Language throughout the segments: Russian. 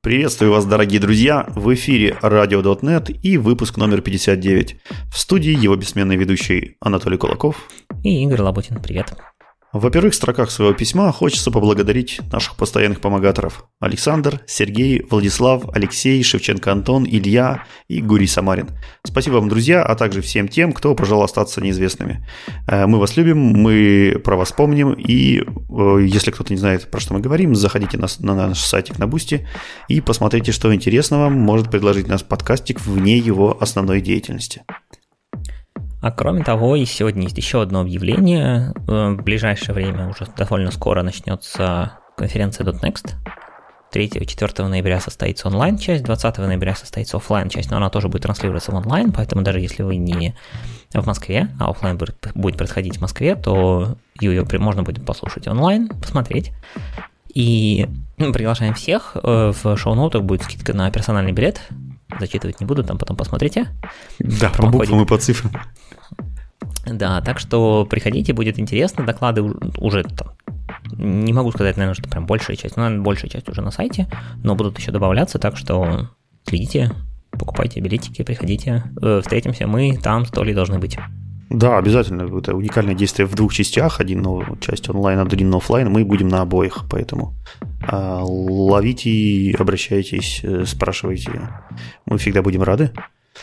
Приветствую вас, дорогие друзья! В эфире Radio.net и выпуск номер 59. В студии его бессменный ведущий Анатолий Кулаков и Игорь Лоботин. Привет! В первых строках своего письма хочется поблагодарить наших постоянных помогаторов: Александр, Сергей, Владислав, Алексей, Шевченко Антон, Илья и Гурий Самарин. Спасибо вам, друзья, а также всем тем, кто пожелал остаться неизвестными. Мы вас любим, мы про вас помним, и если кто-то не знает, про что мы говорим, заходите на наш сайтик на Boosty и посмотрите, что интересного может предложить наш подкастик вне его основной деятельности. А кроме того, и сегодня есть еще одно объявление. В ближайшее время, уже довольно скоро, начнется конференция .next. 3-4 ноября состоится онлайн-часть, 20 ноября состоится офлайн-часть, но она тоже будет транслироваться в онлайн, поэтому даже если вы не в Москве, а офлайн будет происходить в Москве, то ее можно будет послушать онлайн, посмотреть. И приглашаем всех. В шоу-ноутах будет скидка на персональный билет. Зачитывать не буду, там потом посмотрите. Да, по буквам и по цифрам. Да, так что приходите, будет интересно. Доклады уже там, не могу сказать, наверное, что прям большая часть, но, наверное, большая часть уже на сайте, но будут еще добавляться, так что следите, покупайте билетики, приходите, встретимся, мы там с Толей должны быть. Да, обязательно. Это уникальное действие в двух частях. Часть онлайн, один офлайн. Мы будем на обоих, поэтому ловите, обращайтесь, спрашивайте. Мы всегда будем рады.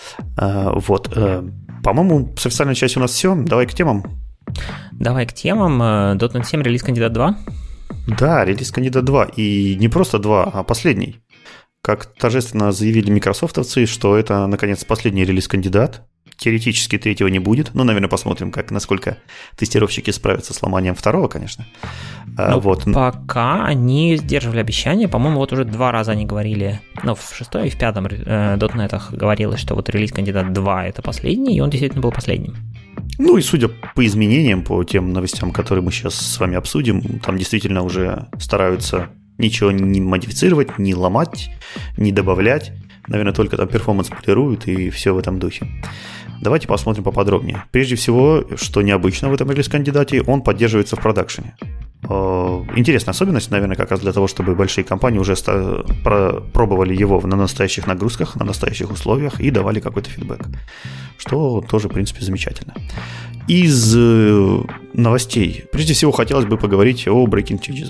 По-моему, с официальной части у нас все. Давай к темам. Давай к темам. .NET 7 релиз кандидат 2. Да, релиз кандидат 2. И не просто 2, а последний. Как торжественно заявили микрософтовцы, что это, наконец, последний релиз-кандидат. Теоретически третьего не будет. Ну, наверное, посмотрим, насколько тестировщики справятся с ломанием второго, конечно. Пока они сдерживали обещания. По-моему, вот уже 2 раза они говорили, в 6 и в 5 .NET говорилось, что вот релиз-кандидат 2 – это последний, и он действительно был последним. Ну и судя по изменениям, по тем новостям, которые мы сейчас с вами обсудим, там действительно уже стараются ничего не модифицировать, не ломать, не добавлять. Наверное, только там перформанс полируют и все в этом духе. Давайте посмотрим поподробнее. Прежде всего, что необычно в этом релиз-кандидате, он поддерживается в продакшене. Интересная особенность, наверное, как раз для того, чтобы большие компании уже пробовали его на настоящих нагрузках, на настоящих условиях и давали какой-то фидбэк. Что тоже, в принципе, замечательно. Из новостей, прежде всего, хотелось бы поговорить о breaking changes.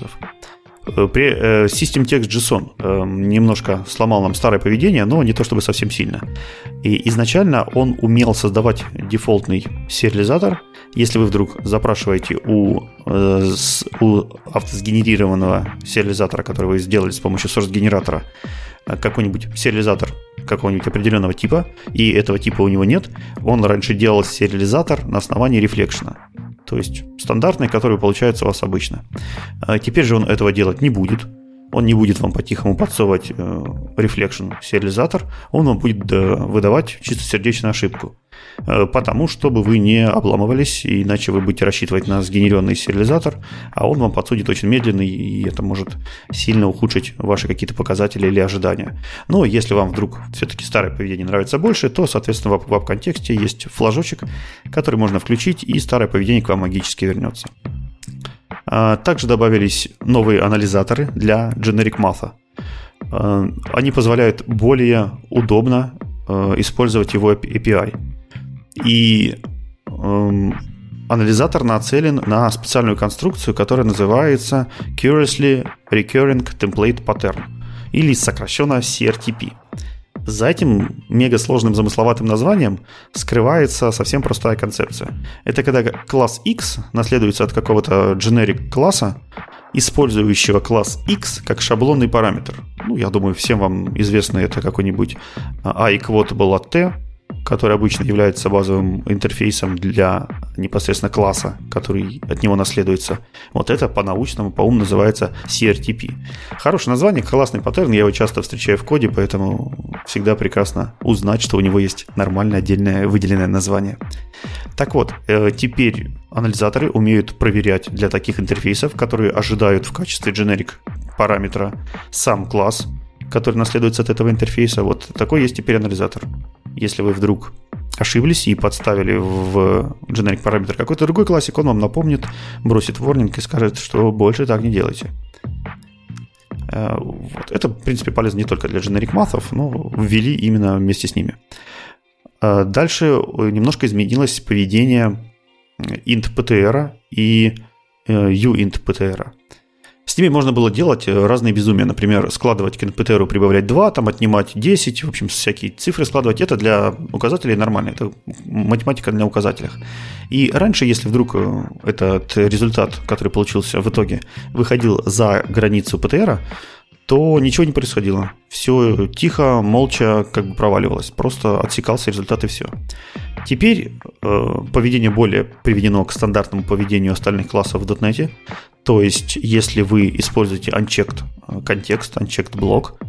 System.Text.json немножко сломал нам старое поведение, но не то чтобы совсем сильно. И изначально он умел создавать дефолтный сериализатор. Если вы вдруг запрашиваете у автосгенерированного сериализатора, который вы сделали с помощью source-генератора, какой-нибудь сериализатор какого-нибудь определенного типа, и этого типа у него нет, он раньше делал сериализатор на основании рефлекшена. То есть стандартный, который получается у вас обычно. Теперь же он этого делать не будет. Он не будет вам по-тихому подсовывать reflection сериализатор, он вам будет выдавать чистосердечную ошибку. Потому, чтобы вы не обламывались, иначе вы будете рассчитывать на сгенеренный сериализатор, а он вам подсудит очень медленно, и это может сильно ухудшить ваши какие-то показатели или ожидания. Но если вам вдруг все-таки старое поведение нравится больше, то, соответственно, в веб-контексте есть флажочек, который можно включить, и старое поведение к вам магически вернется. Также добавились новые анализаторы для Generic Math. Они позволяют более удобно использовать его API. И анализатор нацелен на специальную конструкцию, которая называется Curiously Recurring Template Pattern, или сокращенно CRTP. За этим мегасложным замысловатым названием скрывается совсем простая концепция. Это когда класс X наследуется от какого-то generic класса, использующего класс X как шаблонный параметр. Я думаю, всем вам известно это какой-нибудь iEquatable от T, который обычно является базовым интерфейсом для непосредственно класса, который от него наследуется. Вот это по-научному, по-умному называется CRTP. Хорошее название, классный паттерн, я его часто встречаю в коде, поэтому всегда прекрасно узнать, что у него есть нормальное отдельное выделенное название. Так вот, теперь анализаторы умеют проверять для таких интерфейсов, которые ожидают в качестве generic параметра сам класс, который наследуется от этого интерфейса. Вот такой есть теперь анализатор. Если вы вдруг ошиблись и подставили в generic параметр какой-то другой классик, он вам напомнит, бросит ворнинг и скажет, что больше так не делайте. Вот. Это, в принципе, полезно не только для generic math'ов, но ввели именно вместе с ними. Дальше немножко изменилось поведение int.ptr и uint.ptr. С ними можно было делать разные безумия. Например, складывать к int.ptr, прибавлять 2, там отнимать 10, в общем, всякие цифры складывать. Это для указателей нормально, это математика для указателей. И раньше, если вдруг этот результат, который получился в итоге, выходил за границу ptr, то ничего не происходило. Все тихо, молча как бы проваливалось. Просто отсекался результат и все. Теперь поведение более приведено к стандартному поведению остальных классов в .NET. То есть, если вы используете unchecked контекст, unchecked блок,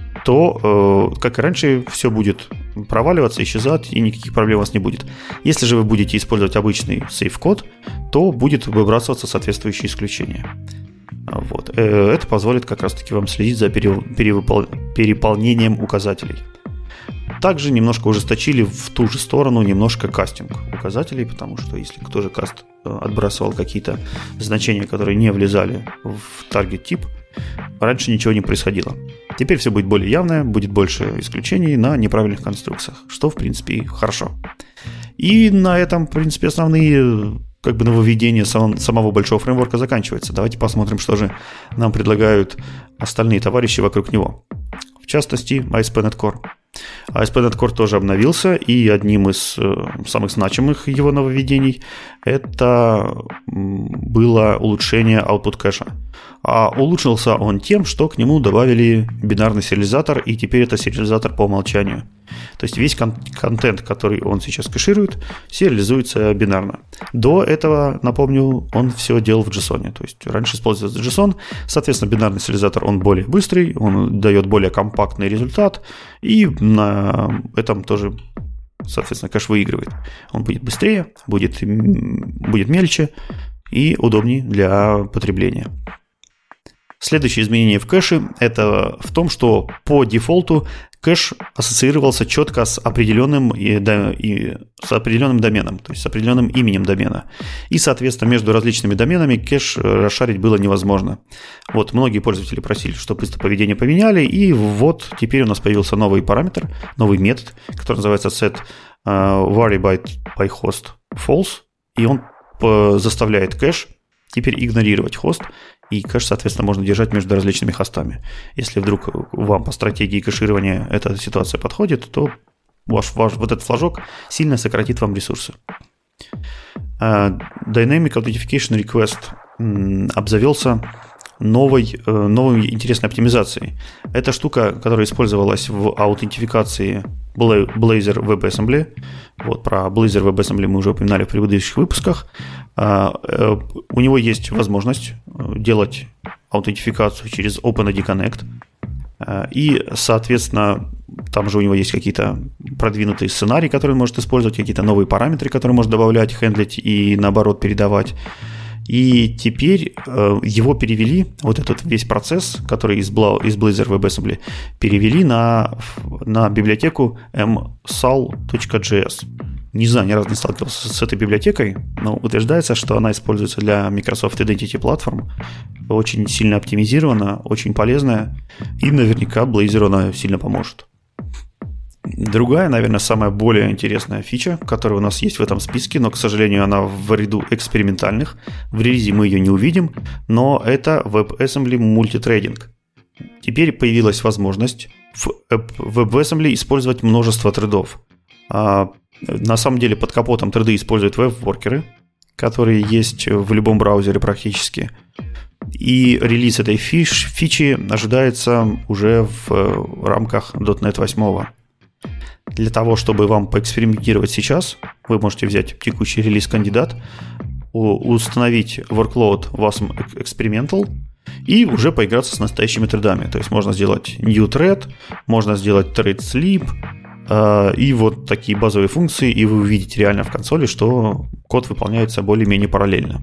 то, как и раньше, все будет проваливаться, исчезать, и никаких проблем у вас не будет. Если же вы будете использовать обычный сейф-код, то будет выбрасываться соответствующее исключение. Вот. Это позволит как раз-таки вам следить за переполнением указателей. Также немножко ужесточили в ту же сторону немножко кастинг указателей, потому что если кто-то каст отбрасывал какие-то значения, которые не влезали в таргет-тип, раньше ничего не происходило. Теперь все будет более явное, будет больше исключений на неправильных конструкциях, что в принципе хорошо. И на этом, в принципе, основные как бы нововведения самого большого фреймворка заканчиваются. Давайте посмотрим, что же нам предлагают остальные товарищи вокруг него. В частности, ASP.NET Core. ASP.NET Core тоже обновился, и одним из самых значимых его нововведений это было улучшение output кэша. А улучшился он тем, что к нему добавили бинарный сериализатор, и теперь это сериализатор по умолчанию. То есть весь контент, который он сейчас кэширует, сериализуется бинарно. До этого, напомню, он все делал в JSON. То есть раньше использовался JSON, соответственно, бинарный сериализатор, он более быстрый, он дает более компактный результат, и на этом тоже, соответственно, кэш выигрывает. Он будет быстрее, будет мельче и удобнее для потребления. Следующее изменение в кэше – это в том, что по дефолту кэш ассоциировался четко с определенным доменом, то есть с определенным именем домена. И, соответственно, между различными доменами кэш расшарить было невозможно. Вот, многие пользователи просили, чтобы это поведение поменяли, и вот теперь у нас появился новый параметр, новый метод, который называется set vary by host false, и он заставляет кэш теперь игнорировать хост, и кэш, соответственно, можно держать между различными хостами. Если вдруг вам по стратегии кэширования эта ситуация подходит, то ваш вот этот флажок сильно сократит вам ресурсы. Dynamic Authentication Request обзавелся новой интересной оптимизацией. Это штука, которая использовалась в аутентификации Blazor WebAssembly. Вот, про Blazor WebAssembly мы уже упоминали в предыдущих выпусках. У него есть возможность делать аутентификацию через OpenID Connect. И, соответственно, там же у него есть какие-то продвинутые сценарии, которые он может использовать, какие-то новые параметры, которые может добавлять, хендлить и, наоборот, передавать. И теперь его перевели, вот этот весь процесс, который из Blazor WebAssembly, перевели на библиотеку msal.js. Не знаю, ни разу не сталкивался с этой библиотекой, но утверждается, что она используется для Microsoft Identity Platform, очень сильно оптимизирована, очень полезная, и наверняка Blazor она сильно поможет. Другая, наверное, самая более интересная фича, которая у нас есть в этом списке, но, к сожалению, она в ряду экспериментальных. В релизе мы ее не увидим, но это WebAssembly Multithreading. Теперь появилась возможность в WebAssembly использовать множество тредов. На самом деле под капотом треды используют веб-воркеры, которые есть в любом браузере практически. И релиз этой фичи ожидается уже в рамках .NET 8. Для того, чтобы вам поэкспериментировать сейчас, вы можете взять текущий релиз-кандидат, установить workload WASM Experimental и уже поиграться с настоящими тредами. То есть можно сделать new thread, можно сделать thread sleep, и вот такие базовые функции, и вы увидите реально в консоли, что код выполняется более-менее параллельно.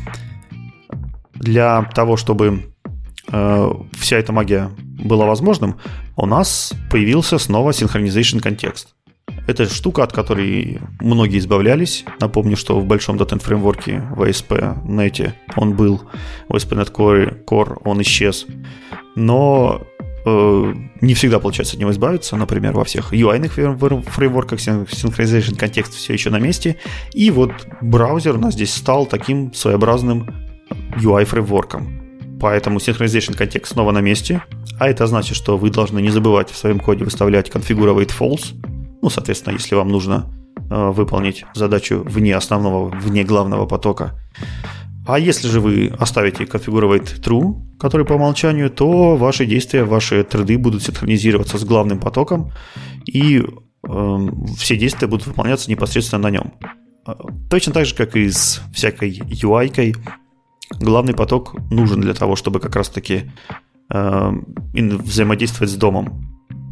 Для того, чтобы вся эта магия была возможным, у нас появился снова Synchronization контекст. это штука, от которой многие избавлялись. Напомню, что в большом .NET фреймворке в ASP.NET он был, в ASP.NET Core он исчез. Но не всегда получается от него избавиться. Например, во всех UI-ных фреймворках Synchronization контекст все еще на месте. И вот браузер у нас здесь стал таким своеобразным UI-фреймворком. Поэтому Synchronization контекст снова на месте. А это значит, что вы должны не забывать в своем коде выставлять configure false. Ну, соответственно, если вам нужно выполнить задачу вне основного, вне главного потока. А если же вы оставите configure true, который по умолчанию, то ваши действия, ваши треды будут синхронизироваться с главным потоком, и все действия будут выполняться непосредственно на нем. Точно так же, как и с всякой UI-кой, главный поток нужен для того, чтобы как раз-таки взаимодействовать с домом.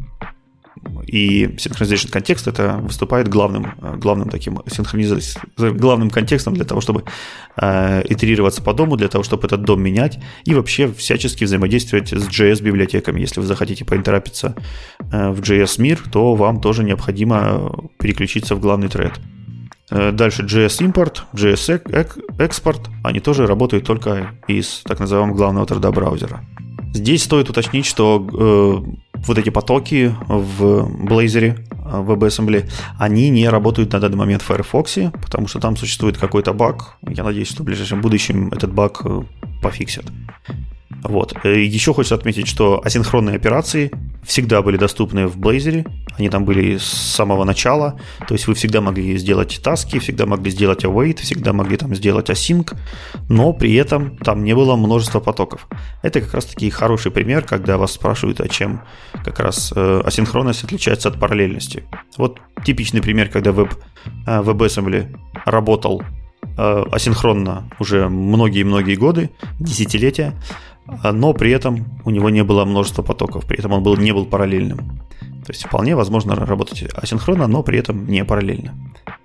И Synchronization контекст это выступает главным таким главным контекстом для того, чтобы итерироваться по дому, для того, чтобы этот дом менять и вообще всячески взаимодействовать с JS-библиотеками. Если вы захотите поинтерапиться в JS-мир, то вам тоже необходимо переключиться в главный тред. Дальше JS-импорт, JS-экспорт, они тоже работают только из так называемого главного треда браузера. Здесь стоит уточнить, что вот эти потоки в Blazor, в WebAssembly, они не работают на данный момент в Firefox, потому что там существует какой-то баг. Я надеюсь, что в ближайшем будущем этот баг пофиксят. Вот. Еще хочется отметить, что асинхронные операции всегда были доступны в Blazor, они там были с самого начала, то есть вы всегда могли сделать таски, всегда могли сделать await, всегда могли там сделать async, но при этом там не было множества потоков. Это как раз таки хороший пример, когда вас спрашивают, а чем как раз асинхронность отличается от параллельности. Вот типичный пример, когда WebAssembly работал асинхронно уже многие-многие годы, десятилетия, но при этом у него не было множества потоков, при этом он не был параллельным. То есть вполне возможно работать асинхронно, но при этом не параллельно.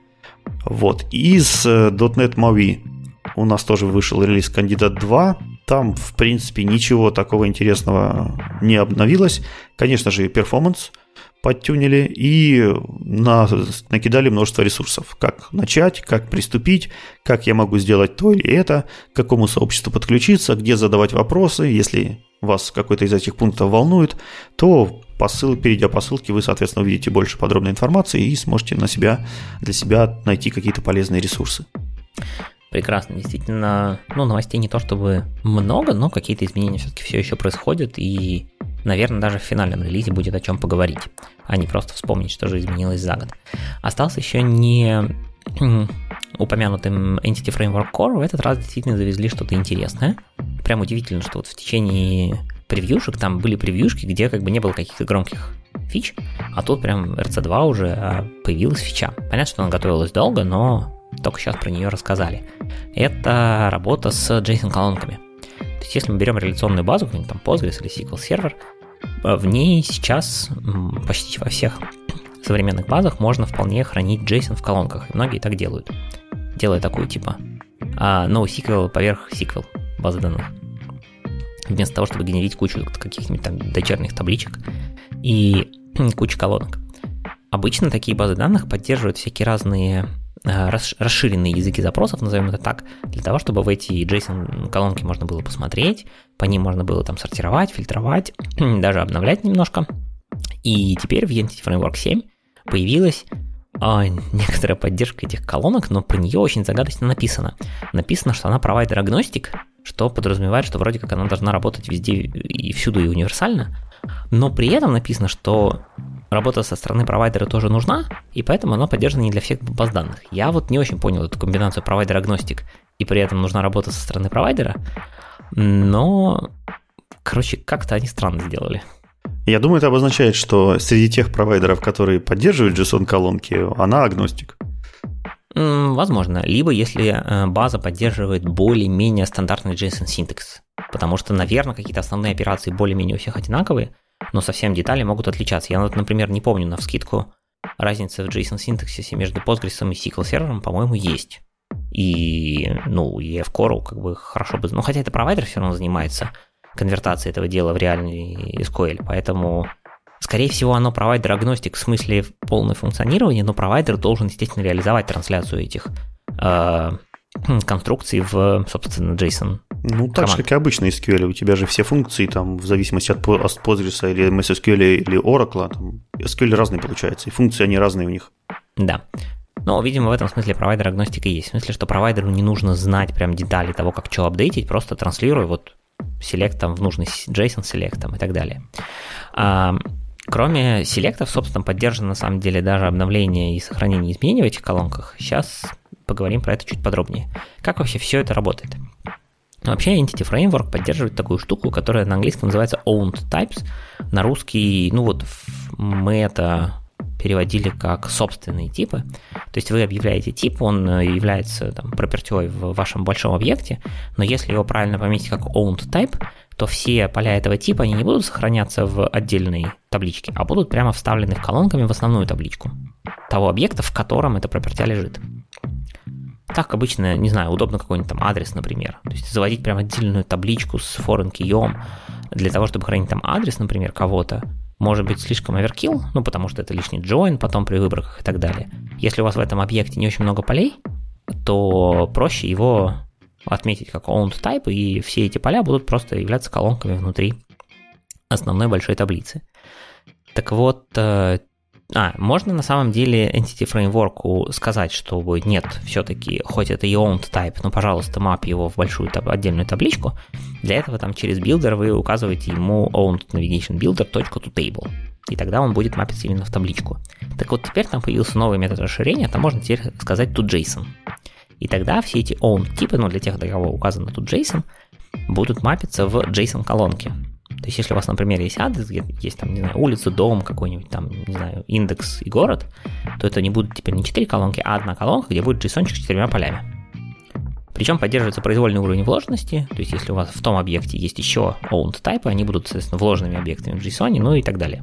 Вот. Из .NET MAUI у нас тоже вышел релиз Кандидат 2. Там, в принципе, ничего такого интересного не обновилось. Конечно же, перформанс подтюнили и накидали множество ресурсов. Как начать, как приступить, как я могу сделать то или это, к какому сообществу подключиться, где задавать вопросы. Если вас какой-то из этих пунктов волнует, то перейдя по ссылке, вы, соответственно, увидите больше подробной информации и сможете для себя найти какие-то полезные ресурсы. Прекрасно, действительно, новостей не то чтобы много, но какие-то изменения все-таки все еще происходят, и, наверное, даже в финальном релизе будет о чем поговорить, а не просто вспомнить, что же изменилось за год. Остался еще не упомянутым Entity Framework Core, в этот раз действительно завезли что-то интересное. Прям удивительно, что вот в течение превьюшек, там были превьюшки, где как бы не было каких-то громких фич, а тут прям RC2 уже появилась фича. Понятно, что она готовилась долго, но только сейчас про нее рассказали. Это работа с JSON-колонками. То есть, если мы берем реляционную базу, какой-нибудь там Postgres или SQL Server, в ней сейчас почти во всех современных базах можно вполне хранить JSON в колонках, и многие так делают. Делая такую типа NoSQL поверх SQL базы данных. Вместо того, чтобы генерить кучу каких-нибудь там дочерних табличек и кучу колонок. Обычно такие базы данных поддерживают всякие разные расширенные языки запросов, назовем это так, для того, чтобы в эти JSON-колонки можно было посмотреть, по ним можно было там сортировать, фильтровать, даже обновлять немножко. И теперь в Entity Framework 7 появилась некоторая поддержка этих колонок, но про нее очень загадочно написано. Написано, что она провайдер-агностик, что подразумевает, что вроде как она должна работать везде и всюду и универсально, но при этом написано, что работа со стороны провайдера тоже нужна, и поэтому она поддержана не для всех баз данных. Я вот не очень понял эту комбинацию провайдер-агностик, и при этом нужна работа со стороны провайдера, но, как-то они странно сделали. Я думаю, это обозначает, что среди тех провайдеров, которые поддерживают JSON-колонки, она агностик. Возможно. Либо если база поддерживает более-менее стандартный JSON-синтекс. Потому что, наверное, какие-то основные операции более-менее у всех одинаковые, но совсем детали могут отличаться. Я, например, не помню навскидку разницы в JSON-синтаксисе между Postgres и SQL сервером, по-моему, есть. И EF-Core как бы хорошо бы... хотя это провайдер все равно занимается конвертацией этого дела в реальный SQL, поэтому Скорее всего, оно провайдер-агностик в смысле полное функционирование, но провайдер должен, естественно, реализовать трансляцию этих конструкций в, собственно, JSON. Ну, так же, как и обычно SQL. У тебя же все функции, там, в зависимости от Postgres или MySQL или Oracle, там, SQL разные получаются, и функции, они разные у них. Да. Но, видимо, в этом смысле провайдер-агностика есть. В смысле, что провайдеру не нужно знать прям детали того, как что апдейтить, просто транслируй вот селект там в нужный JSON селект там и так далее. Кроме селектов, собственно, поддержано на самом деле даже обновление и сохранение изменений в этих колонках. Сейчас поговорим про это чуть подробнее. Как вообще все это работает? Вообще Entity Framework поддерживает такую штуку, которая на английском называется Owned Types. На русский, ну вот мы это переводили как собственные типы. То есть вы объявляете тип, он является там пропертёй в вашем большом объекте, но если его правильно пометить как Owned Type, то все поля этого типа, они не будут сохраняться в отдельной табличке, а будут прямо вставлены в колонками в основную табличку того объекта, в котором эта пропертя лежит. Так обычно, не знаю, удобно какой-нибудь там адрес, например. То есть заводить прям отдельную табличку с foreign key'ом для того, чтобы хранить там адрес, например, кого-то, может быть слишком оверкилл, ну потому что это лишний join потом при выборках и так далее. Если у вас в этом объекте не очень много полей, то проще его отметить как owned type, и все эти поля будут просто являться колонками внутри основной большой таблицы. Так вот, можно на самом деле Entity Framework сказать, что будет нет, все-таки, хоть это и owned type, но, пожалуйста, мап его в большую отдельную табличку. Для этого там через билдер вы указываете ему owned navigation builder .toTable, и тогда он будет мапиться именно в табличку. Так вот, теперь там появился новый метод расширения, там можно теперь сказать toJSON. И тогда все эти owned типы, ну, для тех, для кого указано toJSON, будут мапиться в JSON-колонке. То есть, если у вас, например, есть адрес, где есть там, не знаю, улица, дом, какой-нибудь там, не знаю, индекс и город, то это не будут теперь не 4 колонки, а одна колонка, где будет JSON-чик с 4 полями. Причем поддерживается произвольный уровень вложенности, то есть, если у вас в том объекте есть еще owned type, они будут, соответственно, вложенными объектами в JSON, ну и так далее.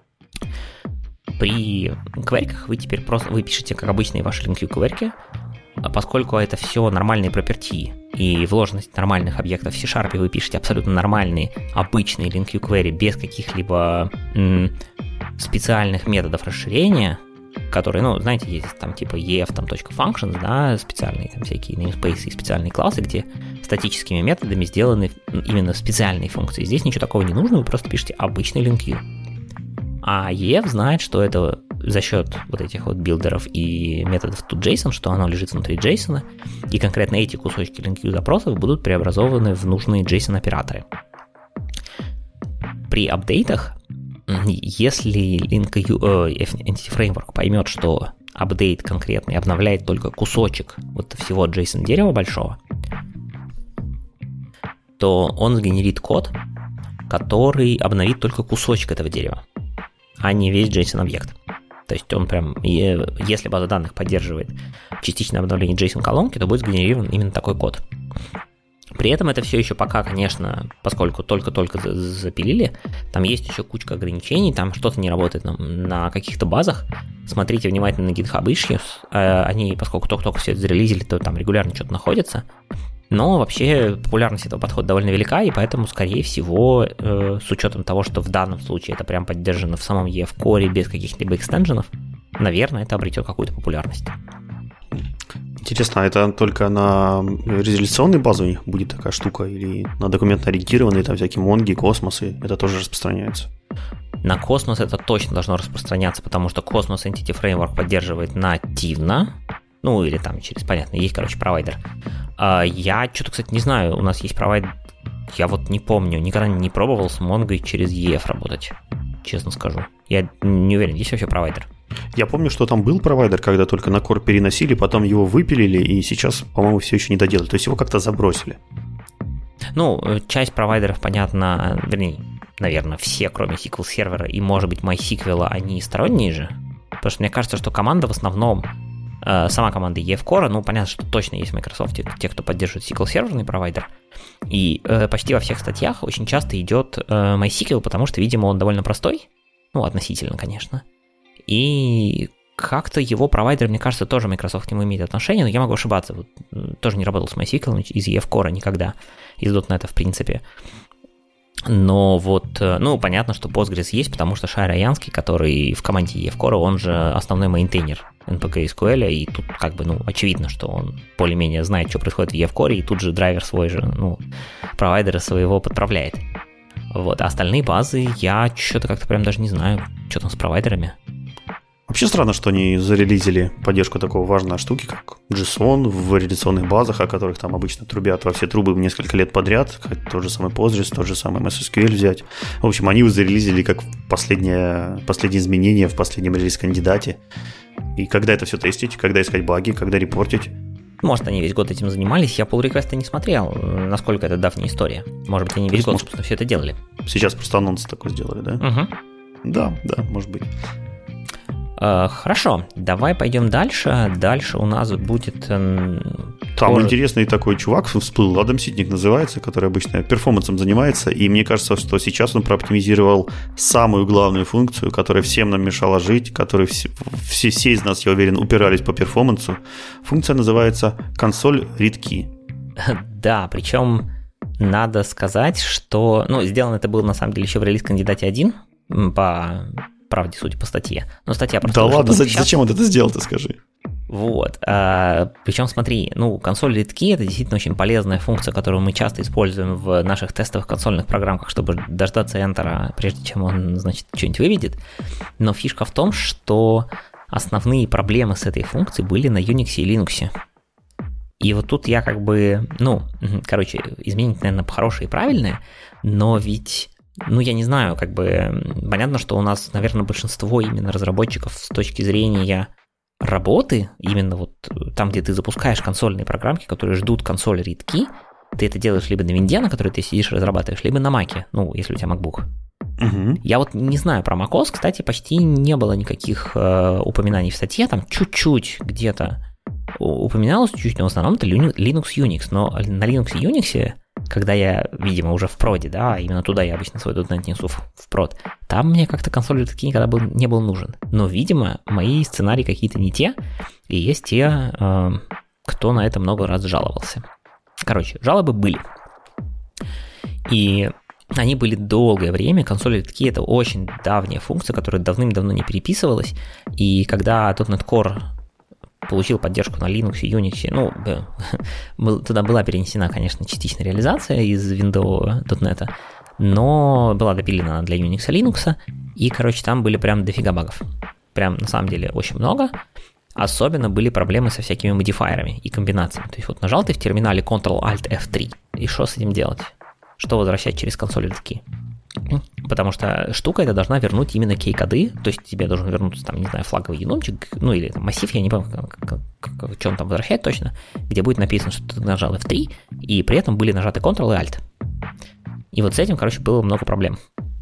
При кверьках вы теперь просто вы пишете, как обычные ваши LINQ-кверки, поскольку это все нормальные пропертии, и вложенность нормальных объектов в C# вы пишете абсолютно нормальные, обычные LINQ-query без каких-либо специальных методов расширения, которые, ну, знаете, есть там типа EF, там .functions, да, специальные там всякие namespace и специальные классы, где статическими методами сделаны именно специальные функции. Здесь ничего такого не нужно, вы просто пишете обычный LINQ. А EF знает, что это за счет вот этих вот билдеров и методов toJSON, что оно лежит внутри JSON, и конкретно эти кусочки LINQ запросов будут преобразованы в нужные JSON-операторы. При апдейтах, если Entity Framework поймет, что апдейт конкретный обновляет только кусочек вот всего JSON-дерева большого, то он сгенерит код, который обновит только кусочек этого дерева, а не весь JSON-объект. То есть он прям, если база данных поддерживает частичное обновление JSON-колонки, то будет сгенерирован именно такой код. При этом это все еще пока, конечно, поскольку только-только запилили, там есть еще кучка ограничений, там что-то не работает на каких-то базах. Смотрите внимательно на GitHub Issues, они, поскольку только-только все это зарелизили, то там регулярно что-то находится. Но вообще популярность этого подхода довольно велика, и поэтому, скорее всего, с учетом того, что в данном случае это прям поддержано в самом EF Core без каких-либо экстенженов, наверное, это обретет какую-то популярность. Интересно, а это только на резолюционной базе у них будет такая штука, или на документно-ориентированные, там всякие Монги, Космосы, это тоже распространяется? На Космос это точно должно распространяться, потому что Cosmos Entity Framework поддерживает нативно, ну или там через, понятно, есть, короче, провайдер. Я что-то, кстати, не знаю, у нас есть провайдер, я вот не помню, никогда не пробовал с Mongo через EF работать, честно скажу. Я не уверен, есть вообще провайдер. Я помню, что там был провайдер, когда только на Core переносили, потом его выпилили, и сейчас, по-моему, все еще не доделали. То есть его как-то забросили. Ну, часть провайдеров, понятно, вернее, наверное, все, кроме SQL сервера и, может быть, MySQL, они сторонние же. Потому что мне кажется, что команда в основном, сама команда EF Core, ну, понятно, что точно есть в Microsoft те, кто поддерживает SQL серверный провайдер. И почти во всех статьях очень часто идет MySQL, потому что, видимо, он довольно простой. Ну, относительно, конечно. И как-то его провайдер, мне кажется, тоже Microsoft к нему имеет отношение, но я могу ошибаться. Вот, тоже не работал с MySQL из EF Core никогда, из .NET в принципе. Но вот, ну, понятно, что Postgres есть, потому что Шай Раянский, который в команде EFCore, он же основной мейнтейнер NPK SQL, и тут как бы, ну, очевидно, что он более-менее знает, что происходит в EFCore, и тут же драйвер свой же, ну, провайдера своего подправляет. Вот, а остальные базы я что-то как-то прям даже не знаю, что там с провайдерами. Вообще странно, что они зарелизили поддержку такой важной штуки, как JSON в реляционных базах, о которых там обычно трубят во все трубы несколько лет подряд. Тот же самый Postgres, тот же самый MSSQL взять. В общем, они его зарелизили как последнее изменение в последнем релиз-кандидате. И когда это все тестить, когда искать баги, когда репортить? Может, они весь год этим занимались, я pull-реквесты не смотрел, насколько это давняя история. Может быть, они весь год, собственно, все это делали. Сейчас просто анонс такой сделали, да? Угу. Да, может быть. Хорошо, давай пойдем дальше. Дальше у нас будет... Там интересный такой чувак всплыл, Адам Ситник называется, который обычно перформансом занимается, и мне кажется, что сейчас он прооптимизировал самую главную функцию, которая всем нам мешала жить, которой все из нас, я уверен, упирались по перформансу. Функция называется консоль read-key. Да, причем надо сказать, что... Ну, сделано это было на самом деле еще в релиз-кандидате 1 по... правде, судя по статье. Но статья просто... Да ладно, зачем он это сделал, ты скажи? Вот. Причем, смотри, ну, консоль read-key — это действительно очень полезная функция, которую мы часто используем в наших тестовых консольных программках, чтобы дождаться энтера, прежде чем он, значит, что-нибудь выведет. Но фишка в том, что основные проблемы с этой функцией были на Unix и Linux. И вот тут я как бы, ну, короче, изменить, наверное, хорошее и правильное, но ведь... Ну, я не знаю, как бы понятно, что у нас, наверное, большинство именно разработчиков с точки зрения работы, именно вот там, где ты запускаешь консольные программки, которые ждут консоль read-key, ты это делаешь либо на винде, на которой ты сидишь и разрабатываешь, либо на Mac'е, ну, если у тебя MacBook. Угу. Я вот не знаю про macOS, кстати, почти не было никаких упоминаний в статье, там чуть-чуть где-то упоминалось, чуть-чуть, но в основном это Linux, Unix, но на Linux и Unix, когда я, видимо, уже в проде, да, именно туда я обычно свой .NET несу в прод, там мне как-то консоль read-key никогда не был нужен. Но, видимо, мои сценарии какие-то не те, и есть те, кто на это много раз жаловался. Короче, жалобы были. И они были долгое время. Консоль read-key — это очень давняя функция, которая давным-давно не переписывалась, и когда .NET Core получил поддержку на Linux и Unix, ну, туда была перенесена, конечно, частичная реализация из Windows.NET, но была допилена для Unix и Linux, и, короче, там были прям дофига багов. Прям, на самом деле, очень много. Особенно были проблемы со всякими модифайерами и комбинациями. То есть вот нажал ты в терминале Ctrl-Alt-F3, и что с этим делать? Что возвращать через консоль read-key? Потому что штука эта должна вернуть именно кей-коды, то есть тебе должен вернуться, там, не знаю, флаговый еномчик, ну или там, массив, я не помню, что он там возвращает точно, где будет написано, что ты нажал F3, и при этом были нажаты Ctrl и Alt. И вот с этим, короче, было много проблем.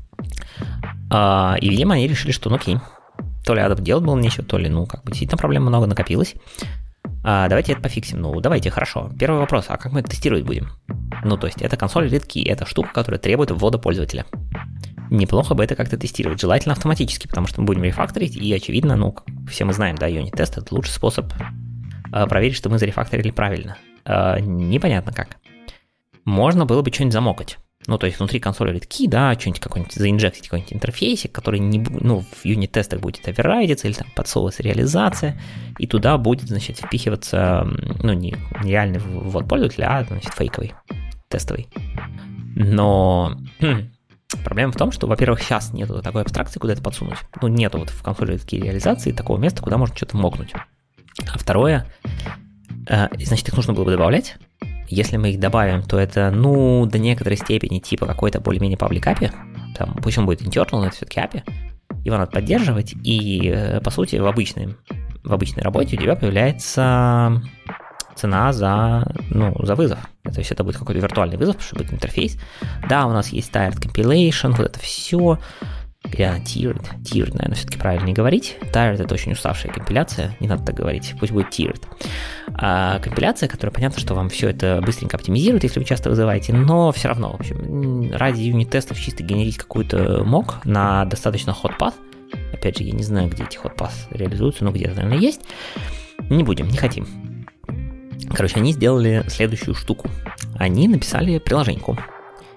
И, видимо, они решили, что, ну окей, то ли Адам делать было нечего, то ли, ну, как бы действительно проблем много накопилось. Давайте это пофиксим. Ну, давайте, хорошо. Первый вопрос, а как мы это тестировать будем? Ну, то есть, это консоль read-key, это штука, которая требует ввода пользователя. Неплохо бы это как-то тестировать, желательно автоматически, потому что мы будем рефакторить, и, очевидно, ну, все мы знаем, да, юнит-тест — это лучший способ проверить, что мы зарефакторили правильно. Непонятно как. Можно было бы что-нибудь замокать. Ну, то есть, внутри консоли read-key, да, что-нибудь какой-нибудь заинжектить, какой-нибудь интерфейсик, который не, ну, в юнит-тестах будет оверрайдиться или там подсовываться реализация, и туда будет, значит, впихиваться, ну, не реальный ввод пользователя, а, значит, фейковый, тестовый. Но проблема в том, что, во-первых, сейчас нету такой абстракции, куда это подсунуть. Ну, нету вот в консоли read-key реализации такого места, куда можно что-то мокнуть. А второе, значит, их нужно было бы добавлять. Если мы их добавим, то это, ну, до некоторой степени типа какой-то более-менее public API. Там, пусть он будет internal, но это все-таки API. Его надо поддерживать, и, по сути, в обычной работе у тебя появляется цена за вызов. То есть это будет какой-то виртуальный вызов, потому что будет интерфейс. Да, у нас есть tired compilation, вот это все. Или она tiered, наверное, все-таки правильнее говорить. Tired — это очень уставшая компиляция, не надо так говорить, пусть будет tiered. А компиляция, которая, понятно, что вам все это быстренько оптимизирует, если вы часто вызываете, но все равно, в общем, ради юнит-тестов чисто генерить какой-то мок на достаточно hot path, опять же, я не знаю, где эти hot path реализуются, но где-то, наверное, есть, не будем, не хотим. Короче, они сделали следующую штуку. Они написали приложеньку,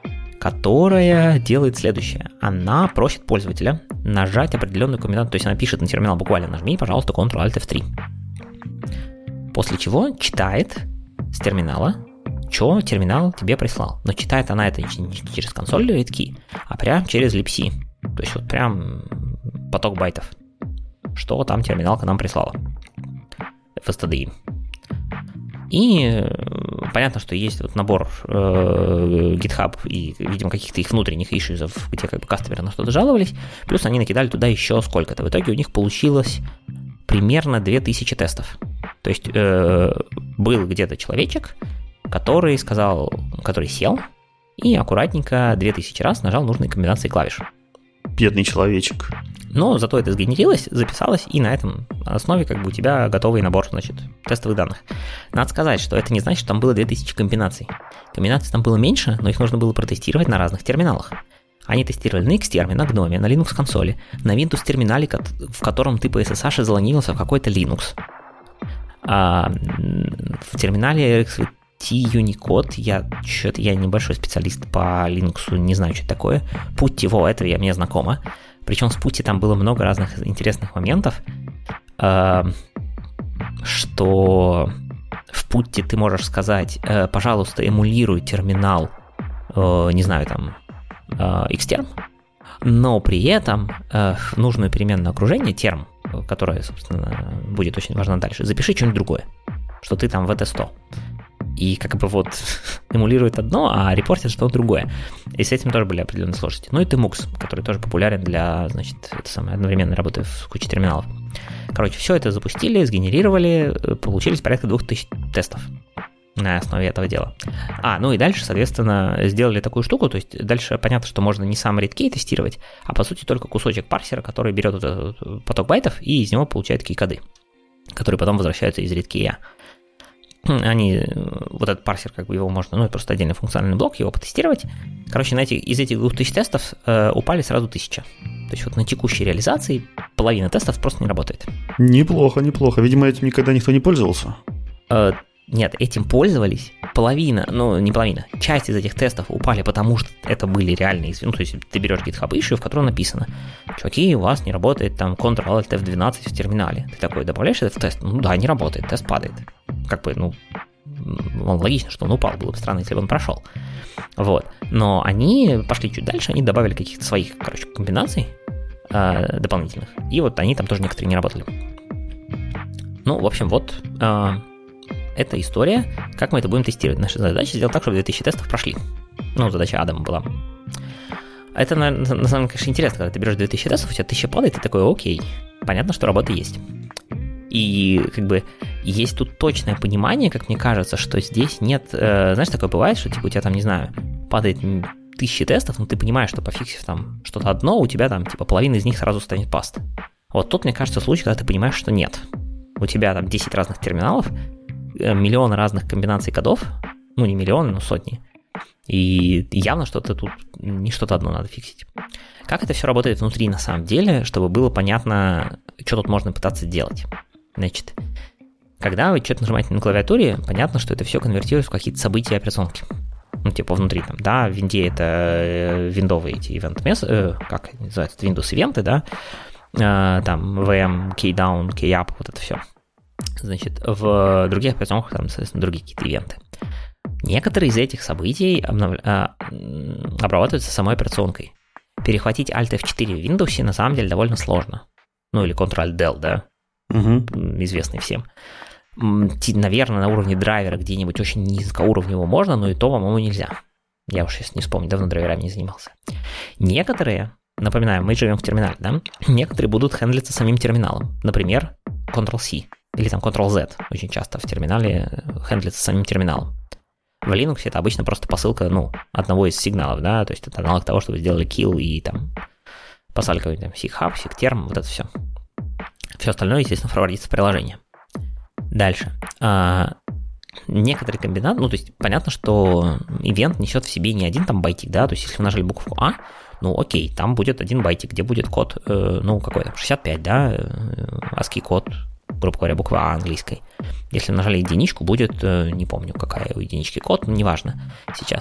которая делает следующее. Она просит пользователя нажать определенную комбинацию, то есть она пишет на терминал буквально «нажми, пожалуйста, Ctrl-Alt-F3». После чего читает с терминала, что терминал тебе прислал. Но читает она это не через консоль ReadKey, а прям через libc. То есть вот прям поток байтов. Что там терминалка нам прислала в STDI. И понятно, что есть вот набор GitHub и, видимо, каких-то их внутренних ишьюзов, где как бы кастомеры на что-то жаловались, плюс они накидали туда еще сколько-то. В итоге у них получилось примерно 2000 тестов. То есть был где-то человечек, который сел и аккуратненько 2000 раз нажал нужные комбинации клавиш. Бедный человечек. Но зато это сгенерилось, записалось, и на этом основе как бы у тебя готовый набор, значит, тестовых данных. Надо сказать, что это не значит, что там было 2000 комбинаций. Комбинаций там было меньше, но их нужно было протестировать на разных терминалах. Они тестировали на Xterm, на GNOME, на Linux консоли, на Windows терминале, в котором ты по SSH залогинился в какой-то Linux. В терминале RxVT Unicode, я небольшой специалист по Linux, не знаю, что это такое. Putty, это мне знакомо. Причем с Putty там было много разных интересных моментов, что в Putty ты можешь сказать, пожалуйста, эмулируй терминал, не знаю, там, Xterm, но при этом в нужную переменную окружение, term, которая, собственно, будет очень важна дальше, запиши что-нибудь другое, что ты там VT100. И как бы вот эмулирует одно, а репортит что-то другое. И с этим тоже были определенные сложности. Ну и Tmux, который тоже популярен для, значит, одновременной работы в куче терминалов. Короче, все это запустили, сгенерировали, получились порядка 2000 тестов на основе этого дела. Ну и дальше, соответственно, сделали такую штуку, то есть дальше понятно, что можно не сам ReadKey тестировать, а по сути только кусочек парсера, который берет вот этот поток байтов и из него получает кей-коды, которые потом возвращаются из ReadKey. Вот этот парсер, как бы его можно, это просто отдельный функциональный блок, его потестировать. Короче, из этих 2000 тестов упали сразу 1000. То есть вот на текущей реализации половина тестов просто не работает. Неплохо. Видимо, этим никогда никто не пользовался. Нет, этим пользовались половина, не половина, часть из этих тестов упали, потому что это были реальные, то есть ты берешь GitHub issue, в котором написано, чуваки, у вас не работает там Ctrl-Alt-F12 в терминале. Ты такой, добавляешь это в тест? Да, не работает, тест падает. Как бы, логично, что он упал, было бы странно, если бы он прошел. Вот. Но они пошли чуть дальше, они добавили каких-то своих, комбинаций дополнительных, и вот они там тоже некоторые не работали. В общем, вот... это история, как мы это будем тестировать. Наша задача сделать так, чтобы 2000 тестов прошли. Задача Адама была. Это, на самом деле, конечно, интересно, когда ты берешь 2000 тестов, у тебя 1000 падает, и ты такой, окей, понятно, что работа есть. И как бы есть тут точное понимание, как мне кажется, что здесь нет... знаешь, такое бывает, что типа у тебя там, не знаю, падает 1000 тестов, но ты понимаешь, что пофиксив там что-то одно, у тебя там типа половина из них сразу станет паст. Вот тут, мне кажется, случай, когда ты понимаешь, что нет. У тебя там 10 разных терминалов, миллионы разных комбинаций кодов, не миллионы, но сотни, и явно что-то тут, не что-то одно надо фиксить. Как это все работает внутри на самом деле, чтобы было понятно, что тут можно пытаться делать? Значит, когда вы что-то нажимаете на клавиатуре, понятно, что это все конвертируется в какие-то события операционки. Внутри там, да, в винде это виндовые эти ивент-месседжи, как называется, Windows ивенты, да, там VM, keydown, keyup, вот это все. Значит, в других операционках там, соответственно, другие какие-то ивенты. Некоторые из этих событий обрабатываются самой операционкой. Перехватить Alt-F4 в Windows на самом деле довольно сложно. Или Ctrl-Alt-Del, да? Известный всем. Наверное, на уровне драйвера где-нибудь очень низкоуровневого можно, но и то, по-моему, нельзя. Я уж сейчас не вспомню, давно драйверами не занимался. Некоторые, напоминаю, мы живем в терминале, да? Некоторые будут хендлиться самим терминалом. Например, Ctrl-C или там Ctrl-Z очень часто в терминале хендлится самим терминалом. В Linux это обычно просто посылка, одного из сигналов, да, то есть это аналог того, что вы сделали kill и там послали какой-нибудь там seek-hub, seek-term, вот это все. Все остальное, естественно, форвардится в приложение. Дальше. Некоторые комбинации, то есть понятно, что ивент несет в себе не один там байтик, да, то есть если вы нажали букву А, окей, там будет один байтик, где будет код, какой там, 65, да, ASCII код, грубо говоря, буква А английской. Если нажали единичку, будет, не помню, какая у единички код, неважно сейчас.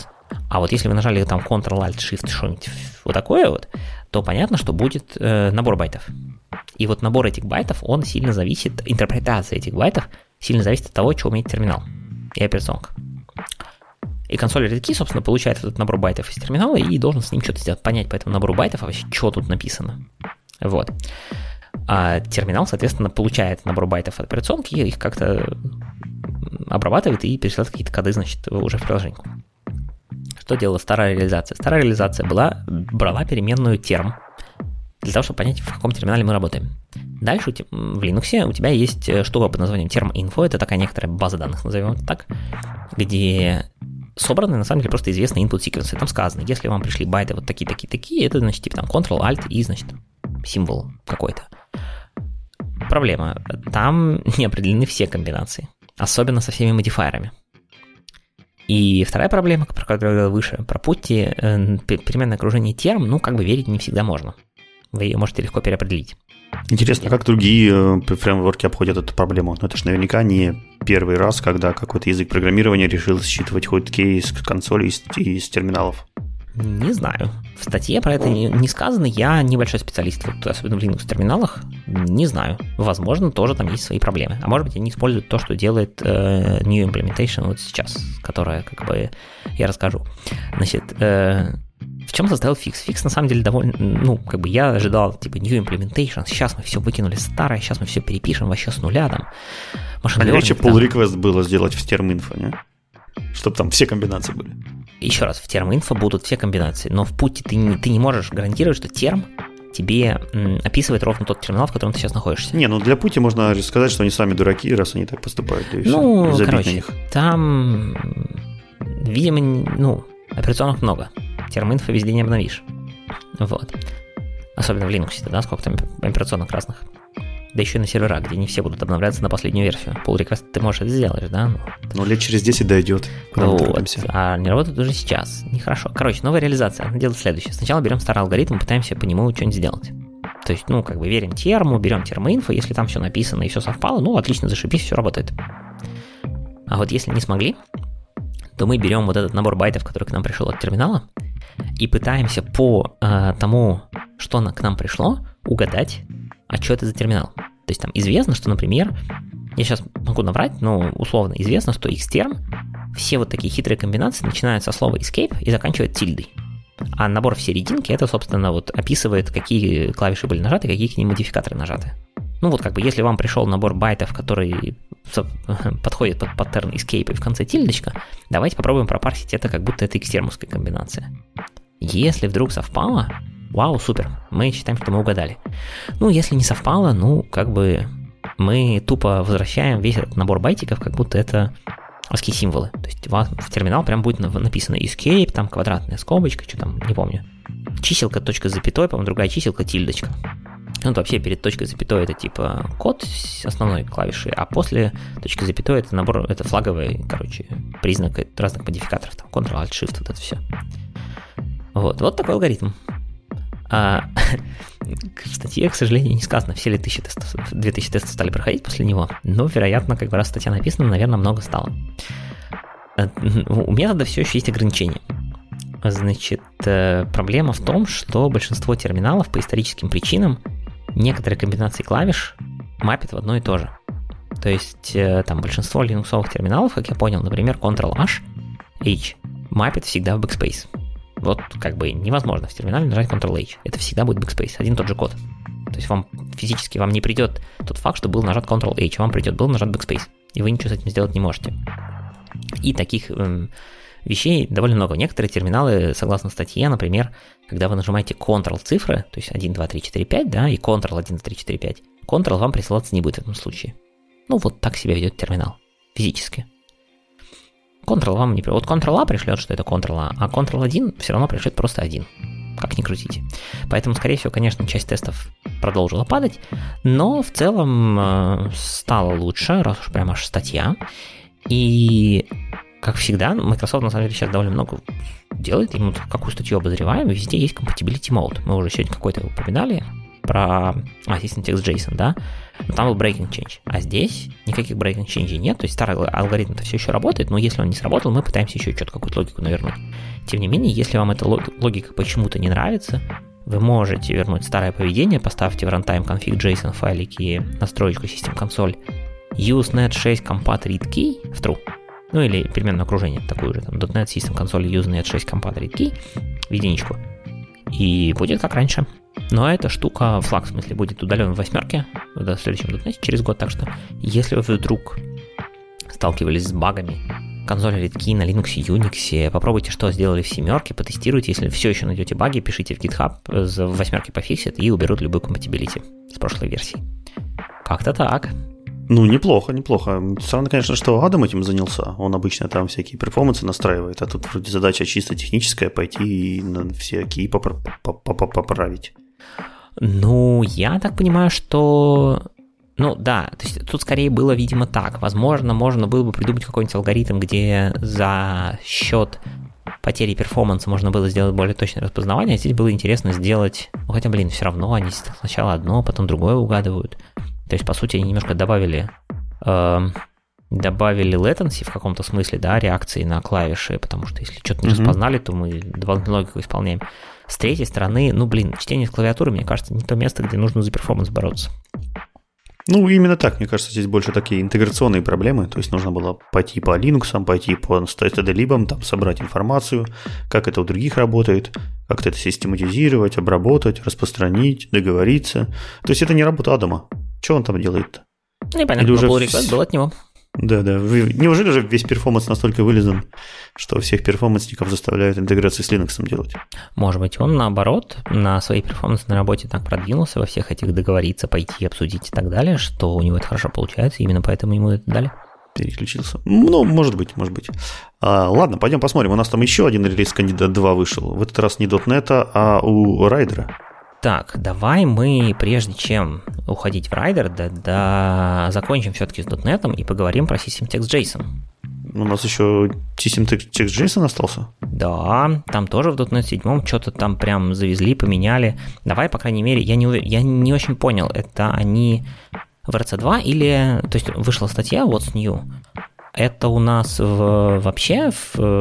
А вот если вы нажали там Ctrl-Alt-Shift, что-нибудь вот такое вот, то понятно, что будет набор байтов. И вот набор этих байтов, он сильно зависит, интерпретация этих байтов сильно зависит от того, что умеет терминал и операционка. И консоль ReadKey, собственно, получает этот набор байтов из терминала и должен с ним что-то сделать, понять по этому набору байтов, а вообще, что тут написано. Вот. А терминал, соответственно, получает набор байтов от операционки и их как-то обрабатывает и пересылает какие-то коды, значит, уже в приложеньку. Что делала старая реализация? Старая реализация брала переменную term для того, чтобы понять, в каком терминале мы работаем. Дальше в Linux у тебя есть штука под названием term.info, это такая некоторая база данных, назовем это так, где собраны, на самом деле, просто известные input секвенсы. Там сказано, если вам пришли байты вот такие, это, значит, типа там Ctrl-Alt и, значит, символ какой-то. Проблема. Там не определены все комбинации, особенно со всеми модифайерами. И вторая проблема, про которую я говорил выше, про пути, переменное окружение term, ну, как бы верить не всегда можно. Вы ее можете легко переопределить. Интересно, как другие фреймворки обходят эту проблему? Но это же наверняка не первый раз, когда какой-то язык программирования решил считывать ход-кей из консоли и из терминалов. Не знаю. В статье про это не сказано. Я небольшой специалист, вот, особенно в Linux-терминалах. Не знаю. Возможно, тоже там есть свои проблемы. А может быть, они используют то, что делает New Implementation вот сейчас, которое, как бы, я расскажу. Значит, в чем состоял фикс? Фикс, на самом деле, довольно... Ну, как бы я ожидал, типа, New Implementation. Сейчас мы все выкинули старое, сейчас мы все перепишем вообще с нуля, там. Легче pull request было сделать в term.info, не? Чтобы там все комбинации были. Еще раз, в term.info будут все комбинации, но в пути ты не можешь гарантировать, что term тебе описывает ровно тот терминал, в котором ты сейчас находишься. Не, ну для пути можно сказать, что они сами дураки, раз они так поступают. И ну, все, короче, там, видимо, ну, операционных много. Term.info везде не обновишь. Вот. Особенно в Linux, да, сколько там операционных разных. Да еще и на серверах, где не все будут обновляться на последнюю версию. Pull request ты можешь это сделать, да? Ну, лет через 10 дойдет. Вот. А не работает уже сейчас. Нехорошо. Короче, новая реализация. Она делает следующее. Сначала берем старый алгоритм, пытаемся по нему что-нибудь сделать. То есть, ну, как бы верим терму, берем терм.info, если там все написано и все совпало, ну, отлично, зашибись, все работает. А вот если не смогли, то мы берем вот этот набор байтов, который к нам пришел от терминала, и пытаемся по тому, что к нам пришло, угадать, а что это за терминал. То есть там известно, что, например, я сейчас могу наврать, но условно известно, что xterm, все вот такие хитрые комбинации начинаются со слова escape и заканчивают тильдой. А набор в серединке, это, собственно, вот описывает, какие клавиши были нажаты, какие к ним модификаторы нажаты. Ну вот как бы, если вам пришел набор байтов, который подходит под паттерн escape и в конце тильдочка, давайте попробуем пропарсить это, как будто это xtermовская комбинация. Если вдруг совпало, вау, супер, мы считаем, что мы угадали. Ну, если не совпало, ну, как бы мы тупо возвращаем весь этот набор байтиков, как будто это ASCII символы. То есть у вас в терминал прям будет написано escape, там квадратная скобочка, что там, не помню. Чиселка, точка с запятой, по-моему, другая чиселка, тильдочка. Ну, вообще перед точкой с запятой это типа код основной клавиши, а после точки с запятой это набор, это флаговый, короче, признак разных модификаторов, там Ctrl-Alt-Shift, вот это все. Вот такой алгоритм. В статье, к сожалению, не сказано, все ли 2000 тестов стали проходить после него, но, вероятно, как бы раз статья написана, наверное, много стало. У метода все еще есть ограничения. Значит, проблема в том, что большинство терминалов по историческим причинам некоторые комбинации клавиш мапят в одно и то же. То есть, там большинство линуксовых терминалов, как я понял, например, Ctrl-H мапит всегда в backspace. Вот как бы невозможно в терминале нажать Ctrl-H. Это всегда будет backspace, один и тот же код. То есть вам физически не придет тот факт, что был нажат Ctrl-H, вам придет, был нажат backspace. И вы ничего с этим сделать не можете. И таких вещей довольно много. Некоторые терминалы, согласно статье, например, когда вы нажимаете Ctrl-цифры, то есть 1, 2, 3, 4, 5, да, и Ctrl 1, 2, 3, 4, 5, Ctrl вам присылаться не будет в этом случае. Ну, вот так себя ведет терминал. Физически. Ctrl вам не... Вот Ctrl-A пришлет, что это Ctrl-A, а Ctrl-1 все равно пришлет просто 1. Как ни крутите. Поэтому, скорее всего, конечно, часть тестов продолжила падать, но в целом стало лучше, раз уж прям аж статья. И, как всегда, Microsoft, на самом деле, сейчас довольно много делает, и мы какую статью обозреваем, и везде есть compatibility mode. Мы уже сегодня какой-то упоминали про Assistant Text JSON, да? Но там был breaking change. А здесь никаких breaking change нет, то есть старый алгоритм-то все еще работает, но если он не сработал, мы пытаемся еще что-то, какую-то логику навернуть. Тем не менее, если вам эта логика почему-то не нравится, вы можете вернуть старое поведение, поставьте в runtime config.json файлики, настроечку систем консоль, usenet 6 compat read key в true, ну или переменное окружение, такую же, там, .NET System Console usenet 6 compat read key в единичку, и будет как раньше. Но эта штука, флаг, в смысле, будет удален в 8 в следующем .NET через год, так что если вы вдруг сталкивались с багами консоли редки на Linux и Unix, попробуйте, что сделали в 7, потестируйте, если все еще найдете баги, пишите в GitHub, в 8 пофиксят и уберут любую compatibility с прошлой версии. Как-то так. Ну, неплохо. Странно, конечно, что Адам этим занялся. Он обычно там всякие перформансы настраивает, а тут вроде задача чисто техническая, пойти и на всякие поправить. Ну, я так понимаю, что... Ну да, то есть тут скорее было, видимо, так. Возможно, можно было бы придумать какой-нибудь алгоритм, где за счет потери перформанса можно было сделать более точное распознавание, а здесь было интересно сделать... Ну, хотя, все равно они сначала одно, потом другое угадывают. То есть, по сути, они немножко добавили latency в каком-то смысле, да, реакции на клавиши, потому что если что-то не распознали, то мы дополнительную логику исполняем. С третьей стороны, чтение с клавиатуры, мне кажется, не то место, где нужно за перформанс бороться. Ну, именно так. Мне кажется, здесь больше такие интеграционные проблемы. То есть нужно было пойти по Linux, пойти по std-lib'ам, там собрать информацию, как это у других работает, как-то это систематизировать, обработать, распространить, договориться. То есть это не работа Адама. Что он там делает-то? Непонятно, pull request был от него. Да. Неужели уже весь перформанс настолько вылезан, что всех перформансников заставляют интеграции с Linux делать? Может быть, он наоборот на своей перформансной работе так продвинулся во всех этих договориться, пойти, обсудить и так далее, что у него это хорошо получается, именно поэтому ему это дали. Переключился. Ну, может быть. Ладно, пойдем посмотрим. У нас там еще один релиз Candida 2 вышел. В этот раз не .NET, а у Rider. Так, давай мы, прежде чем уходить в Rider, закончим все-таки с .NET и поговорим про System.Text.json. У нас еще System.Text.json остался? Да, там тоже в .NET 7 что-то там прям завезли, поменяли. Давай, по крайней мере, я не очень понял, это они в RC2 или... То есть вышла статья What's New. Это у нас вообще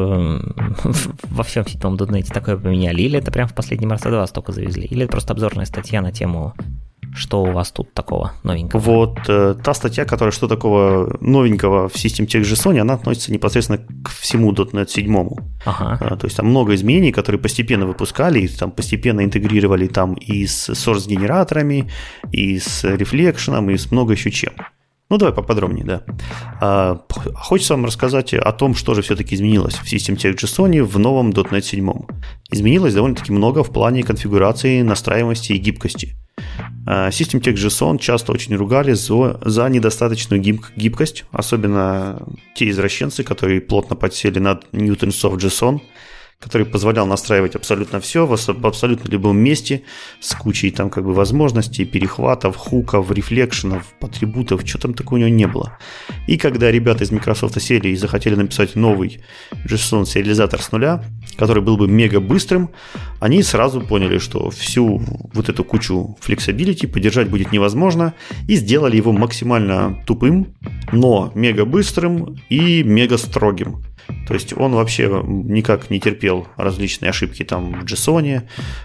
во всем седьмом .NET такое поменяли? Или это прям в последнем RC2 столько завезли? Или это просто обзорная статья на тему, что у вас тут такого новенького? Вот та статья, которая что такого новенького в System.Text.json, она относится непосредственно к всему .NET 7. Ага. То есть там много изменений, которые постепенно выпускали, и там постепенно интегрировали там и с source-генераторами, и с рефлекшеном, и с много еще чем. Ну, давай поподробнее, да. Хочется вам рассказать о том, что же все-таки изменилось в System.Text.json в новом .NET 7. Изменилось довольно-таки много в плане конфигурации, настраиваемости и гибкости. System.Text.json часто очень ругали за недостаточную гибкость, особенно те извращенцы, которые плотно подсели на Newtonsoft.json, который позволял настраивать абсолютно все в абсолютно любом месте с кучей там как бы возможностей, перехватов, хуков, рефлекшенов, атрибутов, что там такого у него не было. И когда ребята из Microsoft сели и захотели написать новый JSON-сериализатор с нуля, который был бы мега быстрым, они сразу поняли, что всю вот эту кучу flexibility поддержать будет невозможно, и сделали его максимально тупым, но мега быстрым и мега строгим. То есть он вообще никак не терпел различные ошибки там в JSON,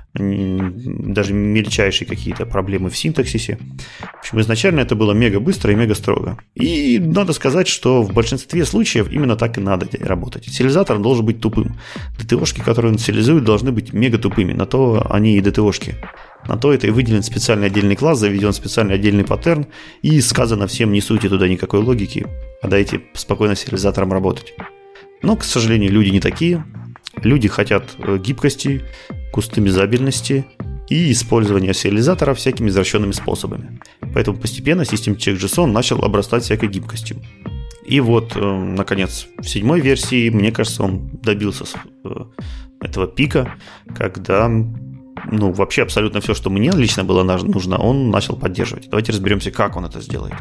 даже мельчайшие какие-то проблемы в синтаксисе. В общем, изначально это было мега быстро и мега строго. И надо сказать, что в большинстве случаев именно так и надо работать. Сериализатор должен быть тупым. ДТОшки, которые он сериализует, должны быть мега тупыми. На то они и ДТОшки. На то это и выделен специальный отдельный класс, заведен специальный отдельный паттерн, и сказано всем: не суйте туда никакой логики, а дайте спокойно с сериализатором работать. Но, к сожалению, люди не такие. Люди хотят гибкости, кустомизабельности и использования сериализатора всякими извращенными способами. Поэтому постепенно System.Text.json начал обрастать всякой гибкостью. И вот, наконец, в 7 версии, мне кажется, он добился этого пика, когда вообще абсолютно все, что мне лично было нужно, он начал поддерживать. Давайте разберемся, как он это сделает.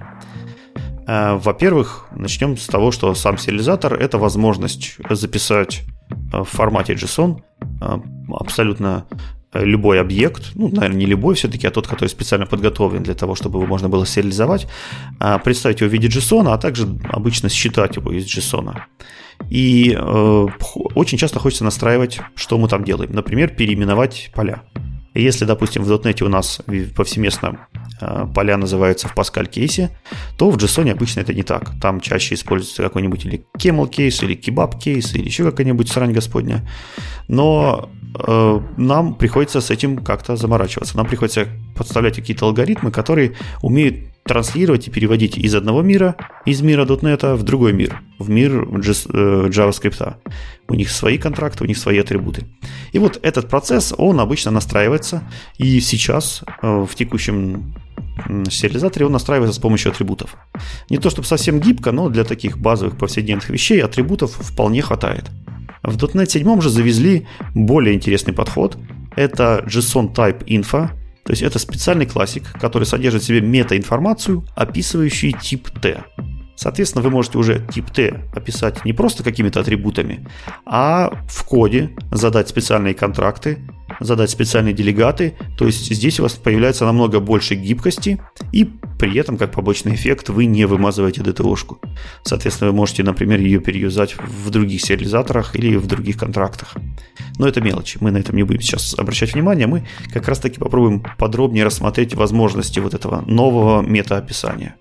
Во-первых, начнем с того, что сам сериализатор – это возможность записать в формате JSON абсолютно любой объект, ну, наверное, не любой все-таки, а тот, который специально подготовлен для того, чтобы его можно было сериализовать, представить его в виде JSON, а также обычно считать его из JSON. И очень часто хочется настраивать, что мы там делаем. Например, переименовать поля. Если, допустим, в .NET у нас повсеместно поля называются в Pascal кейсе, то в JSON обычно это не так. Там чаще используется какой-нибудь или camel кейс, или kebab кейс, или еще какая-нибудь срань господня. Но нам приходится с этим как-то заморачиваться. Нам приходится подставлять какие-то алгоритмы, которые умеют транслировать и переводить из одного мира, из мира .NET в другой мир, в мир JavaScript. У них свои контракты, у них свои атрибуты. И вот этот процесс, он обычно настраивается, и сейчас в текущем сериализаторе он настраивается с помощью атрибутов. Не то чтобы совсем гибко, но для таких базовых повседневных вещей атрибутов вполне хватает. В .NET 7 же завезли более интересный подход. Это JSON Type Info. То есть это специальный классик, который содержит в себе метаинформацию, описывающую тип T. Соответственно, вы можете уже тип T описать не просто какими-то атрибутами, а в коде задать специальные контракты, задать специальные делегаты. То есть здесь у вас появляется намного больше гибкости, и при этом, как побочный эффект, вы не вымазываете DTO-шку. Соответственно, вы можете, например, ее переюзать в других сериализаторах или в других контрактах. Но это мелочи, мы на этом не будем сейчас обращать внимание. Мы как раз-таки попробуем подробнее рассмотреть возможности вот этого нового метаописания.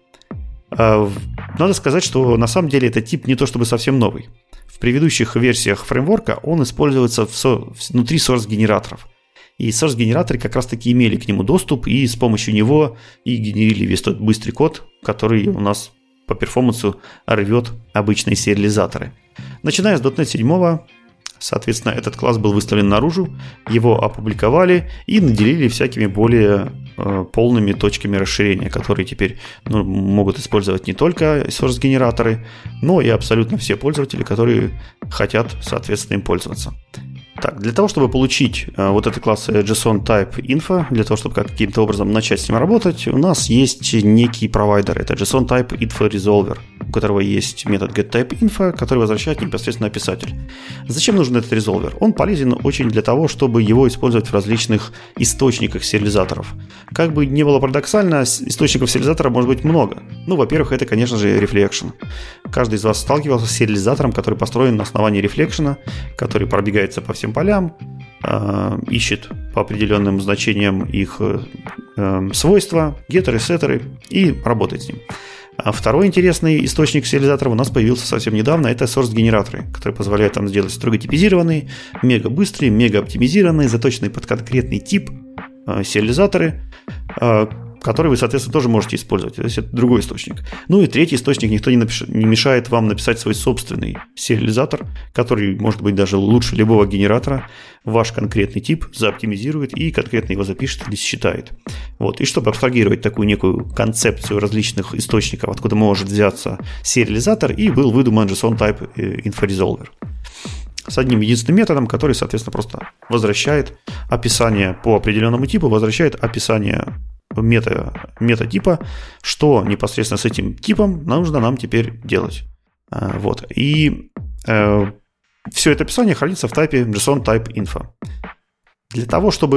Надо сказать, что на самом деле этот тип не то чтобы совсем новый. В предыдущих версиях фреймворка он используется внутри source-генераторов. И source-генераторы как раз-таки имели к нему доступ, и с помощью него и генерили весь тот быстрый код, который у нас по перформансу рвет обычные сериализаторы. Начиная с .NET 7, соответственно, этот класс был выставлен наружу, его опубликовали и наделили всякими более полными точками расширения, которые теперь могут использовать не только source-генераторы, но и абсолютно все пользователи, которые хотят, соответственно, им пользоваться. Так, для того, чтобы получить вот этот класс JSON Type Info, для того, чтобы каким-то образом начать с ним работать, у нас есть некий провайдер. Это JSON Type Info Resolver, у которого есть метод getTypeInfo, который возвращает непосредственно описатель. Зачем нужен этот резолвер? Он полезен очень для того, чтобы его использовать в различных источниках сериализаторов. Как бы ни было парадоксально, источников сериализатора может быть много. Ну, во-первых, это, конечно же, Reflection. Каждый из вас сталкивался с сериализатором, который построен на основании Reflection, который пробегается по всем полям, ищет по определенным значениям их свойства, геттеры, сеттеры и работает с ним. А второй интересный источник сериализаторов у нас появился совсем недавно. Это source-генераторы, которые позволяют нам сделать строго типизированные, мега быстрые, мега оптимизированные, заточенные под конкретный тип сериализаторы, который вы, соответственно, тоже можете использовать. То есть это другой источник. Ну и третий источник, никто не мешает вам написать свой собственный сериализатор, который может быть даже лучше любого генератора. Ваш конкретный тип заоптимизирует и конкретно его запишет или считает. Вот. И чтобы абстрагировать такую некую концепцию различных источников, откуда может взяться сериализатор, и был выдуман JSON Type Info Resolver. С одним единственным методом, который, соответственно, просто возвращает описание по определенному типу, возвращает описание метатипа, что непосредственно с этим типом нужно нам теперь делать. Вот. И все это описание хранится в тайпе JSON Type Info. Для того, чтобы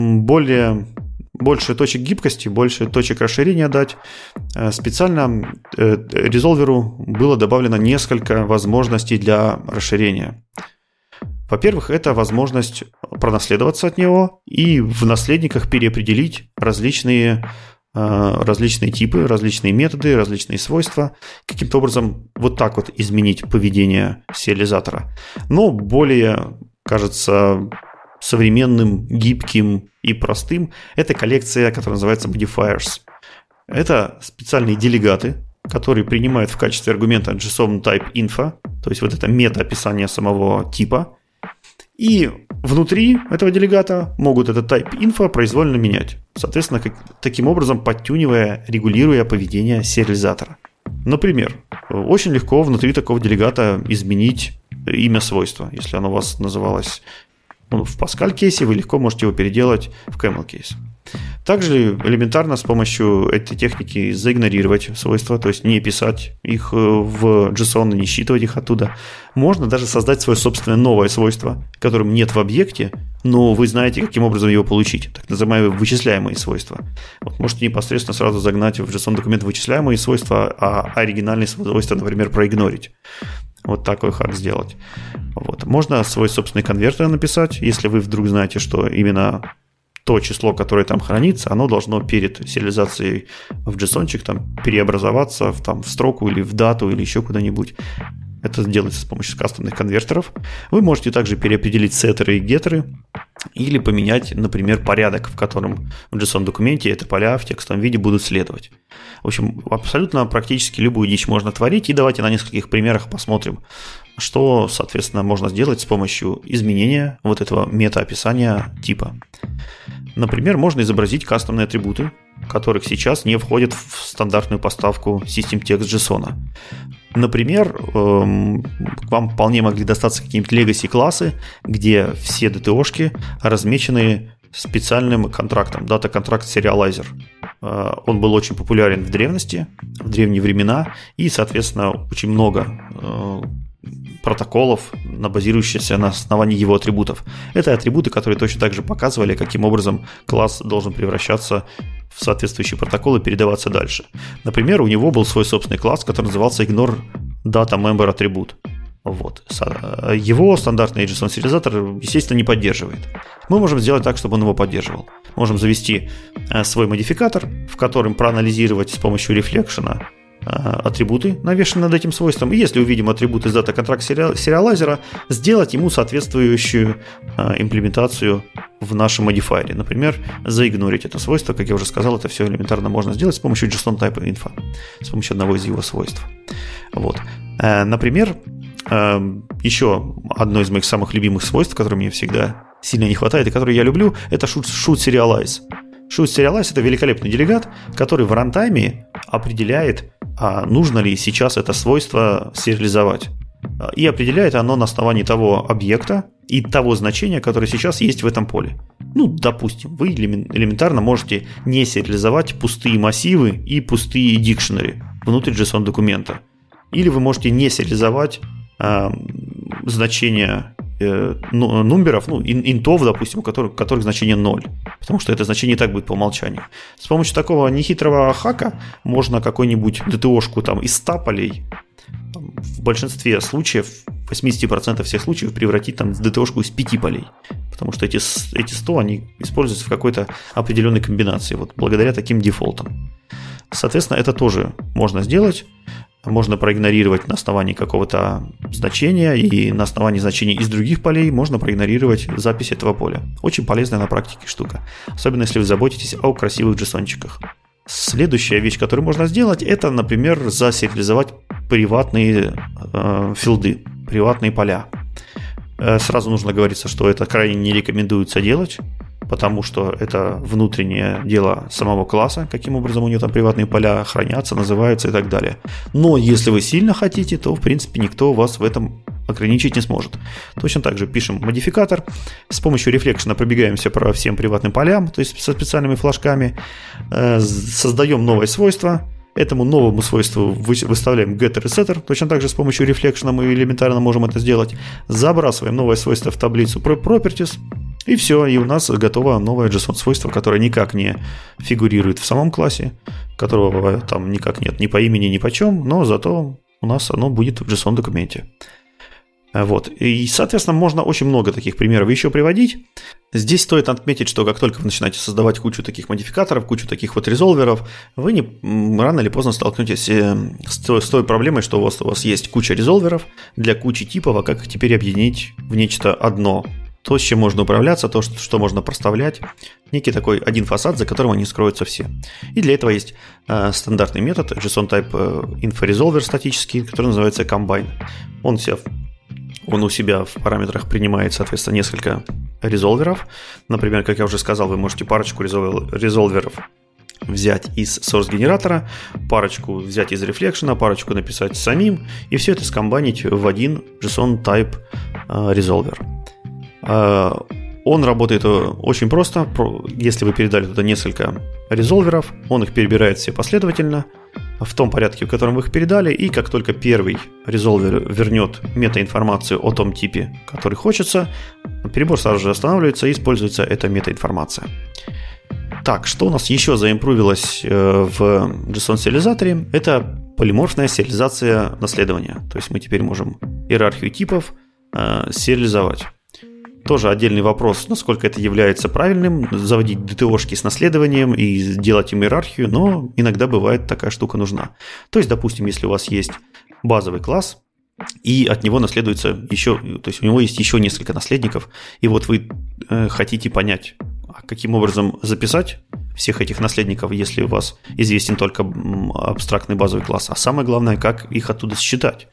больше точек гибкости, больше точек расширения дать, специально резолверу было добавлено несколько возможностей для расширения. Во-первых, это возможность пронаследоваться от него и в наследниках переопределить различные типы, различные методы, различные свойства, каким-то образом вот так вот изменить поведение сериализатора. Но более, кажется, современным, гибким и простым это коллекция, которая называется modifiers. Это специальные делегаты, которые принимают в качестве аргумента JSON Type Info, то есть вот это мета-описание самого типа, и внутри этого делегата могут этот type info произвольно менять. Соответственно, таким образом подтюнивая, регулируя поведение сериализатора. Например, очень легко внутри такого делегата изменить имя свойства. Если оно у вас называлось в Pascal кейсе, вы легко можете его переделать в Camel кейс. Также элементарно с помощью этой техники заигнорировать свойства, то есть не писать их в JSON, не считывать их оттуда. Можно даже создать свое собственное новое свойство, которым нет в объекте, но вы знаете, каким образом его получить, так называемые вычисляемые свойства. Вот можете непосредственно сразу загнать в JSON-документ вычисляемые свойства, а оригинальные свойства, например, проигнорить. Вот такой хак сделать. Вот. Можно свой собственный конвертер написать, если вы вдруг знаете, что именно то число, которое там хранится, оно должно перед сериализацией в JSON-чик там переобразоваться в строку или в дату или еще куда-нибудь. Это делается с помощью кастомных конвертеров. Вы можете также переопределить сеттеры и геттеры или поменять, например, порядок, в котором в JSON-документе эти поля в текстовом виде будут следовать. В общем, абсолютно практически любую дичь можно творить. И давайте на нескольких примерах посмотрим, что, соответственно, можно сделать с помощью изменения вот этого мета-описания типа. Например, можно изобразить кастомные атрибуты, которых сейчас не входят в стандартную поставку SystemText JSON. Например, вам вполне могли достаться какие-нибудь legacy-классы, где все DTO-шки размечены специальным контрактом, Data Contract Serializer. Он был очень популярен в древности, в древние времена, и, соответственно, очень много протоколов, базирующихся на основании его атрибутов. Это атрибуты, которые точно так же показывали, каким образом класс должен превращаться в соответствующие протоколы и передаваться дальше. Например, у него был свой собственный класс, который назывался Ignore Data Member Attribute. Вот. Его стандартный JSON-сериализатор, естественно, не поддерживает. Мы можем сделать так, чтобы он его поддерживал. Можем завести свой модификатор, в котором проанализировать с помощью рефлекшена атрибуты, навешанные над этим свойством. И если увидим атрибут из Data Contract сериалайзера, сделать ему соответствующую имплементацию в нашем модифайере. Например, заигнорить это свойство. Как я уже сказал, это все элементарно можно сделать с помощью JSON Type Info, с помощью одного из его свойств. Вот. Например, еще одно из моих самых любимых свойств, которое мне всегда сильно не хватает и которое я люблю, это should serialize. Should serialize — это великолепный делегат, который в рантайме определяет, нужно ли сейчас это свойство сериализовать. И определяет оно на основании того объекта и того значения, которое сейчас есть в этом поле. Ну, допустим, вы элементарно можете не сериализовать пустые массивы и пустые дикшнери внутрь JSON-документа. Или вы можете не сериализовать значения нумеров, интов, допустим, у которых значение 0, потому что это значение и так будет по умолчанию. С помощью такого нехитрого хака можно какую-нибудь DTO-шку там из 100 полей в большинстве случаев, 80% всех случаев превратить там DTO-шку из 5 полей, потому что эти 100, они используются в какой-то определенной комбинации, вот благодаря таким дефолтам. Соответственно, это тоже можно сделать. Можно проигнорировать на основании какого-то значения, и на основании значений из других полей можно проигнорировать запись этого поля. Очень полезная на практике штука, особенно если вы заботитесь о красивых JSON-чиках. Следующая вещь, которую можно сделать, это, например, засериализовать приватные филды, приватные поля. Сразу нужно говориться, что это крайне не рекомендуется делать, потому что это внутреннее дело самого класса, каким образом у него там приватные поля хранятся, называются и так далее. Но если вы сильно хотите, то, в принципе, никто вас в этом ограничить не сможет. Точно так же пишем модификатор, с помощью рефлекшена пробегаемся по всем приватным полям, то есть со специальными флажками, создаем новое свойство. Этому новому свойству выставляем getter и setter. Точно так же с помощью рефлекшена мы элементарно можем это сделать. Забрасываем новое свойство в таблицу properties. И все, и у нас готово новое JSON-свойство, которое никак не фигурирует в самом классе, которого там никак нет ни по имени, ни по чем, но зато у нас оно будет в JSON-документе. Вот. И, соответственно, можно очень много таких примеров еще приводить. Здесь стоит отметить, что как только вы начинаете создавать кучу таких модификаторов, кучу таких вот резолверов, вы рано или поздно столкнетесь с той проблемой, что у вас есть куча резолверов для кучи типов, а как их теперь объединить в нечто одно. То, с чем можно управляться, то, что можно проставлять, некий такой один фасад, за которым они скроются все. И для этого есть стандартный метод JSON Type Info Resolver статический, который называется Combine. Он у себя в параметрах принимает, соответственно, несколько резолверов. Например, как я уже сказал, вы можете парочку резолверов взять из source-генератора, парочку взять из рефлекшена, парочку написать самим, и все это скомбайнить в один JSON Type Resolver. Он работает очень просто. Если вы передали туда несколько резолверов, он их перебирает все последовательно в том порядке, в котором вы их передали, и как только первый резолвер вернет метаинформацию о том типе, который хочется, перебор сразу же останавливается и используется эта метаинформация. Так, что у нас еще заимпрувилось в JSON-сериализаторе? Это полиморфная сериализация наследования. То есть мы теперь можем иерархию типов сериализовать. Тоже отдельный вопрос, насколько это является правильным, заводить DTO-шки с наследованием и делать им иерархию, но иногда бывает такая штука нужна. То есть, допустим, если у вас есть базовый класс, и от него наследуется еще, то есть у него есть еще несколько наследников, и вот вы хотите понять, каким образом записать всех этих наследников, если у вас известен только абстрактный базовый класс, а самое главное, как их оттуда считать.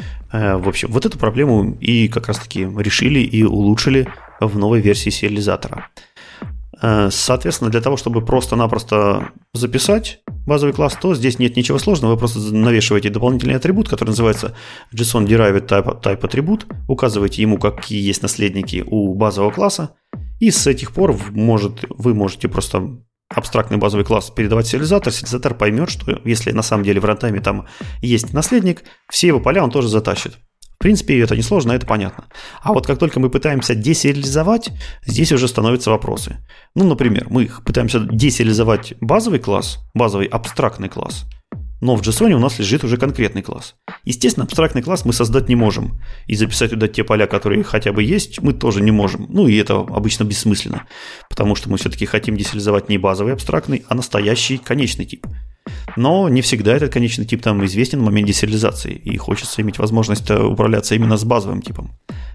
В общем, вот эту проблему и как раз-таки решили и улучшили в новой версии сериализатора. Соответственно, для того, чтобы просто-напросто записать базовый класс, то здесь нет ничего сложного. Вы просто навешиваете дополнительный атрибут, который называется JSON Derived Type атрибут, указываете ему, какие есть наследники у базового класса, и с этих пор вы можете просто абстрактный базовый класс передавать в сериализатор. Сериализатор поймет, что если на самом деле в рантайме там есть наследник, все его поля он тоже затащит. В принципе, это несложно, это понятно. А вот как только мы пытаемся десериализовать, здесь уже становятся вопросы. Ну, например, мы пытаемся десериализовать базовый класс, базовый абстрактный класс, но в JSON у нас лежит уже конкретный класс. Естественно, абстрактный класс мы создать не можем. И записать туда те поля, которые хотя бы есть, мы тоже не можем. Ну и это обычно бессмысленно. Потому что мы все-таки хотим десериализовать не базовый абстрактный, а настоящий конечный тип. Но не всегда этот конечный тип там известен в момент десериализации. И хочется иметь возможность управляться именно с базовым типом.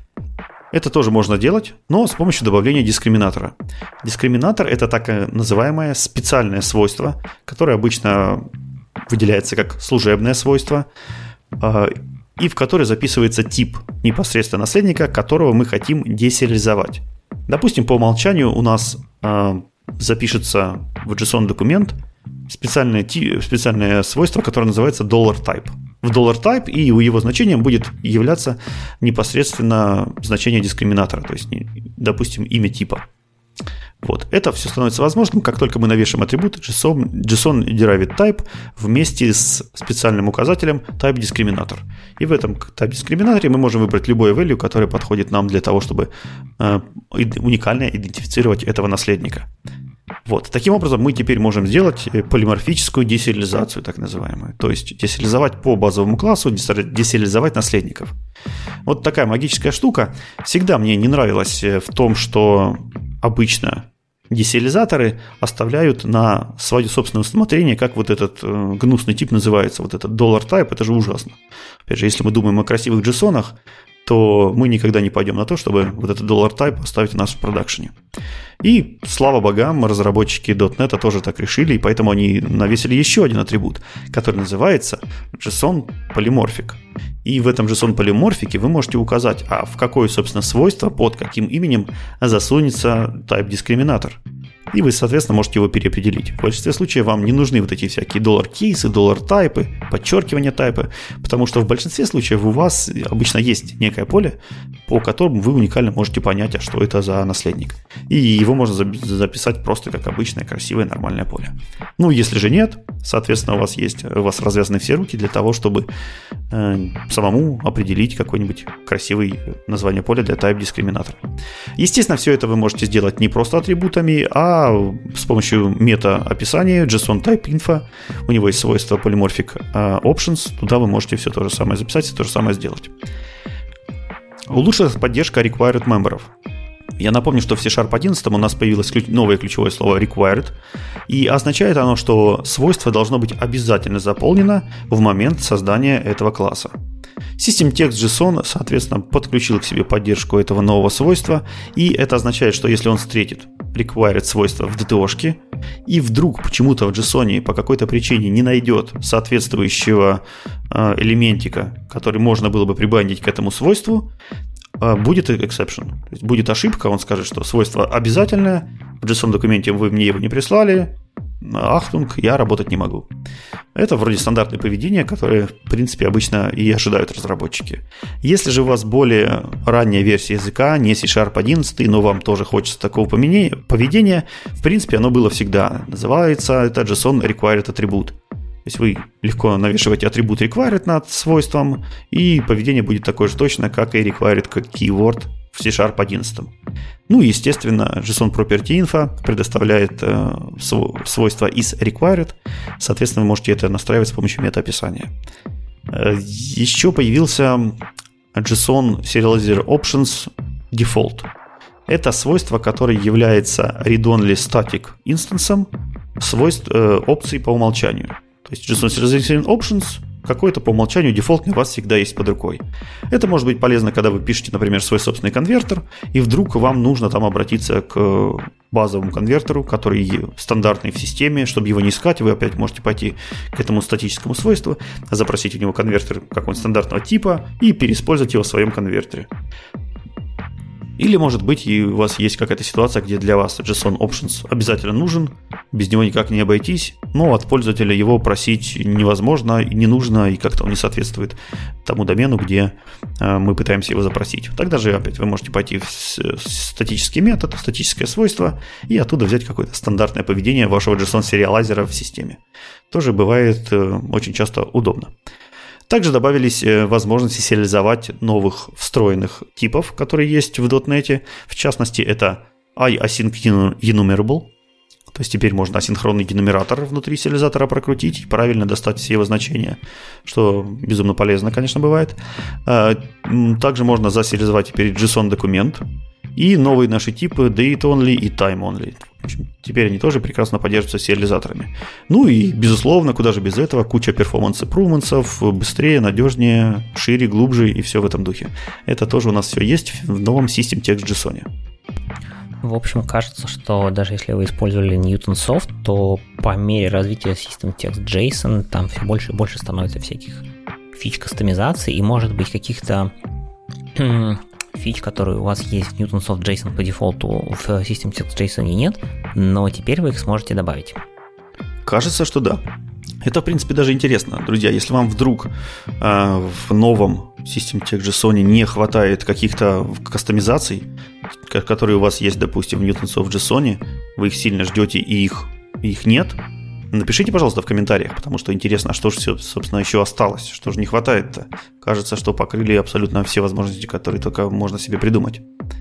Это тоже можно делать, но с помощью добавления дискриминатора. Дискриминатор – это так называемое специальное свойство, которое обычно выделяется как служебное свойство, и в которое записывается тип непосредственно наследника, которого мы хотим десериализовать. Допустим, по умолчанию у нас запишется в JSON-документ специальное свойство, которое называется $type. В $type и его значением будет являться непосредственно значение дискриминатора, то есть, допустим, имя типа. Вот. Это все становится возможным, как только мы навешаем атрибут JSON Derived Type вместе с специальным указателем TypeDiscriminator. И в этом TypeDiscriminator мы можем выбрать любой value, который подходит нам для того, чтобы уникально идентифицировать этого наследника. Вот. Таким образом, мы теперь можем сделать полиморфическую десериализацию, так называемую. То есть десериализовать по базовому классу, десериализовать наследников. Вот такая магическая штука. Всегда мне не нравилось в том, что обычно десериализаторы оставляют на свое собственное усмотрение, как вот этот гнусный тип называется, вот этот $type, это же ужасно. Опять же, если мы думаем о красивых JSON-ах, то мы никогда не пойдем на то, чтобы вот этот $type оставить у нас в продакшене. И, слава богам, разработчики .NET тоже так решили, и поэтому они навесили еще один атрибут, который называется JSON Polymorphic. И в этом JSON Polymorphic вы можете указать, а в какое, собственно, свойство, под каким именем засунется TypeDiscriminator. И вы, соответственно, можете его переопределить. В большинстве случаев вам не нужны вот эти всякие $кейсы, $тайпы, подчеркивания тайпа, потому что в большинстве случаев у вас обычно есть некое поле, по которому вы уникально можете понять, а что это за наследник. И его можно записать просто как обычное, красивое, нормальное поле. Ну, если же нет, соответственно, у вас развязаны все руки для того, чтобы самому определить какое-нибудь красивое название поля для TypeDiscriminator. Естественно, все это вы можете сделать не просто атрибутами, а с помощью мета-описания JSON Type Info. У него есть свойство Polymorphic Options. Туда вы можете все то же самое записать и то же самое сделать. Улучшилась поддержка required memberов. Я напомню, что в C# 11 у нас появилось новое ключевое слово required, и означает оно, что свойство должно быть обязательно заполнено в момент создания этого класса. SystemText JSON, соответственно, подключил к себе поддержку этого нового свойства, и это означает, что если он встретит required свойство в DTO-шке, и вдруг почему-то в JSON по какой-то причине не найдет соответствующего элементика, который можно было бы прибандить к этому свойству, будет exception. То есть будет ошибка, он скажет, что свойство обязательное, в JSON-документе вы мне его не прислали, ахтунг, я работать не могу. Это вроде стандартное поведение, которое, в принципе, обычно и ожидают разработчики. Если же у вас более ранняя версия языка, не C# 11, но вам тоже хочется такого поведения, в принципе, оно было всегда. Называется это JSON Required Attribute. То есть вы легко навешиваете атрибут required над свойством, и поведение будет такое же точно, как и required как keyword в C# 11. Ну и, естественно, JSON Property Info предоставляет свойства is required. Соответственно, вы можете это настраивать с помощью метаописания. Еще появился JSON Serializer Options Default. Это свойство, которое является read-only static инстансом свойств опций по умолчанию. То есть JSON Serialization Options какой-то по умолчанию дефолтный у вас всегда есть под рукой. Это может быть полезно, когда вы пишете, например, свой собственный конвертер, и вдруг вам нужно там обратиться к базовому конвертеру, который стандартный в системе. Чтобы его не искать, вы опять можете пойти к этому статическому свойству, запросить у него конвертер какого-нибудь стандартного типа и переиспользовать его в своем конвертере. Или, может быть, и у вас есть какая-то ситуация, где для вас JSON Options обязательно нужен, без него никак не обойтись, но от пользователя его просить невозможно, не нужно, и как-то он не соответствует тому домену, где мы пытаемся его запросить. Тогда же опять вы можете пойти в статический метод, статическое свойство, и оттуда взять какое-то стандартное поведение вашего JSON-сериалайзера в системе. Тоже бывает очень часто удобно. Также добавились возможности сериализовать новых встроенных типов, которые есть в .NET. В частности, это iAsync Enumerable. То есть теперь можно асинхронный денумератор внутри сериализатора прокрутить и правильно достать все его значения, что безумно полезно, конечно, бывает. Также можно засериализовать теперь JSON-документ и новые наши типы date-only и time-only. В общем, теперь они тоже прекрасно поддерживаются сериализаторами. Ну и, безусловно, куда же без этого, куча перформанс-импрувментсов, быстрее, надежнее, шире, глубже и все в этом духе. Это тоже у нас все есть в новом System Text JSON. В общем, кажется, что даже если вы использовали Newtonsoft, то по мере развития System Text JSON там все больше и больше становится всяких фич кастомизации и, может быть, каких-то фич, которые у вас есть в Newtonsoft JSON по дефолту, в System Text JSON нет, но теперь вы их сможете добавить. Кажется, что да. Это, в принципе, даже интересно. Друзья, если вам вдруг в новом System Text JSON не хватает каких-то кастомизаций, которые у вас есть, допустим, в Newtonsoft JSON, вы их сильно ждете и их нет, напишите, пожалуйста, в комментариях, потому что интересно, а что же, собственно, еще осталось, что же не хватает-то. Кажется, что покрыли абсолютно все возможности, которые только можно себе придумать.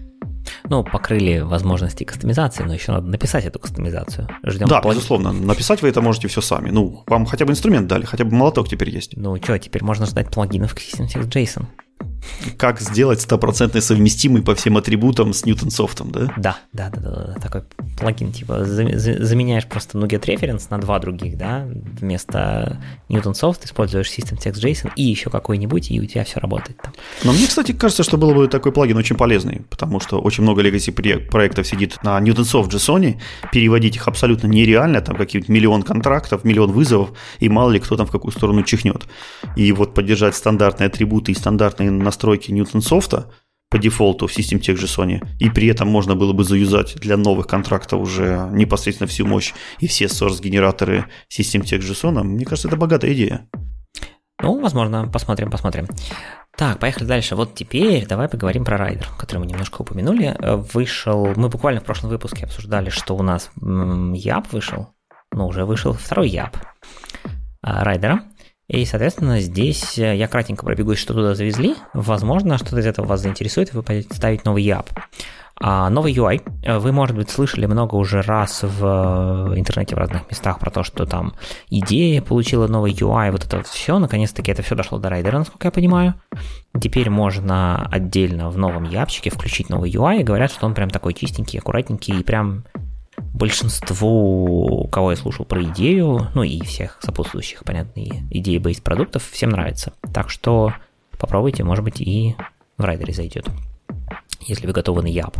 Ну, покрыли возможности кастомизации, но еще надо написать эту кастомизацию. Ждем да, безусловно. Написать вы это можете все сами. Ну, вам хотя бы инструмент дали, хотя бы молоток теперь есть. Ну, что, теперь можно ждать плагинов к System Text JSON. Как сделать 100% совместимый по всем атрибутам с Newtonsoft, да? Да. Такой плагин, типа, заменяешь просто NuGet Reference на два других, да? Вместо Newtonsoft используешь System Text JSON и еще какой-нибудь, и у тебя все работает там. Но мне, кстати, кажется, что было бы такой плагин очень полезный, потому что очень много legacy проектов сидит на Newtonsoft JSON, переводить их абсолютно нереально, там какие-нибудь миллион контрактов, миллион вызовов, и мало ли кто там в какую сторону чихнет. И вот поддержать стандартные атрибуты и стандартные настройки Newtonsoft по дефолту в System Text JSON, и при этом можно было бы заюзать для новых контрактов уже непосредственно всю мощь и все source-генераторы System Text JSON, мне кажется, это богатая идея. Ну, возможно, посмотрим. Так, поехали дальше. Вот теперь давай поговорим про райдер, который мы немножко упомянули. Мы буквально в прошлом выпуске обсуждали, что у нас YAP вышел, но уже вышел второй YAP райдера. И, соответственно, здесь я кратенько пробегусь, что туда завезли. Возможно, что-то из этого вас заинтересует, и вы пойдете ставить новый YAP. Новый UI. Вы, может быть, слышали много уже раз в интернете в разных местах про то, что там идея получила новый UI, вот это вот все. Наконец-таки это все дошло до райдера, насколько я понимаю. Теперь можно отдельно в новом япчике включить новый UI, и говорят, что он прям такой чистенький, аккуратненький, и прям большинству, кого я слушал про идею, ну и всех сопутствующих, понятно, идеи-бейс продуктов, всем нравится. Так что попробуйте, может быть, и в райдере зайдет, если вы готовы на YAP.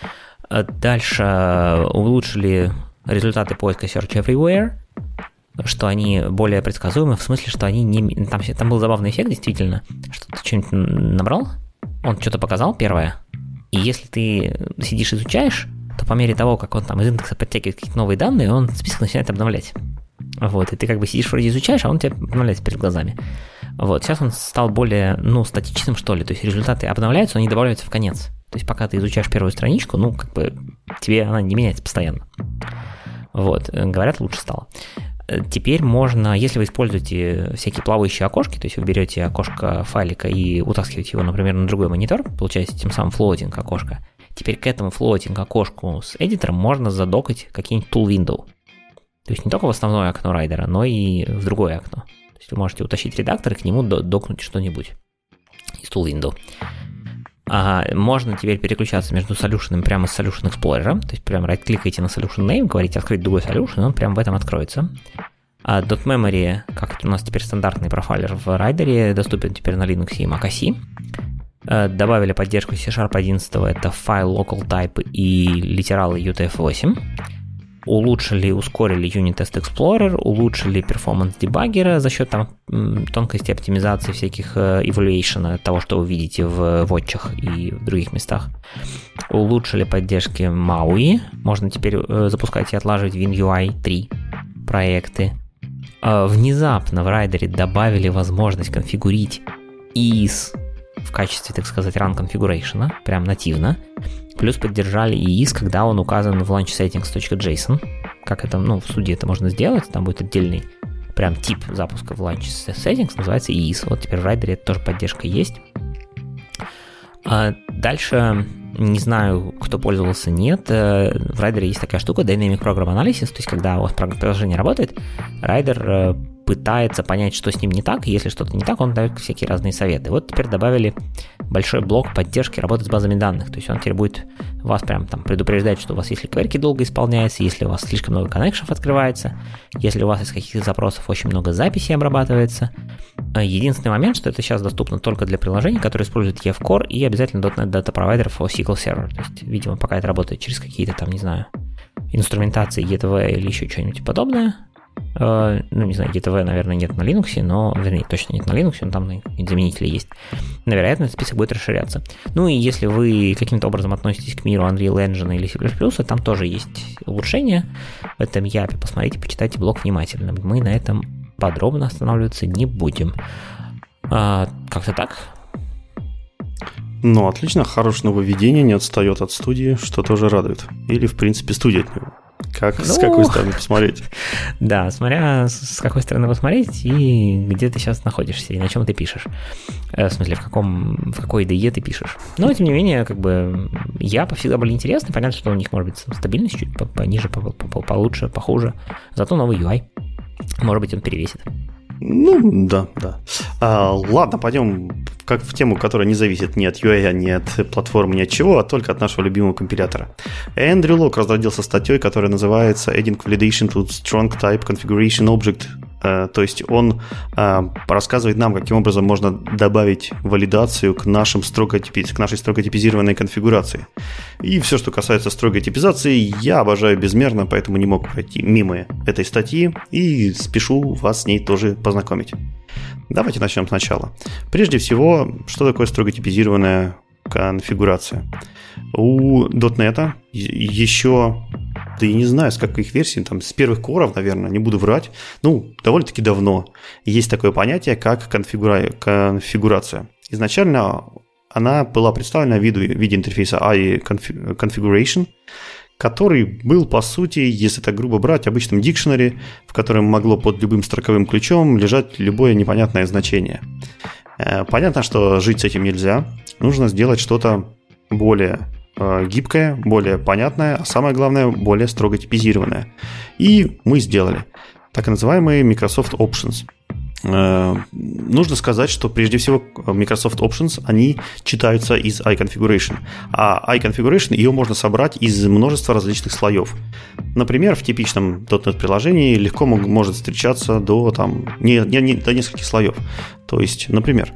Дальше улучшили результаты поиска Search Everywhere, что они более предсказуемы, в смысле, что они не... Там был забавный эффект, действительно, что ты что-нибудь набрал, он что-то показал первое, и если ты сидишь изучаешь, то то по мере того, как он там из индекса подтягивает какие-то новые данные, он список начинает обновлять. Вот, и ты как бы сидишь вроде изучаешь, а он тебе обновляется перед глазами. Вот, сейчас он стал более, статичным, что ли, то есть результаты обновляются, они добавляются в конец. То есть пока ты изучаешь первую страничку, как бы тебе она не меняется постоянно. Вот, говорят, лучше стало. Теперь можно, если вы используете всякие плавающие окошки, то есть вы берете окошко файлика и утаскиваете его, например, на другой монитор, получаете тем самым флоутинг окошко, теперь к этому флоутинг окошку с эдитором можно задокать какие-нибудь tool window. То есть не только в основное окно райдера, но и в другое окно. То есть вы можете утащить редактор и к нему докнуть что-нибудь из tool window. Можно теперь переключаться между solution прямо с Solution Explorer, то есть прямо right-кликаете на solution name, говорите открыть другой solution, и он прямо в этом откроется. А .memory, как у нас теперь стандартный профайлер в райдере, доступен теперь на Linux и Mac OS. Добавили поддержку C# 11, это File Local Type и литералы UTF-8. Улучшили, ускорили Unit Test Explorer, улучшили перформанс дебаггера за счет тонкости оптимизации всяких evaluation того, что вы видите в вотчах и в других местах. Улучшили поддержки MAUI, можно теперь запускать и отлаживать WinUI 3 проекты. Внезапно в райдере добавили возможность конфигурить EIS в качестве, так сказать, run configuration, прям нативно. Плюс поддержали EIS, когда он указан в launchsettings.json. Как это, в суде это можно сделать, там будет отдельный прям тип запуска в launchsettings, называется EIS. Вот теперь в райдере тоже поддержка есть. Дальше, не знаю, кто пользовался, нет. В райдере есть такая штука, Dynamic Program Analysis, то есть когда у вас приложение работает, райдер пытается понять, что с ним не так, и если что-то не так, он дает всякие разные советы. Вот теперь добавили большой блок поддержки работы с базами данных, то есть он теперь будет вас прям предупреждать, что у вас, если query долго исполняется, если у вас слишком много коннекшенов открывается, если у вас из каких-то запросов очень много записей обрабатывается. Единственный момент, что это сейчас доступно только для приложений, которые используют EF Core и обязательно .NET Data Provider for SQL Server, то есть, видимо, пока это работает через какие-то инструментации ETV или еще что-нибудь подобное. Не знаю, GTV, наверное, нет на Linux, но, вернее, точно нет на Linux, но там заменители есть. Вероятно, этот список будет расширяться. И если вы каким-то образом относитесь к миру Unreal Engine или C++, там тоже есть улучшения. В этом япе посмотрите, почитайте блог внимательно. Мы на этом подробно останавливаться не будем. Как-то так. Отлично, хорошее нововведение, не отстает от студии, что тоже радует. Или, в принципе, студия от него. С какой стороны посмотреть? Да, смотря с какой стороны посмотреть и где ты сейчас находишься, и на чем ты пишешь. В смысле, в какой IDE ты пишешь. Но, тем не менее, япы всегда были интересны. Понятно, что у них может быть стабильность чуть пониже, получше, похуже. Зато новый UI. Может быть, он перевесит. Да. Ладно, пойдем в тему, которая не зависит ни от UI, ни от платформы, ни от чего, а только от нашего любимого компилятора. Эндрю Лок разродился статьей, которая называется Adding Validation to Strong Type Configuration Object. То есть он рассказывает нам, каким образом можно добавить валидацию к нашей строго типизированной конфигурации. И все, что касается строгой типизации, я обожаю безмерно, поэтому не мог пройти мимо этой статьи и спешу вас с ней тоже познакомить. Давайте начнем сначала. Прежде всего, что такое строго типизированная конфигурация? У .NET еще, да я не знаю, с каких версий, с первых коров, наверное, не буду врать, довольно-таки давно есть такое понятие, как конфигурация. Изначально она была представлена в виде интерфейса iConfiguration, который был, по сути, если так грубо брать, обычным дикшенери, в котором могло под любым строковым ключом лежать любое непонятное значение. Понятно, что жить с этим нельзя. Нужно сделать что-то более гибкое, более понятное, а самое главное, более строго типизированное. И мы сделали так называемые Microsoft Options. Нужно сказать, что прежде всего Microsoft Options, они читаются из iConfiguration. А iConfiguration, ее можно собрать из множества различных слоев. Например, в типичном .NET приложении легко может встречаться до нескольких слоев. То есть, например,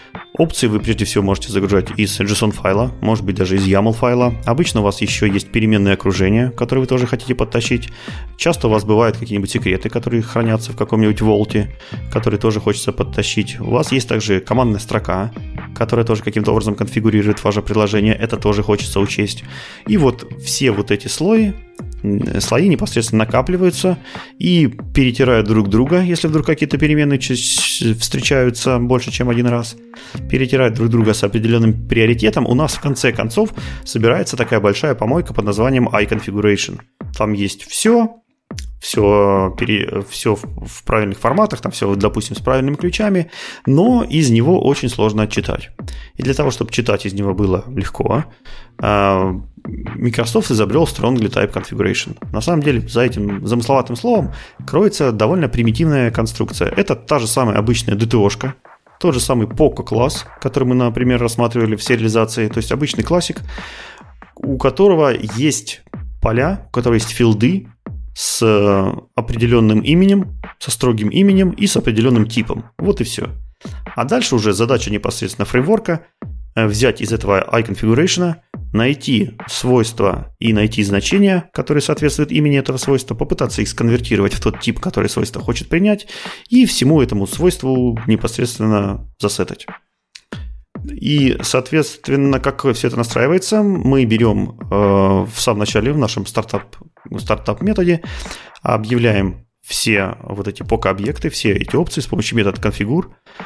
Опции вы прежде всего можете загружать из JSON файла, может быть даже из YAML файла. Обычно у вас еще есть переменные окружения, которые вы тоже хотите подтащить. Часто у вас бывают какие-нибудь секреты, которые хранятся в каком-нибудь волте, которые тоже хочется подтащить. У вас есть также командная строка, которая тоже каким-то образом конфигурирует ваше приложение. Это тоже хочется учесть. И вот все вот эти слои непосредственно накапливаются и перетирают друг друга, если вдруг какие-то переменные встречаются больше, чем один раз, перетирают друг друга с определенным приоритетом. У нас в конце концов собирается такая большая помойка под названием iConfiguration. Там есть все в правильных форматах, там все, допустим, с правильными ключами, но из него очень сложно читать. И для того, чтобы читать из него было легко, Microsoft изобрел Strongly Type Configuration. На самом деле, за этим замысловатым словом кроется довольно примитивная конструкция. Это та же самая обычная DTO-шка, тот же самый POCO-класс, который мы, например, рассматривали в сериализации, то есть обычный классик, у которого есть поля, у которого есть филды с определенным именем, со строгим именем и с определенным типом. Вот и все. А дальше уже задача непосредственно фреймворка взять из этого iConfiguration, найти свойства и найти значения, которые соответствуют имени этого свойства, попытаться их сконвертировать в тот тип, который свойство хочет принять, и всему этому свойству непосредственно засетать. И, соответственно, как все это настраивается, мы берем в самом начале, в нашем стартап-методе, объявляем все вот эти POC-объекты, все эти опции с помощью метода configure,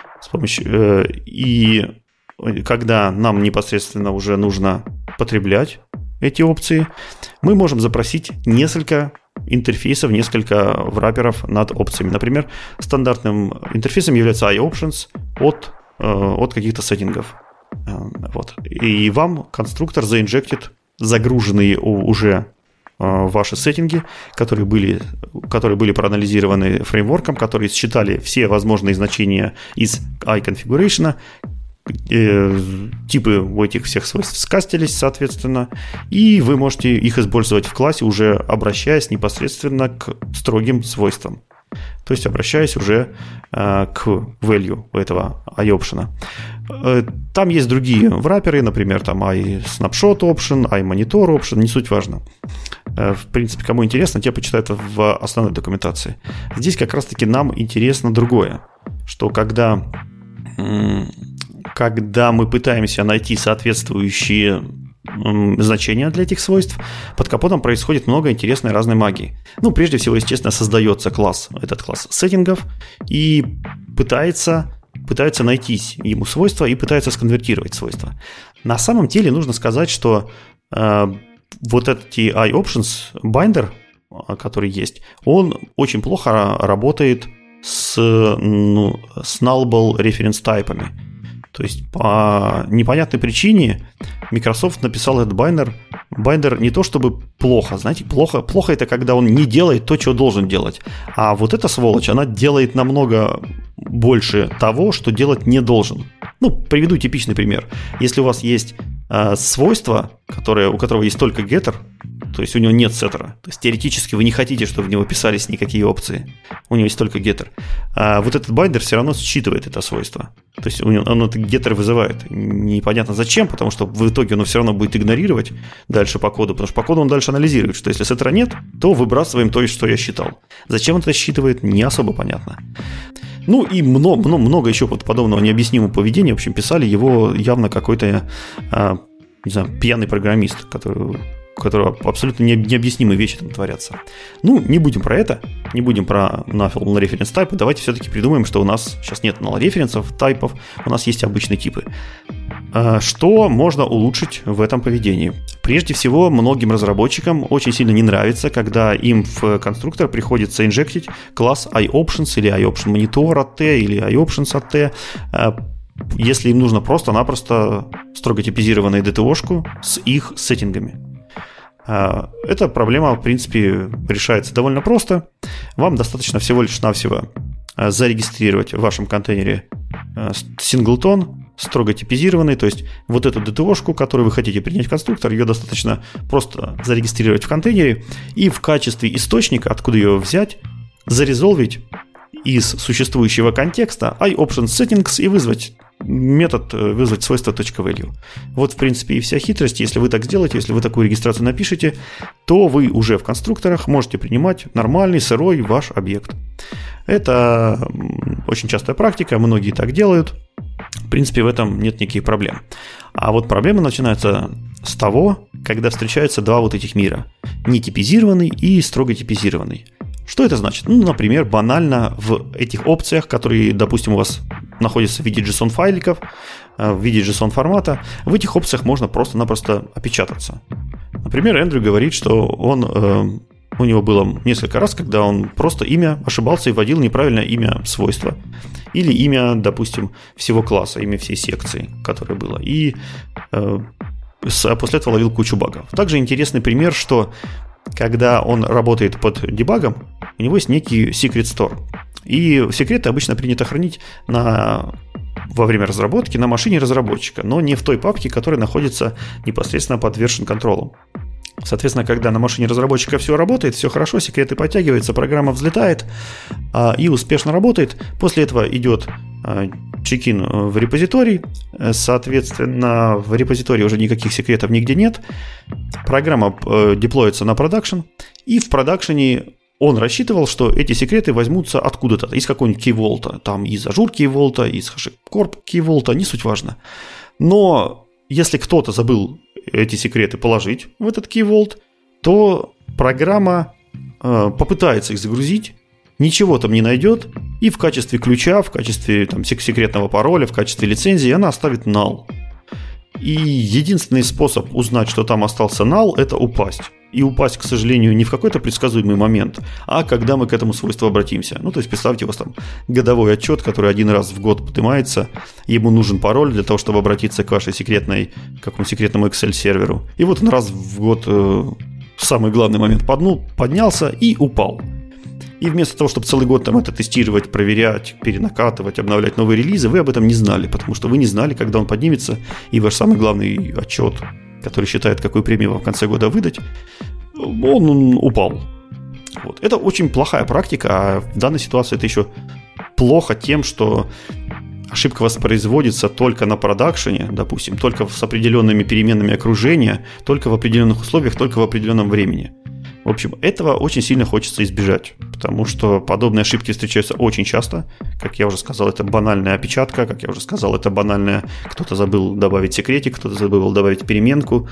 и когда нам непосредственно уже нужно потреблять эти опции, мы можем запросить несколько интерфейсов, несколько врапперов над опциями. Например, стандартным интерфейсом является iOptions от каких-то сеттингов. Вот. И вам конструктор заинжектит загруженные уже ваши сеттинги, которые были проанализированы фреймворком, которые считали все возможные значения из iConfiguration, типы у этих всех свойств скастились, соответственно, и вы можете их использовать в классе, уже обращаясь непосредственно к строгим свойствам. То есть обращаясь уже к value этого iOption. Там есть другие врапперы, например, там iSnapshot option, iMonitor option, не суть важно. В принципе, кому интересно, те почитают в основной документации. Здесь как раз-таки нам интересно другое, что когда мы пытаемся найти соответствующие значения для этих свойств, под капотом происходит много интересной разной магии. Прежде всего, естественно, создается этот класс сеттингов и пытается найти ему свойства и пытается сконвертировать свойства. На самом деле нужно сказать, что вот эти iOptions binder, который есть, он очень плохо работает с nullable reference тайпами. То есть по непонятной причине Microsoft написал этот байндер не то чтобы плохо, знаете, плохо это когда он не делает то, что должен делать, а вот эта сволочь, она делает намного больше того, что делать не должен. Приведу типичный пример. Если у вас есть свойство, у которого есть только getter, то есть у него нет сеттера, то есть теоретически вы не хотите, чтобы в него писались никакие опции, у него есть только getter, вот этот байндер все равно считывает это свойство. То есть он этот getter вызывает. Непонятно зачем, потому что в итоге он все равно будет игнорировать дальше по коду, потому что по коду он дальше анализирует, что если сеттера нет, то выбрасываем то, что я считал. Зачем он это считывает, не особо понятно. И много еще подобного необъяснимого поведения. В общем, писали его явно какой-то, не знаю, пьяный программист, у которого абсолютно необъяснимые вещи там творятся. Не будем про это, не будем про null reference type. Давайте все-таки придумаем, что у нас сейчас нет null reference тайпов, у нас есть обычные типы. Что можно улучшить в этом поведении? Прежде всего, многим разработчикам очень сильно не нравится, когда им в конструктор приходится инжектить класс iOptions или iOptionMonitor от T или iOptions от T, если им нужно просто-напросто строго типизированную DTO-шку с их сеттингами. Эта проблема, в принципе, решается довольно просто. Вам достаточно всего лишь навсего зарегистрировать в вашем контейнере синглтон, строго типизированный, то есть вот эту DTO-шку, которую вы хотите принять в конструктор, ее достаточно просто зарегистрировать в контейнере и в качестве источника, откуда ее взять, зарезолвить из существующего контекста iOptions settings и вызвать метод вызвать свойство .value. Вот, в принципе, и вся хитрость. Если вы так сделаете, если вы такую регистрацию напишете, то вы уже в конструкторах можете принимать нормальный, сырой ваш объект. Это очень частая практика, многие так делают. В принципе, в этом нет никаких проблем. А вот проблемы начинаются с того, когда встречаются два вот этих мира. Нетипизированный и строго типизированный. Что это значит? Ну, например, банально в этих опциях, которые, допустим, у вас находятся в виде JSON-файликов, в виде JSON-формата, в этих опциях можно просто-напросто опечататься. Например, Эндрю говорит, что у него было несколько раз, когда он просто ошибался и вводил неправильное имя свойства. Или имя, допустим, всего класса, имя всей секции, которое было. И после этого ловил кучу багов. Также интересный пример, что когда он работает под дебагом, у него есть некий secret store. И секреты обычно принято хранить во время разработки на машине разработчика, но не в той папке, которая находится непосредственно под version контролом. Соответственно, когда на машине разработчика все работает, все хорошо, секреты подтягиваются, программа взлетает и успешно работает. После этого идет чекин в репозиторий. Соответственно, в репозитории уже никаких секретов нигде нет. Программа деплоится на продакшн. И в продакшене он рассчитывал, что эти секреты возьмутся откуда-то. Из какого-нибудь key-vault. Там из Azure key-vault, из HashiCorp key-vault, не суть важно. Но если кто-то забыл эти секреты положить в этот key-vault, то программа попытается их загрузить, ничего там не найдет, и в качестве ключа, в качестве секретного пароля, в качестве лицензии она оставит null. И единственный способ узнать, что там остался null, это упасть. И упасть, к сожалению, не в какой-то предсказуемый момент, а когда мы к этому свойству обратимся. Ну, то есть, представьте, у вас там годовой отчет, который один раз в год поднимается, ему нужен пароль для того, чтобы обратиться к вашей какому секретному Excel-серверу. И вот он раз в год в самый главный момент поднялся и упал. И вместо того, чтобы целый год это тестировать, проверять, перенакатывать, обновлять новые релизы, вы об этом не знали, потому что вы не знали, когда он поднимется, и ваш самый главный отчет, который считает, какую премию вам в конце года выдать, он упал. Вот. Это очень плохая практика, а в данной ситуации это еще плохо тем, что ошибка воспроизводится только на продакшене, допустим, только с определенными переменными окружения, только в определенных условиях, только в определенном времени. В общем, этого очень сильно хочется избежать, потому что подобные ошибки встречаются очень часто. Как я уже сказал, это банальная опечатка, как я уже сказал, это банальная... Кто-то забыл добавить секретик, кто-то забыл добавить переменку.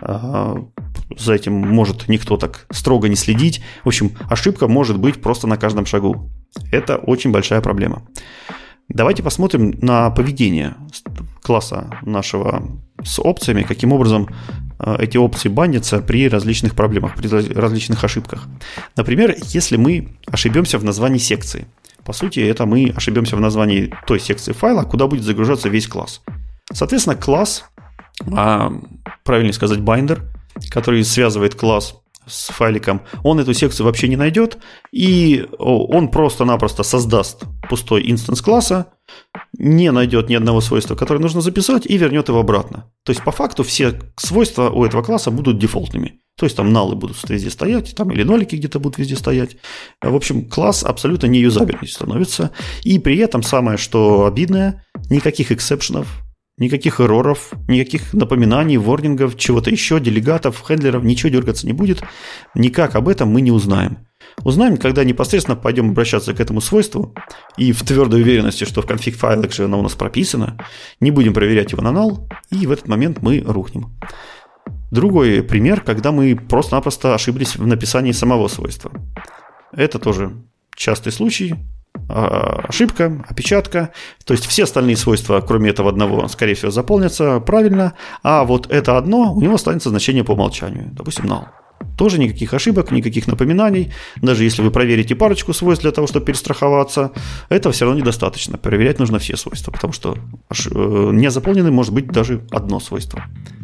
За этим может никто так строго не следить. В общем, ошибка может быть просто на каждом шагу. Это очень большая проблема. Давайте посмотрим на поведение класса нашего с опциями, каким образом эти опции бандятся при различных проблемах, при различных ошибках. Например, если мы ошибемся в названии секции. По сути, это мы ошибемся в названии той секции файла, куда будет загружаться весь класс. Соответственно, класс, правильнее сказать, binder, который связывает класс с файликом, он эту секцию вообще не найдет, и он просто-напросто создаст пустой инстанс класса, не найдет ни одного свойства, которое нужно записать, и вернет его обратно. То есть, по факту, все свойства у этого класса будут дефолтными. То есть, там наллы будут везде стоять, там или нолики где-то будут везде стоять. В общем, класс абсолютно неюзабельный становится. И при этом, самое что обидное, никаких эксепшенов, никаких эрроров, никаких напоминаний, ворнингов, чего-то еще, делегатов, хендлеров, ничего дергаться не будет. Никак об этом мы не узнаем. Узнаем, когда непосредственно пойдем обращаться к этому свойству и в твердой уверенности, что в конфиг-файлах же оно у нас прописано, не будем проверять его на null, и в этот момент мы рухнем. Другой пример, когда мы просто-напросто ошиблись в написании самого свойства. Это тоже частый случай. Ошибка, опечатка. То есть все остальные свойства, кроме этого одного, скорее всего, заполнятся правильно, а вот это одно, у него останется значение по умолчанию, допустим, null. Тоже никаких ошибок, никаких напоминаний. Даже если вы проверите парочку свойств для того, чтобы перестраховаться, этого все равно недостаточно. Проверять нужно все свойства, потому что не заполненным может быть даже одно свойство.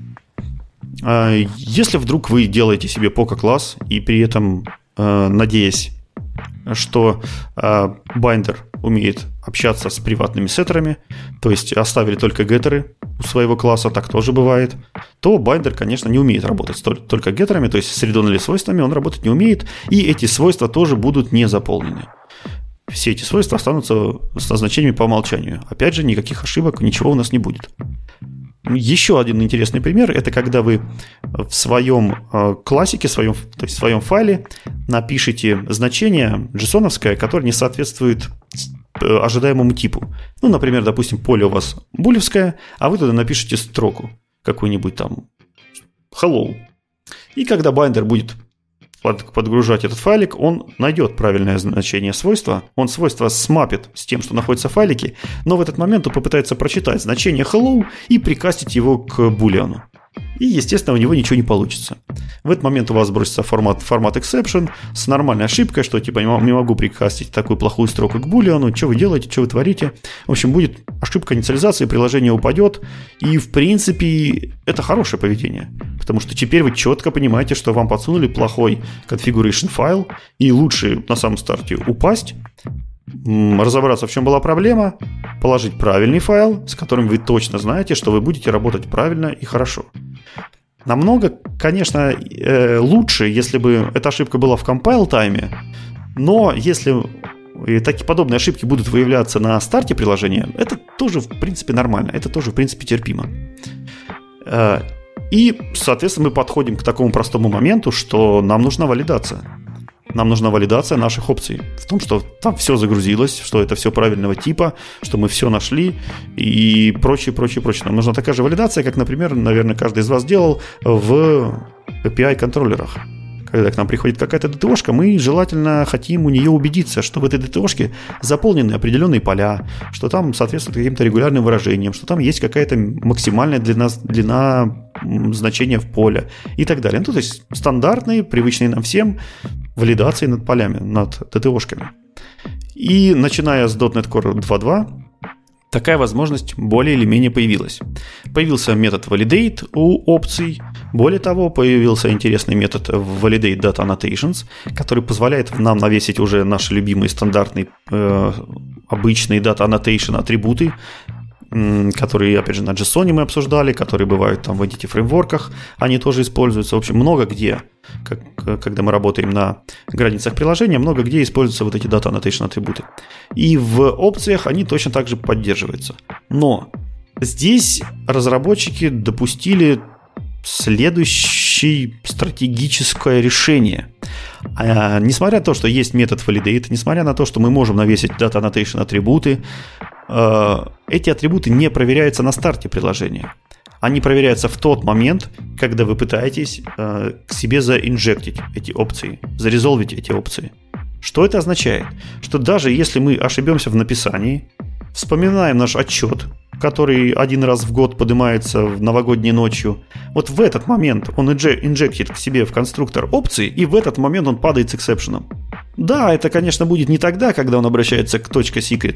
Если вдруг вы делаете себе Poco-класс и при этом, надеясь, что binder умеет общаться с приватными сеттерами, то есть оставили только геттеры у своего класса, так тоже бывает, то binder, конечно, не умеет работать только геттерами, то есть с редонали свойствами он работать не умеет, и эти свойства тоже будут не заполнены. все эти свойства останутся со значениями по умолчанию. Опять же, никаких ошибок, ничего у нас не будет. Еще один интересный пример – это когда вы в своем классике, то есть в своем файле напишите значение JSON-овское, которое не соответствует ожидаемому типу. Ну, например, допустим, поле у вас булевское, а вы туда напишите строку какую-нибудь там hello. И когда байндер будет подгружать этот файлик, он найдет правильное значение свойства, он свойство смапит с тем, что находится в файлике, но в этот момент он попытается прочитать значение hello и прикастить его к булеану. И, естественно, у него ничего не получится. В этот момент у вас сбросится формат exception с нормальной ошибкой, что типа не могу прикастить такую плохую строку к булеану, что вы делаете, что вы творите. В общем, будет ошибка инициализации, приложение упадет, и, в принципе, это хорошее поведение, потому что теперь вы четко понимаете, что вам подсунули плохой configuration файл, и лучше на самом старте упасть, разобраться, в чем была проблема, положить правильный файл, с которым вы точно знаете, что вы будете работать правильно и хорошо. Намного, конечно, лучше, если бы эта ошибка была в compile-тайме, но если такие подобные ошибки будут выявляться на старте приложения, это тоже, в принципе, нормально, это тоже, в принципе, терпимо. И, соответственно, мы подходим к такому простому моменту, что нам нужна валидация. Нам нужна валидация наших опций в том, что там все загрузилось, что это все правильного типа, что мы все нашли и прочее. Нам нужна такая же валидация, как, например, наверное, каждый из вас делал в API-контроллерах. Когда к нам приходит какая-то DTO-шка, мы желательно хотим у нее убедиться, что в этой DTO-шке заполнены определенные поля, что там соответствует каким-то регулярным выражениям, что там есть какая-то максимальная длина значения в поле и так далее. Ну, то есть стандартные, привычные нам всем валидации над полями, над DTO-шками. И начиная с .NET Core 2.2 такая возможность более или менее появилась. Появился метод validate у опций. Более того, появился интересный метод validate data annotations, который позволяет нам навесить уже наши любимые стандартные обычные data annotation атрибуты, которые, опять же, на JSON мы обсуждали, которые бывают там в Entity фреймворках, они тоже используются. В общем, много где, когда мы работаем на границах приложения, много где используются вот эти data annotation атрибуты. И в опциях они точно так же поддерживаются. Но здесь разработчики допустили следующее стратегическое решение. Несмотря на то, что есть метод validate, несмотря на то, что мы можем навесить data annotation атрибуты, эти атрибуты не проверяются на старте приложения. Они проверяются в тот момент, когда вы пытаетесь к себе заинжектить эти опции, зарезолвить эти опции. Что это означает? Что даже если мы ошибемся в написании, вспоминаем наш отчет, который один раз в год поднимается новогодней ночью, вот в этот момент он инжектит к себе в конструктор опции, и в этот момент он падает с эксепшеном. Да, это, конечно, будет не тогда, когда он обращается к .secret,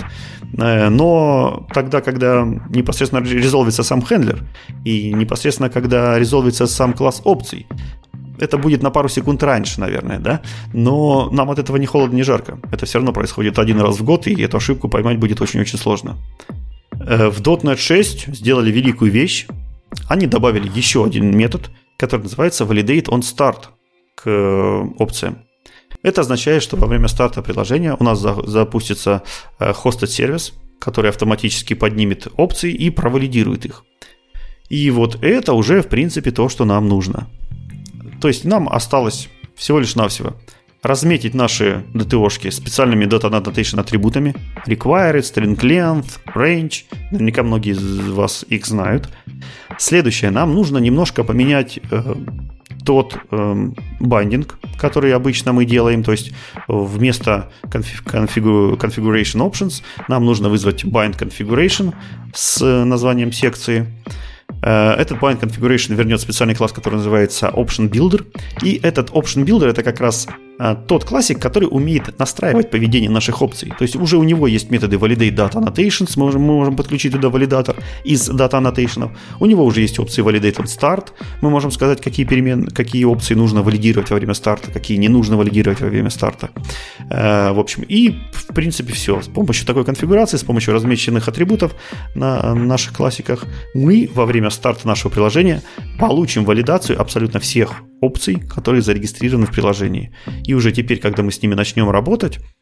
но тогда, когда непосредственно резолвится сам хендлер, и непосредственно, когда резолвится сам класс опций. Это будет на пару секунд раньше, наверное, да? Но нам от этого ни холодно, ни жарко. Это все равно происходит один раз в год, и эту ошибку поймать будет очень-очень сложно. В .NET 6 сделали великую вещь. Они добавили еще один метод, который называется validate on start к опциям. Это означает, что во время старта приложения у нас запустится hosted сервис, который автоматически поднимет опции и провалидирует их. И вот это уже, в принципе, то, что нам нужно. То есть нам осталось всего лишь навсего разметить наши DTO-шки специальными data annotation атрибутами. Required, string length, range. Наверняка многие из вас их знают. Следующее. Нам нужно немножко поменять тот байдинг, который обычно мы делаем. То есть вместо configuration options нам нужно вызвать bind configuration с названием секции. Этот bind configuration вернет специальный класс, который называется Option Builder. И этот Option Builder — это как раз тот классик, который умеет настраивать поведение наших опций. То есть уже у него есть методы validate data annotations, мы можем подключить туда валидатор из data annotation. У него уже есть опции validate on start. Мы можем сказать, какие опции нужно валидировать во время старта, какие не нужно валидировать во время старта. В общем, и в принципе все. С помощью такой конфигурации, с помощью размеченных атрибутов на наших классиках мы во время старта нашего приложения получим валидацию абсолютно всех опций, которые зарегистрированы в приложении. И уже теперь, когда мы с ними начнем работать,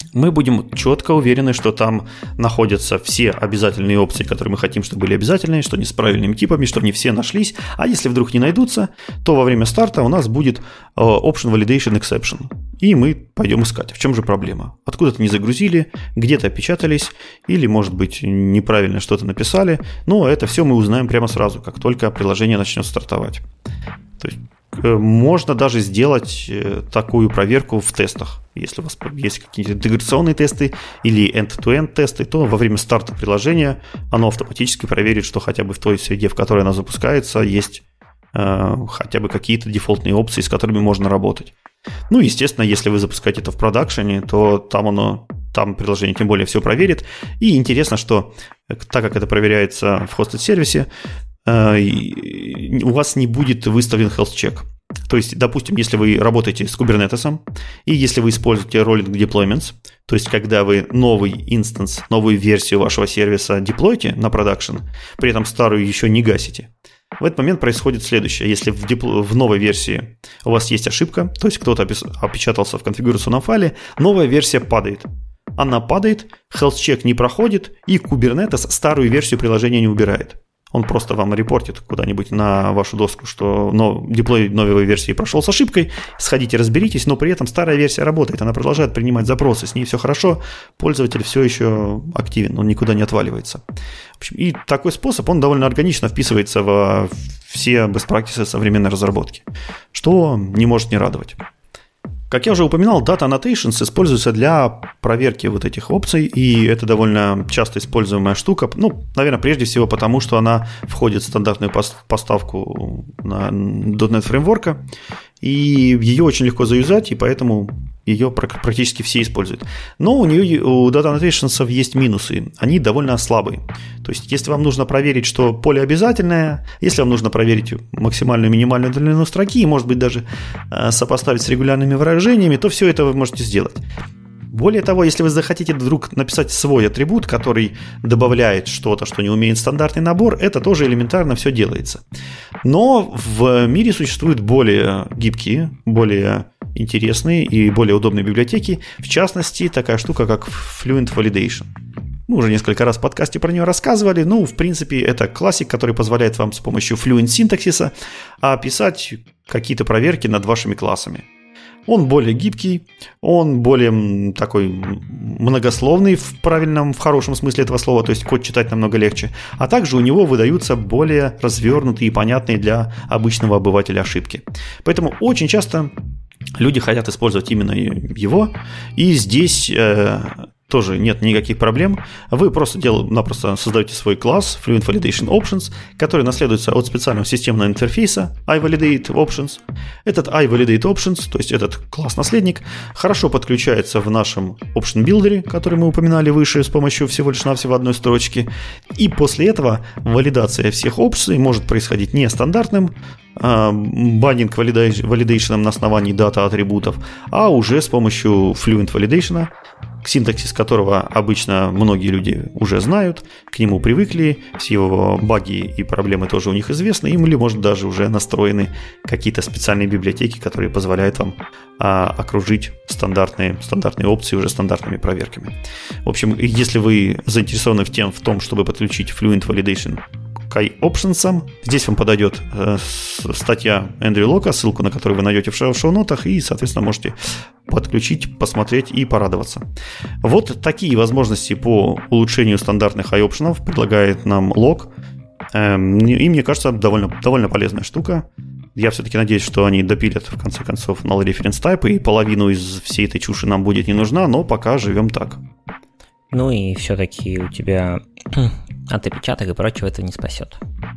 мы будем четко уверены, что там находятся все обязательные опции, которые мы хотим, чтобы были обязательные, что они с правильными типами, что они все нашлись. А если вдруг не найдутся, то во время старта у нас будет Option Validation Exception. И мы пойдем искать. В чем же проблема? Откуда-то не загрузили, где-то опечатались, или, может быть, неправильно что-то написали. Но это все мы узнаем прямо сразу, как только приложение начнет стартовать. То есть можно даже сделать такую проверку в тестах. Если у вас есть какие-то интеграционные тесты или end-to-end тесты, то во время старта приложения оно автоматически проверит, что хотя бы в той среде, в которой оно запускается, есть хотя бы какие-то дефолтные опции, с которыми можно работать. Ну, естественно, если вы запускаете это в продакшене, то там приложение тем более все проверит. И интересно, что так как это проверяется в hosted-сервисе, у вас не будет выставлен health check. То есть, допустим, если вы работаете с Kubernetes, и если вы используете rolling deployments, то есть, когда вы новый инстанс, новую версию вашего сервиса деплоите на продакшн, при этом старую еще не гасите, в этот момент происходит следующее. Если в новой версии у вас есть ошибка, то есть кто-то опечатался в конфигурационном файле, новая версия падает. Она падает, health check не проходит, и Kubernetes старую версию приложения не убирает. Он просто вам репортит куда-нибудь на вашу доску, что деплой новой версии прошел с ошибкой, сходите, разберитесь, но при этом старая версия работает, она продолжает принимать запросы, с ней все хорошо, пользователь все еще активен, он никуда не отваливается. В общем, и такой способ, он довольно органично вписывается во все best practices современной разработки, что не может не радовать. Как я уже упоминал, Data Annotations используются для проверки вот этих опций, и это довольно часто используемая штука. Ну, наверное, прежде всего потому, что она входит в стандартную поставку на .NET фреймворка, и ее очень легко заюзать, и поэтому ее практически все используют. Но у Data Annotations есть минусы, они довольно слабые. То есть, если вам нужно проверить, что поле обязательное, если вам нужно проверить максимальную и минимальную длину строки, и, может быть, даже сопоставить с регулярными выражениями, то все это вы можете сделать. Более того, если вы захотите вдруг написать свой атрибут, который добавляет что-то, что не умеет стандартный набор, это тоже элементарно все делается. Но в мире существуют более гибкие, более интересные и более удобные библиотеки, в частности, такая штука, как Fluent Validation. Мы уже несколько раз в подкасте про нее рассказывали. Ну, в принципе, это классик, который позволяет вам с помощью Fluent синтаксиса описать какие-то проверки над вашими классами. Он более гибкий, он более такой многословный в хорошем смысле этого слова, то есть код читать намного легче. А также у него выдаются более развернутые и понятные для обычного обывателя ошибки. Поэтому очень часто люди хотят использовать именно его, и здесь тоже нет никаких проблем. Вы просто-напросто создаете свой класс Fluent Validation Options, который наследуется от специального системного интерфейса iValidate Options. Этот iValidate Options, то есть этот класс-наследник, хорошо подключается в нашем Option Builder, который мы упоминали выше, с помощью всего лишь навсего одной строчки. И после этого валидация всех опций может происходить не стандартным binding validation на основании дата атрибутов, а уже с помощью Fluent Validation, синтаксис которого обычно многие люди уже знают, к нему привыкли, все его баги и проблемы тоже у них известны, или, может, даже уже настроены какие-то специальные библиотеки, которые позволяют вам окружить стандартные опции уже стандартными проверками. В общем, если вы заинтересованы в том, чтобы подключить Fluent Validation к iOptions, здесь вам подойдет статья Эндрю Лока, ссылку на которую вы найдете в шоу-нотах, и, соответственно, можете подключить, посмотреть и порадоваться. Вот такие возможности по улучшению стандартных iOptions предлагает нам Лок. И мне кажется, довольно полезная штука. Я все-таки надеюсь, что они допилят, в конце концов, null reference type, и половину из всей этой чуши нам будет не нужна, но пока живем так. Ну и все-таки у тебя от опечаток и прочего это не спасет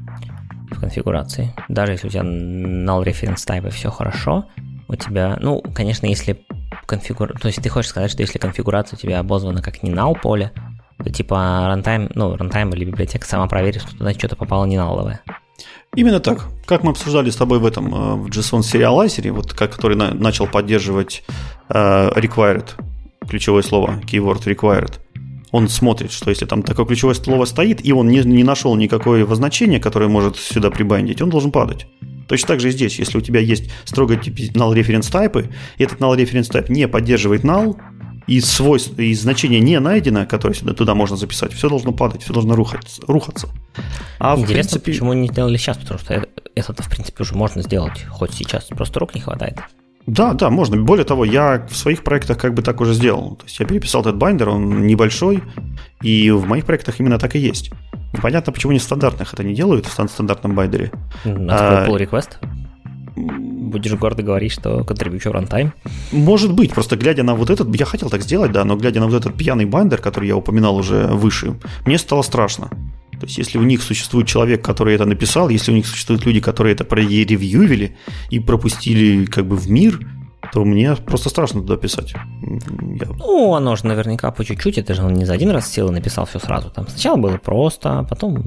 в конфигурации. Даже если у тебя null reference type и все хорошо, у тебя, ну, конечно, если то есть ты хочешь сказать, что если конфигурация у тебя обозвана как не null поле, то типа runtime или библиотека сама проверит, что туда что-то попало не нуловое. Именно так. Как мы обсуждали с тобой в этом в JSON Serializer, вот который начал поддерживать required, ключевое слово, keyword required, он смотрит, что если там такое ключевое слово стоит, и он не нашел никакого значения, которое может сюда прибандить, он должен падать. Точно так же и здесь. Если у тебя есть строго null reference type, и этот null reference type не поддерживает null, и свойств, и значение не найдено, которое туда можно записать, все должно падать, все должно рухаться. А интересно, почему не сделали сейчас, потому что это в принципе, уже можно сделать хоть сейчас, просто рук не хватает. Да, можно. Более того, я в своих проектах как бы так уже сделал. То есть я переписал этот байндер, он небольшой, и в моих проектах именно так и есть. Непонятно, почему не в стандартных это не делают, в стандартном байндере. Pull request? Будешь гордо говорить, что contribute runtime? Может быть, просто глядя на вот этот, я хотел так сделать, да, но глядя на вот этот пьяный байндер, который я упоминал уже выше, мне стало страшно. То есть, если у них существует человек, который это написал, если у них существуют люди, которые это проревьювили и пропустили как бы в мир, то мне просто страшно туда писать. Ну, оно же наверняка по чуть-чуть, это же он не за один раз сел и написал все сразу. Там сначала было просто, а потом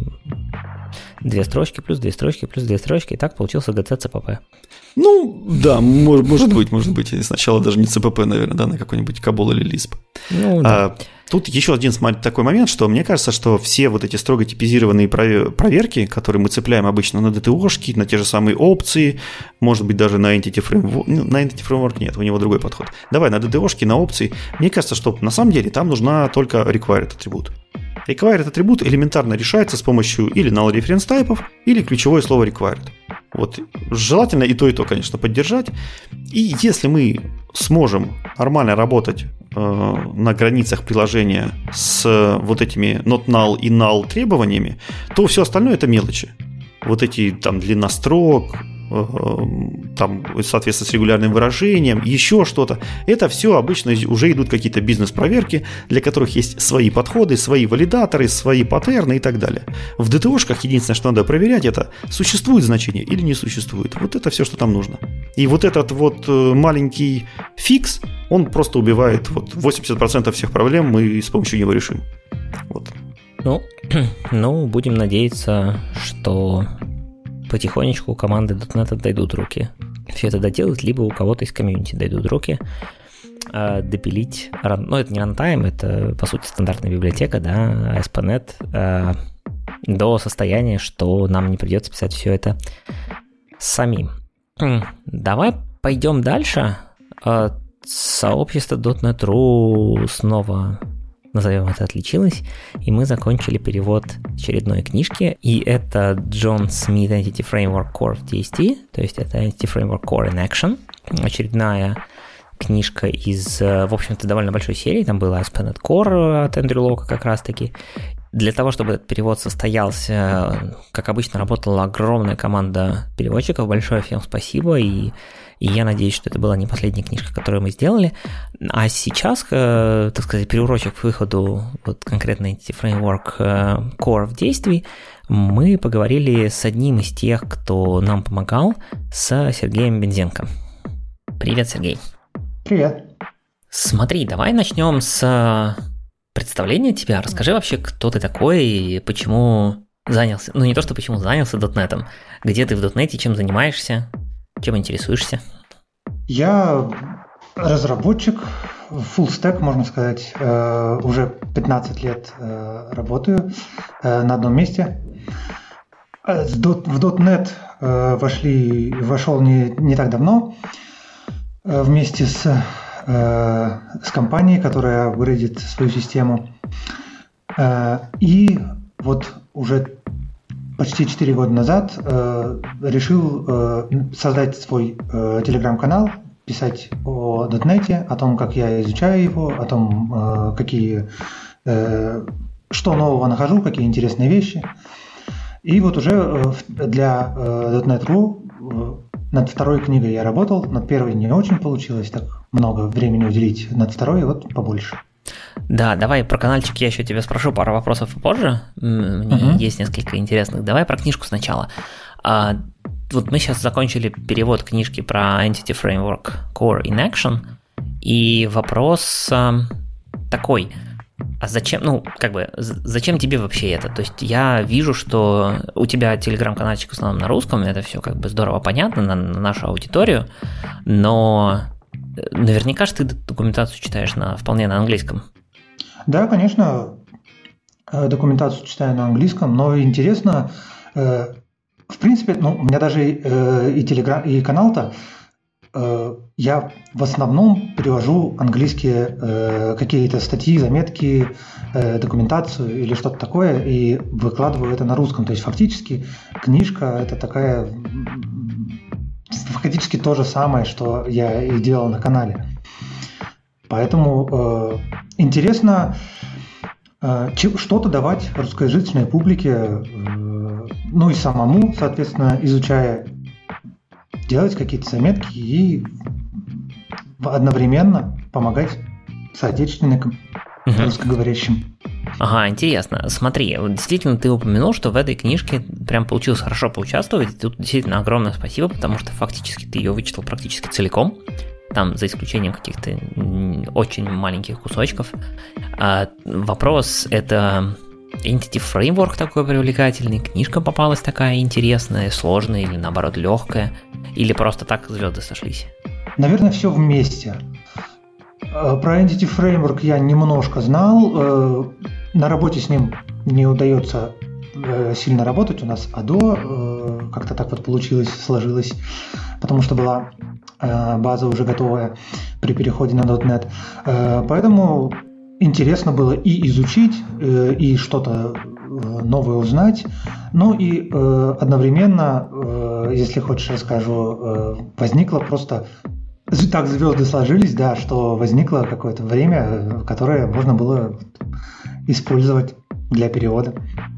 2 строчки, плюс 2 строчки, плюс 2 строчки, и так получился GC-CPP. Ну, да, может быть. Сначала даже не CPP, наверное, да, на какой-нибудь Cabol или Lisp. Ну, да. Тут еще один такой момент, что мне кажется, что все вот эти строго типизированные проверки, которые мы цепляем обычно на DTO-шки, на те же самые опции, может быть, даже на Entity Framework. На Entity Framework нет, у него другой подход. Давай на DTO-шки, на опции. Мне кажется, что на самом деле там нужна только required атрибут. Required атрибут элементарно решается с помощью или null reference тайпов, или ключевое слово required. Вот, желательно и то, конечно, поддержать. И если мы сможем нормально работать на границах приложения с вот этими not null и null требованиями, то все остальное это мелочи. Вот эти там длина строк, там, соответственно, с регулярным выражением, еще что-то. Это все обычно уже идут какие-то бизнес-проверки, для которых есть свои подходы, свои валидаторы, свои паттерны и так далее. В DTO-шках единственное, что надо проверять, это существует значение или не существует. Вот это все, что там нужно. И вот этот вот маленький фикс, он просто убивает вот 80% всех проблем, мы с помощью него решим. Вот. Ну, будем надеяться, что потихонечку у команды .NET дойдут руки. Все это доделать, либо у кого-то из комьюнити дойдут руки. Допилить, ну это не рантайм, это по сути стандартная библиотека, да, ASP.NET, до состояния, что нам не придется писать все это самим. Давай пойдем дальше. Сообщество .NET.ru снова, назовем это, отличилось, и мы закончили перевод очередной книжки, и это John Smith Entity Framework Core в DST, то есть это Entity Framework Core in Action, очередная книжка из, в общем-то, довольно большой серии, там было ASP.NET Core от Эндрю Лока как раз-таки. Для того, чтобы этот перевод состоялся, как обычно, работала огромная команда переводчиков, большое всем спасибо, и я надеюсь, что это была не последняя книжка, которую мы сделали. А сейчас, так сказать, приурочив к выходу вот конкретно Entity Framework Core в действии, мы поговорили с одним из тех, кто нам помогал, с Сергеем Бензенко. Привет, Сергей. Привет. Смотри, давай начнем с представления тебя. Расскажи вообще, кто ты такой и почему занялся, ну не то, что почему занялся .NET, где ты в .NET, чем занимаешься, чем интересуешься? Я разработчик, full stack, можно сказать, уже 15 лет работаю на одном месте. В .NET вошел не так давно, вместе с компанией, которая апгрейдит свою систему. И вот уже почти 4 года назад решил создать свой телеграм-канал, писать о .NET, о том, как я изучаю его, о том, что нового нахожу, какие интересные вещи. И вот уже для .NET.ru над второй книгой я работал, над первой не очень получилось так много времени уделить, над второй вот побольше. Да, давай про каналчик я еще тебя спрошу пару вопросов позже, мне есть несколько интересных. Давай про книжку сначала. Вот мы сейчас закончили перевод книжки про Entity Framework Core in Action, и вопрос такой: а зачем, зачем тебе вообще это? То есть я вижу, что у тебя телеграм-канальчик в основном на русском, это все как бы здорово понятно на нашу аудиторию, но наверняка же ты документацию читаешь вполне на английском. Да, конечно, документацию читаю на английском, но интересно, в принципе, у меня даже и телеграм, и канал-то я в основном перевожу английские какие-то статьи, заметки, документацию или что-то такое и выкладываю это на русском. То есть фактически книжка – это такая, фактически то же самое, что я и делал на канале. Поэтому интересно что-то давать русскоязычной публике, ну и самому, соответственно, изучая, делать какие-то заметки и одновременно помогать соотечественникам, русскоговорящим. Ага, интересно. Смотри, действительно ты упомянул, что в этой книжке прям получилось хорошо поучаствовать. И тут действительно огромное спасибо, потому что фактически ты ее вычитал практически целиком. Там, за исключением каких-то очень маленьких кусочков. Вопрос – это Entity Framework такой привлекательный, книжка попалась такая интересная, сложная или, наоборот, легкая, или просто так звезды сошлись? Наверное, все вместе. Про Entity Framework я немножко знал. На работе с ним не удается сильно работать. У нас ADO как-то так вот получилось, сложилось, потому что была база уже готовая при переходе на .NET. Поэтому интересно было и изучить, и что-то новое узнать. Ну и одновременно, если хочешь расскажу, возникло просто... Так звезды сложились, да, что возникло какое-то время, которое можно было использовать для перевода.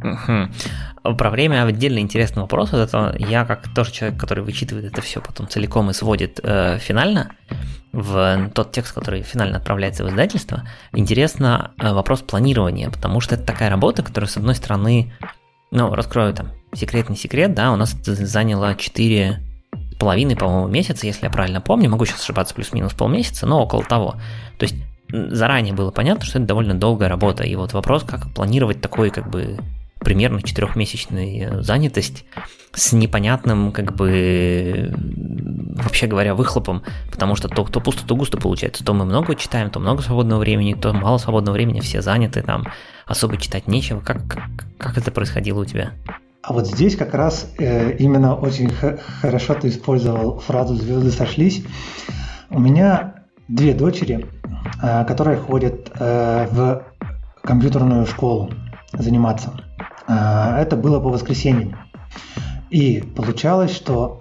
Про время отдельно интересный вопрос. Это я, как тоже человек, который вычитывает это все потом целиком и сводит финально в тот текст, который финально отправляется в издательство, интересно вопрос планирования, потому что это такая работа, которая, с одной стороны, ну, раскрою там секрет, не секрет, да, у нас это заняло 4,5, по-моему, месяца, если я правильно помню, могу сейчас ошибаться, плюс-минус полмесяца, но около того. То есть заранее было понятно, что это довольно долгая работа, и вот вопрос, как планировать такой, как бы, примерно 4-месячную занятость с непонятным, как бы, вообще говоря, выхлопом, потому что то пусто, то густо получается. То мы много читаем, то много свободного времени, то мало свободного времени, все заняты, там особо читать нечего. Как это происходило у тебя? А вот здесь как раз именно очень хорошо ты использовал фразу «звезды сошлись». У меня 2 дочери, которые ходят в компьютерную школу заниматься. Это было по воскресеньям. И получалось, что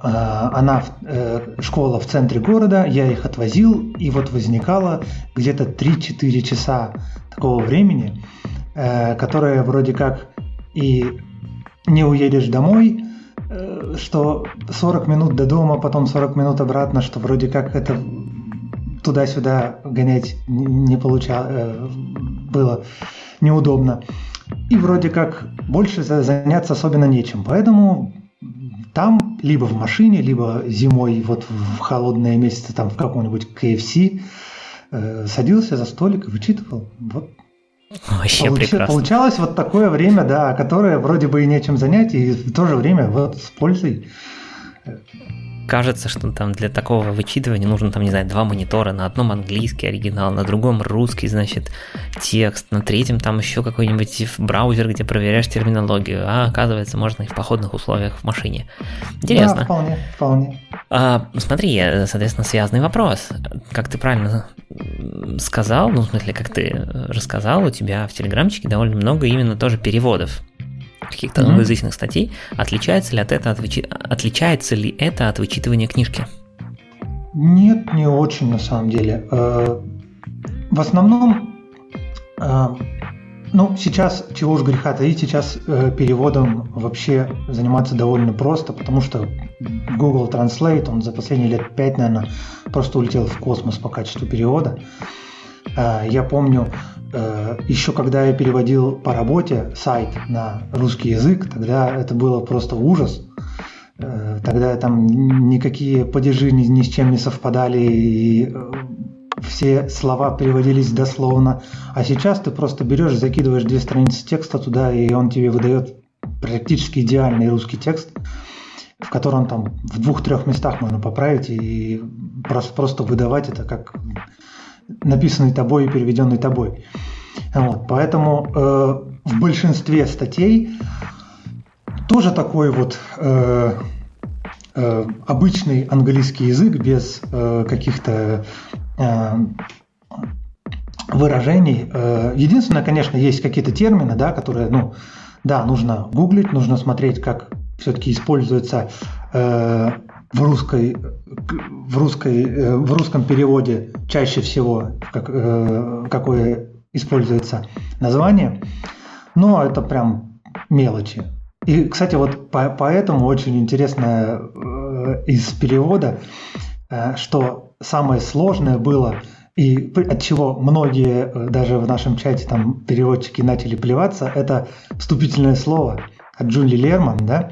школа в центре города, я их отвозил, и вот возникало где-то 3-4 часа такого времени, которое вроде как и не уедешь домой, что 40 минут до дома, потом 40 минут обратно, что вроде как это туда-сюда гонять не получалось, было неудобно. И вроде как больше заняться особенно нечем. Поэтому там либо в машине, либо зимой вот в холодные месяцы там в каком-нибудь KFC садился за столик и вычитывал. Вот. Вообще прекрасно. Получалось вот такое время, да, которое вроде бы и нечем занять, и в то же время вот с пользой. Кажется, что там для такого вычитывания нужно, там, не знаю, 2 монитора, на одном английский оригинал, на другом русский, значит, текст, на третьем там еще какой-нибудь браузер, где проверяешь терминологию, а оказывается, можно и в походных условиях в машине. Интересно. Да, вполне. Смотри, соответственно, связанный вопрос. Как ты правильно сказал, ну, в смысле, как ты рассказал, у тебя в телеграмчике довольно много именно тоже переводов каких-то англоязычных статей. Отличается ли это от вычитывания книжки? Нет, не очень на самом деле. В основном, сейчас, чего уж греха таить, сейчас переводом вообще заниматься довольно просто, потому что Google Translate, он за последние лет 5, наверное, просто улетел в космос по качеству перевода. Я помню, еще когда я переводил по работе сайт на русский язык, тогда это было просто ужас. Тогда там никакие падежи ни с чем не совпадали, и все слова переводились дословно. А сейчас ты просто берешь, закидываешь 2 страницы текста туда, и он тебе выдает практически идеальный русский текст, в котором там в 2-3 местах можно поправить и просто выдавать это как написанный тобой и переведенный тобой. Вот, поэтому в большинстве статей тоже такой вот обычный английский язык без каких-то выражений. Единственное, конечно, есть какие-то термины, да, которые, нужно гуглить, нужно смотреть, как все-таки используется в русском переводе чаще всего, какое используется название, но это прям мелочи. И, кстати, вот поэтому очень интересно из перевода, что самое сложное было, и от чего многие даже в нашем чате там переводчики начали плеваться, это вступительное слово от Джули Лерман, да.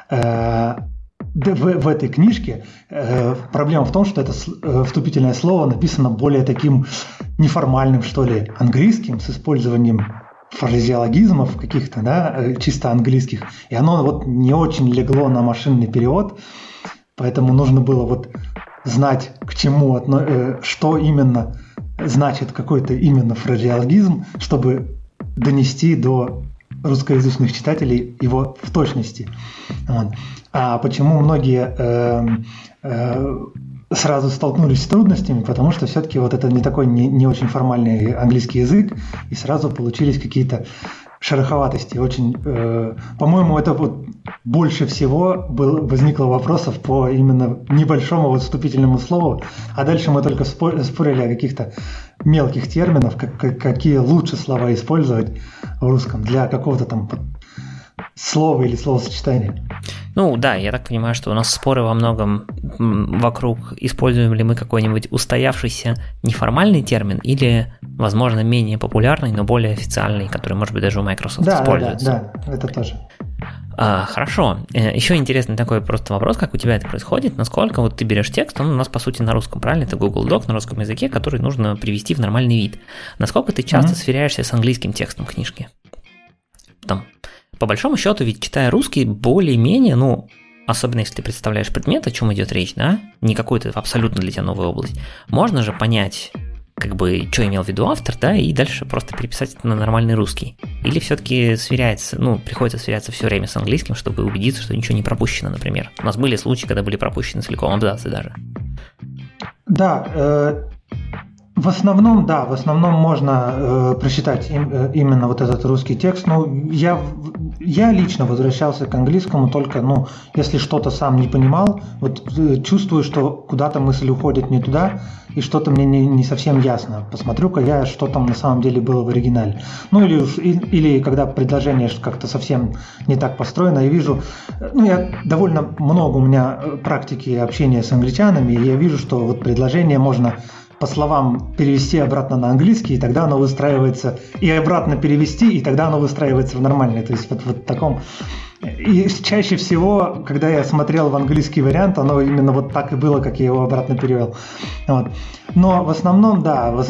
В этой книжке проблема в том, что это вступительное слово написано более таким неформальным, что ли, английским, с использованием фразеологизмов каких-то, да, чисто английских, и оно вот не очень легло на машинный перевод, поэтому нужно было вот знать, к чему, что именно значит какой-то именно фразеологизм, чтобы донести до русскоязычных читателей его в точности. Вот. А почему многие сразу столкнулись с трудностями? Потому что все-таки вот это не такой не очень формальный английский язык, и сразу получились какие-то шероховатости. Очень, по-моему, это вот больше всего возникло вопросов по именно небольшому вот вступительному слову, а дальше мы только спорили о каких-то мелких терминах, какие лучше слова использовать в русском для какого-то там слова или словосочетания. Ну да, я так понимаю, что у нас споры во многом вокруг, используем ли мы какой-нибудь устоявшийся неформальный термин или, возможно, менее популярный, но более официальный, который, может быть, даже у Microsoft используется. Да, это тоже. Хорошо. Еще интересный такой просто вопрос, как у тебя это происходит, насколько вот ты берешь текст, он у нас по сути на русском, правильно? Это Google Doc на русском языке, который нужно привести в нормальный вид. Насколько ты часто сверяешься с английским текстом книжки? Там, по большому счету, ведь читая русский, более-менее, особенно если ты представляешь предмет, о чем идет речь, да, не какую-то абсолютно для тебя новую область, можно же понять, что имел в виду автор, да, и дальше просто переписать это на нормальный русский. Или все-таки приходится сверяться все время с английским, чтобы убедиться, что ничего не пропущено, например. У нас были случаи, когда были пропущены целиком абзацы даже. Да, в основном можно прочитать именно вот этот русский текст. Я лично возвращался к английскому только, если что-то сам не понимал, вот чувствую, что куда-то мысль уходит не туда, и что-то мне не совсем ясно. Посмотрю-ка я, что там на самом деле было в оригинале. Или когда предложение как-то совсем не так построено, я вижу, я довольно много у меня практики общения с англичанами, и я вижу, что вот предложение можно по словам перевести обратно на английский, и тогда оно выстраивается, и обратно перевести, и тогда оно выстраивается в нормальное. То есть вот в таком. И чаще всего, когда я смотрел в английский вариант, оно именно вот так и было, как я его обратно перевел. Вот. Но в основном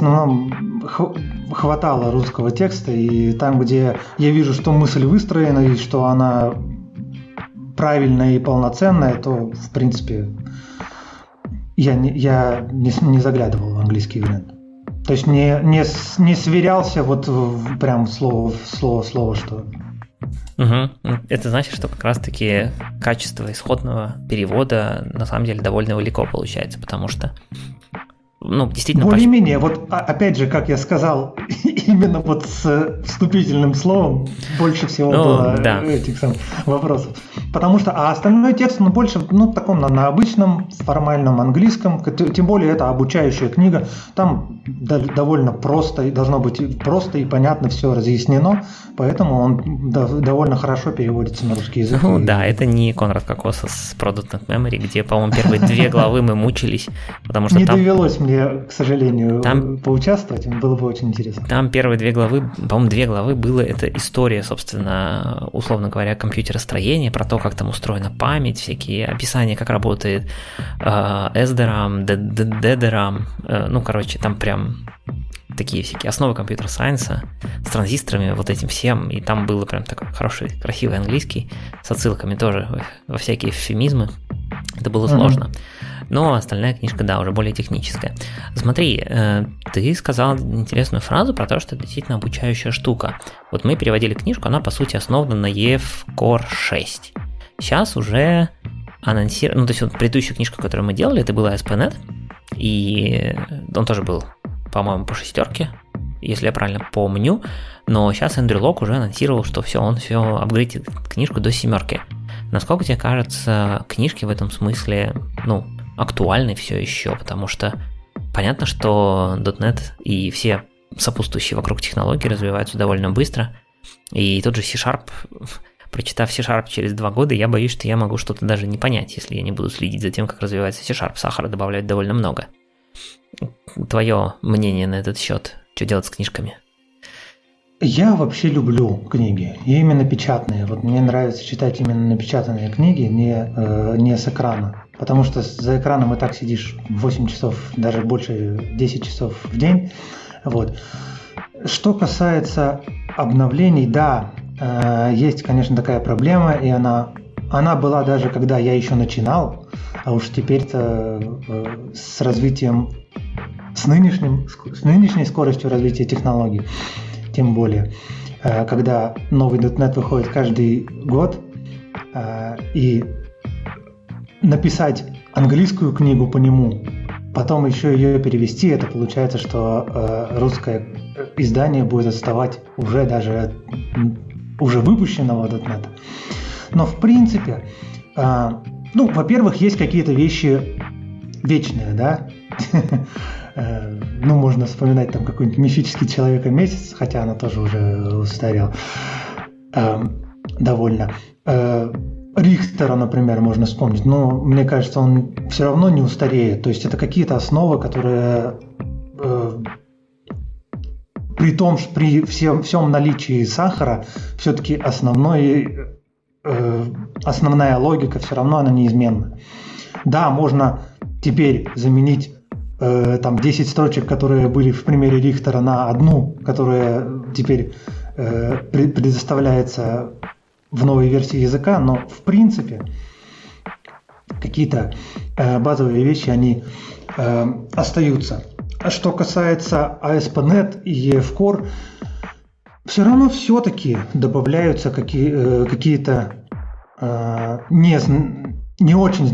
хватало русского текста, и там, где я вижу, что мысль выстроена, и что она правильная и полноценная, то, в принципе, я не заглядывал в английский вариант. То есть не сверялся вот прям слово в слово, что... Угу. Это значит, что как раз-таки качество исходного перевода на самом деле довольно велико получается, потому что действительно... Более-менее, вот опять же, как я сказал, именно вот с вступительным словом больше всего было этих вопросов. Потому что, а остальной текст, больше, таком на обычном формальном английском, тем более это обучающая книга, там довольно просто, должно быть просто и понятно все разъяснено, поэтому он довольно хорошо переводится на русский язык. Да, это не Конрад Кокосов с Product Memory, где, по-моему, первые 2 главы мы мучились, потому что не довелось мне, к сожалению, поучаствовать, было бы очень интересно. Там первые 2 главы, по-моему, 2 главы было, это история, собственно, условно говоря, компьютеростроения, про то, как там устроена память, всякие описания, как работает SDRAM, DDRAM, там прям такие всякие основы компьютер-сайенса с транзисторами, вот этим всем, и там было прям такой хороший, красивый английский, с отсылками тоже во всякие эвфемизмы. Это было сложно. Но остальная книжка, да, уже более техническая. Смотри, ты сказал интересную фразу про то, что это действительно обучающая штука. Вот мы переводили книжку, она, по сути, основана на EF Core 6. Сейчас уже анонсировали, то есть вот предыдущая книжка, которую мы делали, это была ASP.NET, и он тоже был, по-моему, по 6, если я правильно помню, но сейчас Эндрю Лок уже анонсировал, что он все апгрейдит книжку до 7. Насколько тебе кажется, книжки в этом смысле, актуальны все еще, потому что понятно, что .NET и все сопутствующие вокруг технологии развиваются довольно быстро, и тот же C#, прочитав C# через 2 года, я боюсь, что я могу что-то даже не понять, если я не буду следить за тем, как развивается C#. Сахара добавляют довольно много. Твое мнение на этот счет? Что делать с книжками? Я вообще люблю книги, и именно печатные. Вот мне нравится читать именно напечатанные книги, не с экрана. Потому что за экраном и так сидишь 8 часов, даже больше 10 часов в день. Вот. Что касается обновлений, да, есть, конечно, такая проблема, и она была даже когда я еще начинал, а уж теперь-то с развитием, с нынешней скоростью развития технологий, тем более, когда новый .NET выходит каждый год, и написать английскую книгу по нему, потом еще ее перевести, это получается, что русское издание будет отставать уже даже от уже выпущенного .NET. Но в принципе, во-первых, есть какие-то вещи вечные, да? Можно вспоминать там какой-нибудь мифический Человека-месяц, хотя она тоже уже устарела довольно. Рихтера, например, можно вспомнить, но мне кажется, он все равно не устареет. То есть это какие-то основы, которые при всем наличии сахара все-таки основная логика все равно она неизменна. Да, можно теперь заменить 10 строчек, которые были в примере Рихтера, на одну, которая теперь предоставляется в новой версии языка, но в принципе какие-то базовые вещи, они остаются. А что касается ASP.NET и EF Core, все равно все-таки добавляются какие-то не очень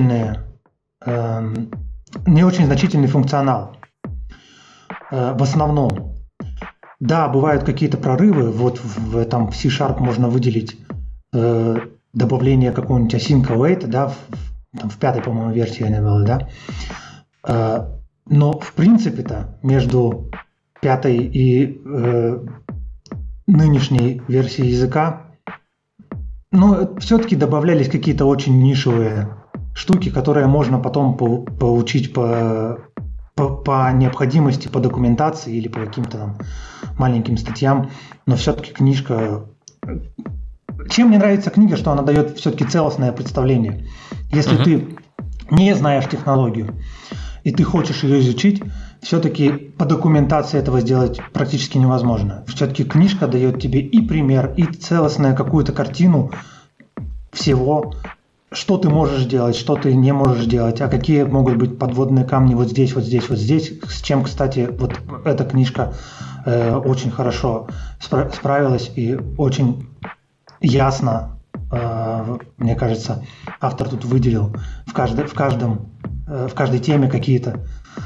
значительный функционал. В основном. Да, бывают какие-то прорывы. Вот в C# можно выделить добавление какого-нибудь async await, да, в 5-й, по-моему, версии она была, да. Но в принципе-то между 5-й и нынешней версией языка, все-таки добавлялись какие-то очень нишевые штуки, которые можно потом получить по необходимости, по документации или по каким-то там маленьким статьям, но все-таки книжка... Чем мне нравится книга, что она дает все-таки целостное представление. Если ты не знаешь технологию, и ты хочешь ее изучить, все-таки по документации этого сделать практически невозможно. Все-таки книжка дает тебе и пример, и целостную какую-то картину всего, что ты можешь делать, что ты не можешь делать, а какие могут быть подводные камни вот здесь, вот здесь, вот здесь. С чем, кстати, вот эта книжка очень хорошо справилась и очень ясно, мне кажется, автор тут выделил в каждой теме какие-то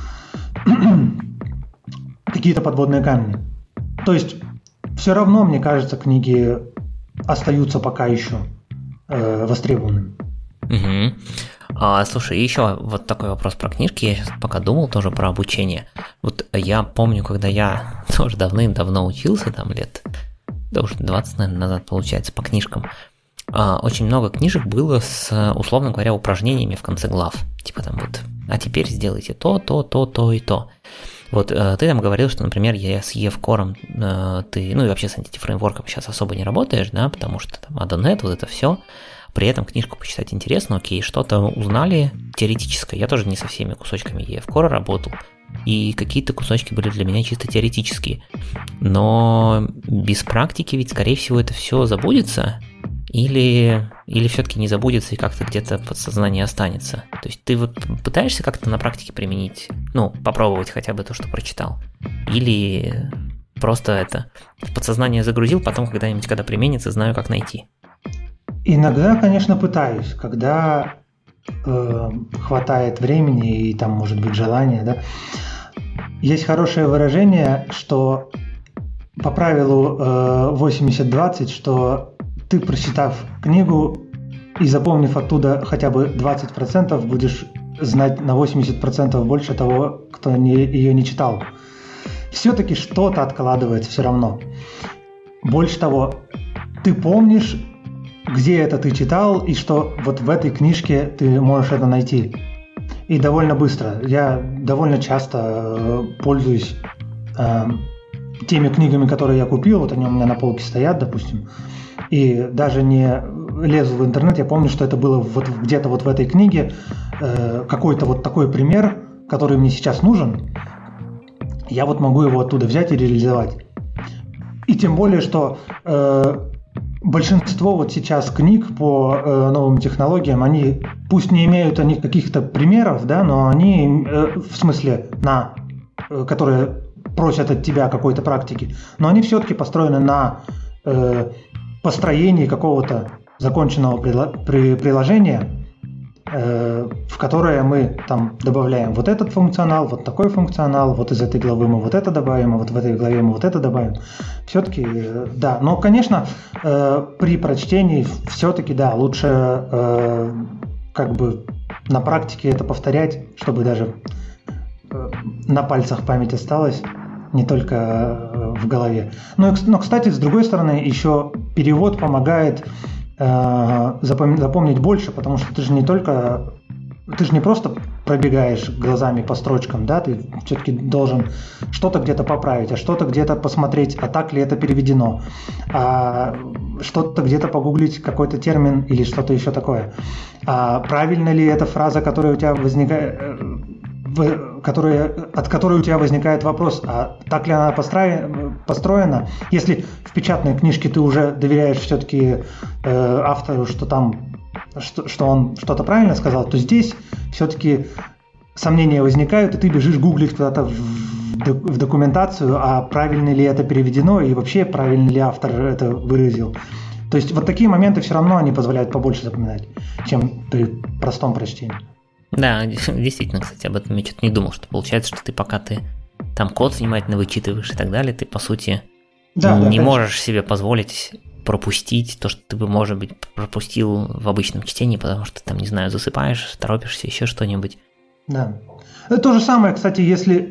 подводные камни. То есть все равно, мне кажется, книги остаются пока еще востребованными. Слушай, еще вот такой вопрос про книжки. Я сейчас пока думал тоже про обучение. Вот я помню, когда я тоже давным-давно учился, там лет, да уже 20, наверное, назад получается, по книжкам, очень много книжек было с, условно говоря, упражнениями в конце глав. Типа там вот, а теперь сделайте то и то. Вот ты там говорил, что, например, с EF Core ты, и вообще с Entity Framework сейчас особо не работаешь, да, потому что там ADONET, вот это все. При этом книжку почитать интересно, окей, что-то узнали теоретическое. Я тоже не со всеми кусочками EF Core работал. И какие-то кусочки были для меня чисто теоретические. Но без практики ведь, скорее всего, это все забудется. Или все-таки не забудется и как-то где-то в подсознании останется. То есть ты вот пытаешься как-то на практике применить, попробовать хотя бы то, что прочитал. Или просто это в подсознание загрузил, потом когда применится, знаю, как найти. Иногда, конечно, пытаюсь, когда хватает времени и там может быть желание, да. Есть хорошее выражение, что по правилу 80-20, что ты, прочитав книгу и запомнив оттуда хотя бы 20%, будешь знать на 80% больше того, кто ее не читал. Все-таки что-то откладывается все равно. Больше того, ты помнишь, где это ты читал, и что вот в этой книжке ты можешь это найти. И довольно быстро. Я довольно часто пользуюсь теми книгами, которые я купил. Вот они у меня на полке стоят, допустим. И даже не лезу в интернет, я помню, что это было вот где-то вот в этой книге какой-то вот такой пример, который мне сейчас нужен. Я вот могу его оттуда взять и реализовать. И тем более, что большинство вот сейчас книг по новым технологиям, они пусть не имеют они каких-то примеров, да, но они, в смысле, которые просят от тебя какой-то практики, но они все-таки построены на построении какого-то законченного приложения, в которое мы там добавляем вот этот функционал, вот такой функционал, вот из этой главы мы вот это добавим, а вот в этой главе мы вот это добавим. Все-таки, да. Но, конечно, при прочтении все-таки, да, лучше как бы на практике это повторять, чтобы даже на пальцах память осталась, не только в голове. Но, кстати, с другой стороны, еще перевод помогает запомнить больше, потому что ты же не просто пробегаешь глазами по строчкам, да, ты все-таки должен что-то где-то поправить, а что-то где-то посмотреть, а так ли это переведено, а что-то где-то погуглить какой-то термин или что-то еще такое. А правильно ли эта фраза, которая у тебя возникает, от которой у тебя возникает вопрос, а так ли она построена? Если в печатной книжке ты уже доверяешь все-таки автору, что он что-то правильно сказал, то здесь все-таки сомнения возникают, и ты бежишь гуглить куда-то в документацию, а правильно ли это переведено, и вообще правильно ли автор это выразил. То есть вот такие моменты все равно они позволяют побольше запоминать, чем при простом прочтении. Да, действительно, кстати, об этом я что-то не думал, что получается, что пока ты там код внимательно вычитываешь и так далее, ты, по сути, не можешь себе позволить пропустить то, что ты бы, может быть, пропустил в обычном чтении, потому что, там, не знаю, засыпаешь, торопишься, еще что-нибудь. Да. То же самое, кстати,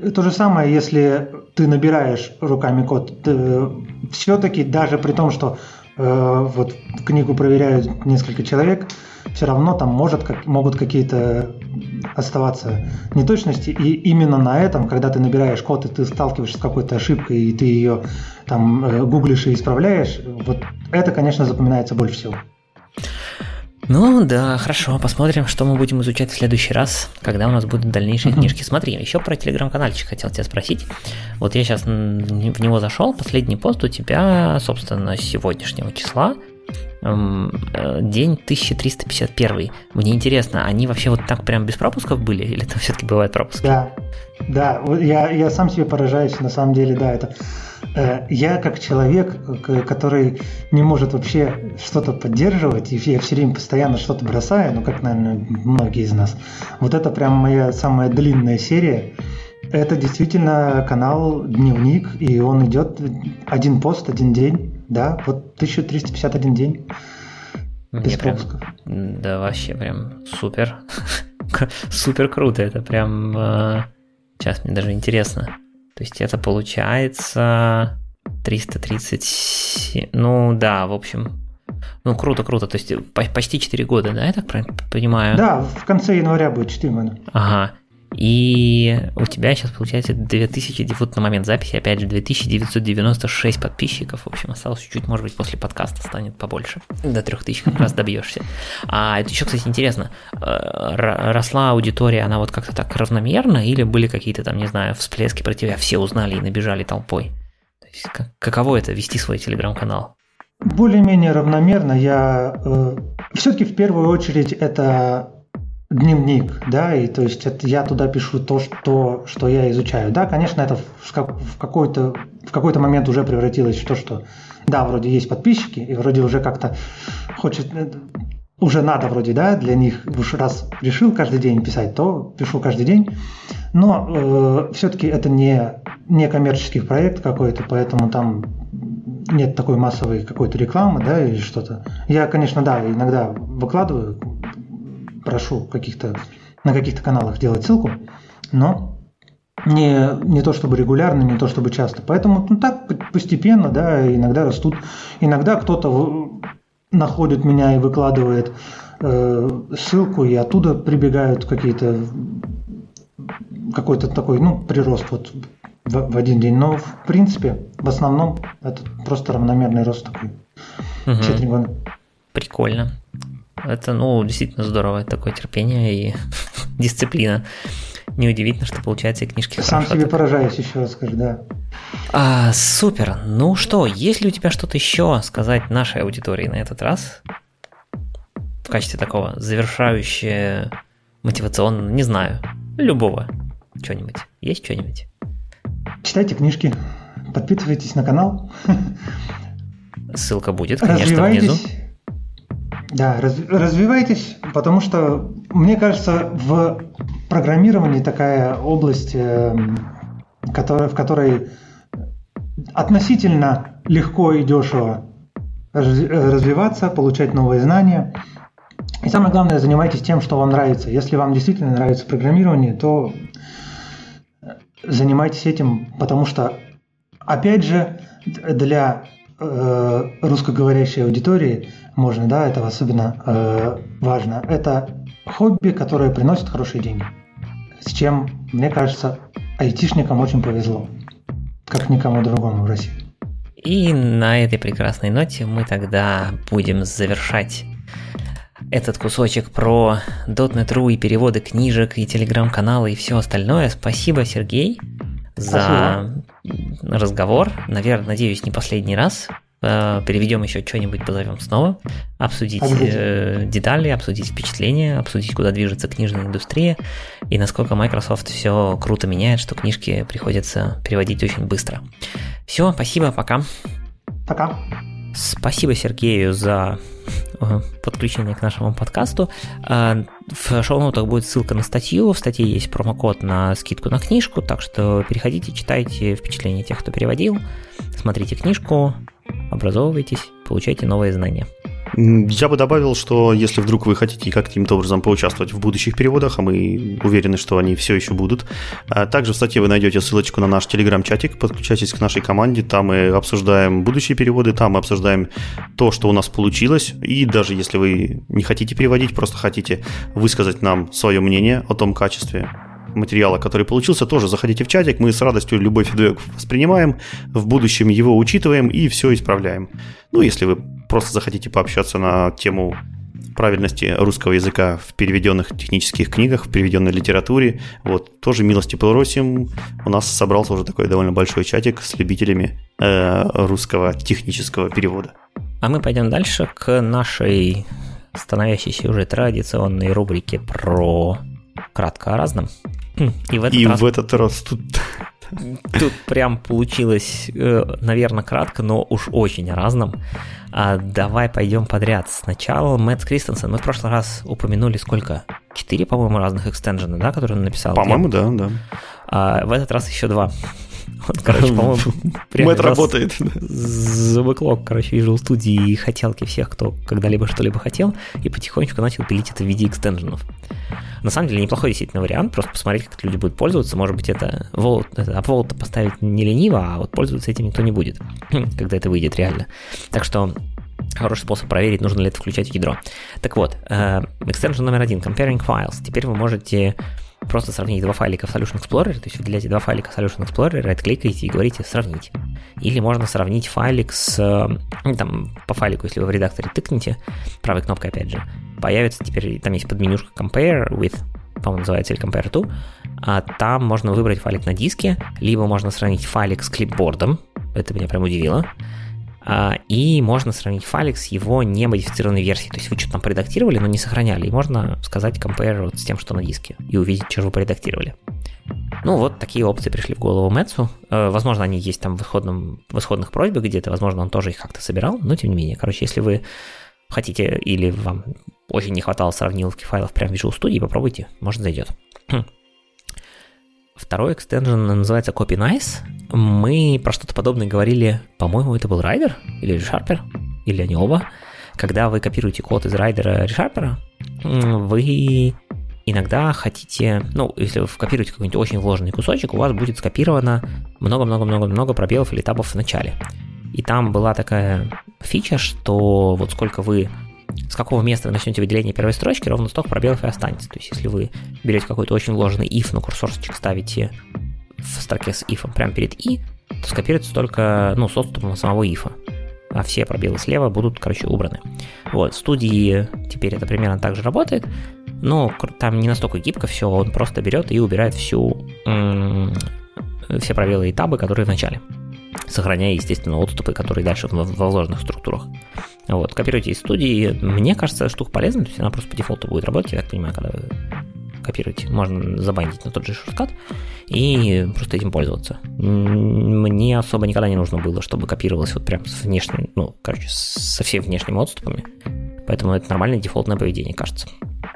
если ты набираешь руками код, все-таки даже при том, что вот книгу проверяют несколько человек, все равно там могут какие-то оставаться неточности, и именно на этом, когда ты набираешь код, и ты сталкиваешься с какой-то ошибкой, и ты ее там гуглишь и исправляешь, вот это, конечно, запоминается больше всего. Ну да, хорошо, посмотрим, что мы будем изучать в следующий раз, когда у нас будут дальнейшие книжки. Смотри, еще про телеграм-канальчик хотел тебя спросить. Вот я сейчас в него зашел, последний пост у тебя, собственно, сегодняшнего числа, день 1351. Мне интересно, они вообще вот так прям без пропусков были, или там все-таки бывают пропуски? Да, я сам себе поражаюсь, на самом деле, да, это... Я как человек, который не может вообще что-то поддерживать, и я все время постоянно что-то бросаю, ну как, наверное, многие из нас. Вот это прям моя самая длинная серия. Это действительно канал «Дневник», и он идет один пост, один день, да, вот 1351 день без пропусков. Да, вообще прям супер, супер круто, это прям, сейчас мне даже интересно. То есть это получается 330, ну да, в общем, ну круто, то есть почти 4 года, да, я так правильно понимаю? Да, в конце января будет 4 года. Ага, и у тебя сейчас получается 2000, вот на момент записи, опять же, 2996 подписчиков, в общем, осталось чуть-чуть, может быть, после подкаста станет побольше, до 3000 как раз добьешься. А это еще, кстати, интересно, росла аудитория, она вот как-то так равномерно, или были какие-то там, не знаю, всплески про тебя, все узнали и набежали толпой? То есть каково это, вести свой телеграм-канал? Более-менее равномерно. Я все-таки в первую очередь это... дневник, да, и то есть это я туда пишу то, что я изучаю. Да, конечно, это в какой-то момент уже превратилось в то, что да, вроде есть подписчики, и вроде уже как-то уже надо вроде, да, для них, уж раз решил каждый день писать, то пишу каждый день. Но все-таки это не коммерческий проект какой-то, поэтому там нет такой массовой какой-то рекламы, да, или что-то. Я, конечно, да, иногда выкладываю, прошу на каких-то каналах делать ссылку, но не то чтобы регулярно, не то чтобы часто. Поэтому так постепенно, да, иногда растут. Иногда кто-то находит меня и выкладывает ссылку, и оттуда прибегают какой-то такой, прирост вот в один день. Но в принципе, в основном, это просто равномерный рост такой. Все 3 года. Прикольно. Это, действительно здорово, такое терпение и дисциплина. Неудивительно, что получается и книжки Сам себе поражаюсь, еще раз скажу, да. Супер. Ну что, есть ли у тебя что-то еще сказать нашей аудитории на этот раз? В качестве такого завершающего, мотивационного, не знаю, любого что-нибудь. Есть что-нибудь? Читайте книжки, подписывайтесь на канал. Ссылка будет, конечно, внизу. Да, развивайтесь, потому что, мне кажется, в программировании такая область, в которой относительно легко и дешево развиваться, получать новые знания. И самое главное, занимайтесь тем, что вам нравится. Если вам действительно нравится программирование, то занимайтесь этим, потому что, опять же, для русскоговорящей аудитории можно, да, это особенно важно. Это хобби, которое приносит хорошие деньги. С чем, мне кажется, айтишникам очень повезло, как никому другому в России. И на этой прекрасной ноте мы тогда будем завершать этот кусочек про .NET.RU и переводы книжек, и телеграм-каналы, и все остальное. Спасибо, Сергей, за разговор. Наверное, надеюсь, не последний раз. Переведем еще что-нибудь, позовем снова, обсудить детали, обсудить впечатления, обсудить, куда движется книжная индустрия и насколько Microsoft все круто меняет, что книжки приходится переводить очень быстро. Все, спасибо, пока. Пока. Спасибо Сергею за подключение к нашему подкасту. В шоу-нотах будет ссылка на статью, в статье есть промокод на скидку на книжку, так что переходите, читайте впечатления тех, кто переводил, смотрите книжку, образовывайтесь, получайте новые знания. Я бы добавил, что если вдруг вы хотите каким-то образом поучаствовать в будущих переводах, а мы уверены, что они все еще будут, также в статье вы найдете ссылочку на наш телеграм-чатик, подключайтесь к нашей команде, там мы обсуждаем будущие переводы, там мы обсуждаем то, что у нас получилось, и даже если вы не хотите переводить, просто хотите высказать нам свое мнение о том качестве материала, который получился, тоже заходите в чатик, мы с радостью любой фидбэк воспринимаем, в будущем его учитываем и все исправляем. Ну, если вы просто захотите пообщаться на тему правильности русского языка в переведенных технических книгах, в переведенной литературе, вот, тоже милости просим. У нас собрался уже такой довольно большой чатик с любителями русского технического перевода. А мы пойдем дальше к нашей становящейся уже традиционной рубрике про кратко о разном. И в этот раз тут прям получилось, наверное, кратко, но уж очень о разном. Давай пойдем подряд. Сначала Мэтт Кристенсен. Мы в прошлый раз упомянули сколько? 4, по-моему, разных экстенжена, да, которые он написал? По-моему, да. А в этот раз еще 2. Вот, короче, по-моему, Мэтт работает. За бэклог, Visual Studio и хотелки всех, кто когда-либо что-либо хотел, и потихонечку начал пилить это в виде экстенженов. На самом деле неплохой действительно вариант, просто посмотреть, как люди будут пользоваться. Может быть, это upvote поставить не лениво, а вот пользоваться этим никто не будет, когда это выйдет реально. Так что хороший способ проверить, нужно ли это включать в ядро. Так вот, экстенжен номер 1, Comparing Files. Теперь вы можете просто сравнить 2 файлика в Solution Explorer, то есть выделяете 2 файлика в Solution Explorer, right-кликаете и говорите «сравнить». Или можно сравнить файлик по файлику, если вы в редакторе тыкнете, правой кнопкой опять же, появится теперь, там есть подменюшка Compare with, по-моему, называется, или Compare to, а там можно выбрать файлик на диске, либо можно сравнить файлик с клипбордом, это меня прям удивило, и можно сравнить файлик с его немодифицированной версией. То есть вы что-то там поредактировали, но не сохраняли. И можно сказать compare вот с тем, что на диске, и увидеть, что вы поредактировали. Ну вот, такие опции пришли в голову Мэтсу. Возможно, они есть там в исходных просьбах где-то. Возможно, он тоже их как-то собирал. Но тем не менее, короче, если вы хотите или вам очень не хватало сравниловки файлов прямо в Visual Studio, попробуйте, может зайдет. Второй экстенжен называется CopyNice. Мы про что-то подобное говорили, по-моему, это был Rider или ReSharper, или они оба. Когда вы копируете код из Rider ReSharper, вы иногда хотите, если вы копируете какой-нибудь очень вложенный кусочек, у вас будет скопировано много-много-много-много пробелов или табов в начале. И там была такая фича, что вот сколько вы, с какого места вы начнете выделение первой строчки, ровно столько пробелов и останется. То есть если вы берете какой-то очень вложенный if, но курсорчик ставите в строке с if прямо перед и, то скопируется только с отступом самого if. А все пробелы слева будут, убраны. Вот, в студии теперь это примерно так же работает, но там не настолько гибко все, он просто берет и убирает все пробелы и табы, которые в начале, сохраняя, естественно, отступы, которые дальше во вложенных структурах. Вот, копируйте из студии. Мне кажется, штука полезная, то есть она просто по дефолту будет работать, я так понимаю, когда вы копируете. Можно забандить на тот же шорткат и просто этим пользоваться. Мне особо никогда не нужно было, чтобы копировалось вот прям с внешним, со всеми внешними отступами. Поэтому это нормальное дефолтное поведение, кажется.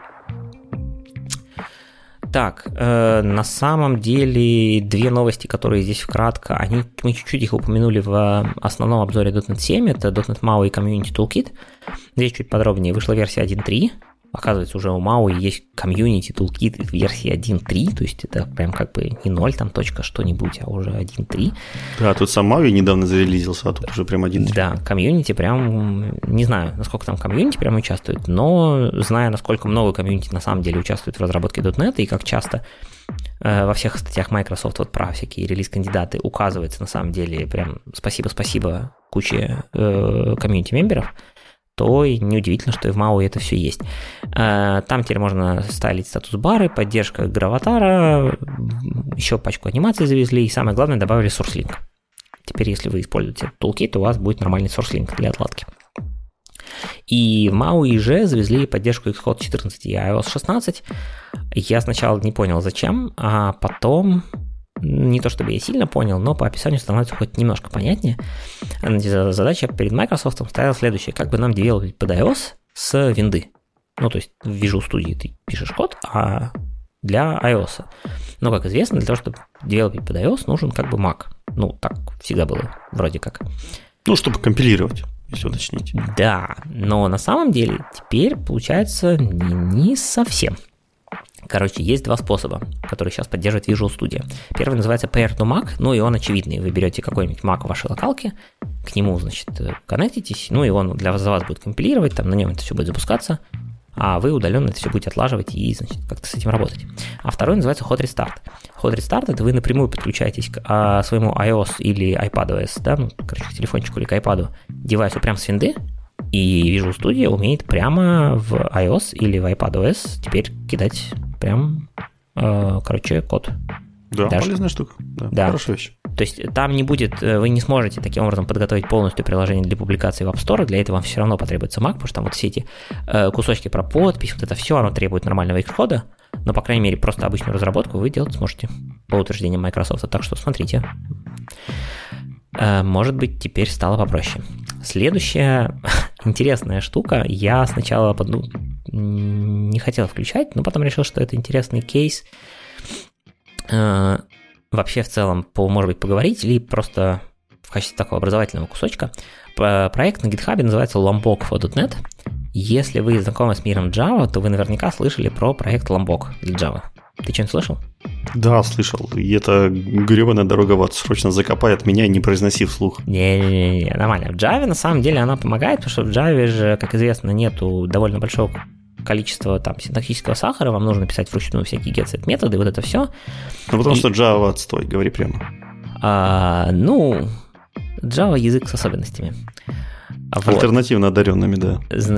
Так, на самом деле две новости, которые здесь вкратко, мы чуть-чуть их упомянули в основном обзоре .NET 7, это .NET MAUI и Community Toolkit. Здесь чуть подробнее, вышла версия 1.3, оказывается, уже у MAUI есть Community Toolkit версии 1.3, то есть это прям не 0, там точка что-нибудь, а уже 1.3. Да, тут сам MAUI недавно зарелизился, а тут уже прям 1.3. Да, комьюнити прям, не знаю, насколько там комьюнити прям участвует, но зная, насколько много комьюнити на самом деле участвует в разработке .NET и как часто во всех статьях Microsoft вот про всякие релиз-кандидаты указывается на самом деле прям спасибо куче комьюнити-мемберов, то неудивительно, что и в MAUI это все есть. Там теперь можно стайлить статус-бары, поддержка Граватара, еще пачку анимаций завезли, и самое главное, добавили SourceLink. Теперь, если вы используете Toolkit, у вас будет нормальный SourceLink для отладки. И в MAUI же завезли поддержку Xcode 14 и iOS 16. Я сначала не понял, зачем, а потом... Не то чтобы я сильно понял, но по описанию становится хоть немножко понятнее. Задача перед Microsoft стояла следующая. Как бы нам девелопить под iOS с винды? То есть в Visual Studio ты пишешь код, а для iOS. Но, как известно, для того, чтобы девелопить под iOS, нужен Mac. Так всегда было, вроде как. Чтобы компилировать, если уточнить. Да, но на самом деле теперь получается не совсем. Есть два способа, которые сейчас поддерживает Visual Studio. Первый называется Pair to Mac, и он очевидный. Вы берете какой-нибудь Mac в вашей локалке, к нему, коннектитесь, и он за вас будет компилировать, там на нем это все будет запускаться, а вы удаленно это все будете отлаживать и, как-то с этим работать. А второй называется Hot Restart. Hot Restart – это вы напрямую подключаетесь к своему iOS или iPadOS, к телефончику или к iPad, девайсу прямо с винды, и Visual Studio умеет прямо в iOS или в iPadOS теперь кидать прям, код. Да, полезная штука. Да, хорошая вещь. То есть там не будет, вы не сможете таким образом подготовить полностью приложение для публикации в App Store, для этого вам все равно потребуется Mac, потому что там вот все эти кусочки про подпись, вот это все, оно требует нормального Xcode, но, по крайней мере, просто обычную разработку вы делать сможете по утверждениям Microsoft. Так что смотрите. Может быть, теперь стало попроще. Следующая интересная штука. Я сначала не хотел включать, но потом решил, что это интересный кейс. Вообще, в целом, может быть, поговорить или просто в качестве такого образовательного кусочка. Проект на GitHub называется Lombok for .NET. Если вы знакомы с миром Java, то вы наверняка слышали про проект Lombok для Java. Ты что-нибудь слышал? Да, слышал. И это гребаная дорога в ад срочно закопает меня, не произноси вслух. Не-не-не, нормально. В Java на самом деле она помогает, потому что в Java же, как известно, нету довольно большого количества там синтаксического сахара, вам нужно писать вручную всякие get-set методы, вот это все. Потому что Java отстой, говори прямо. Java язык с особенностями. Альтернативно одаренными, да.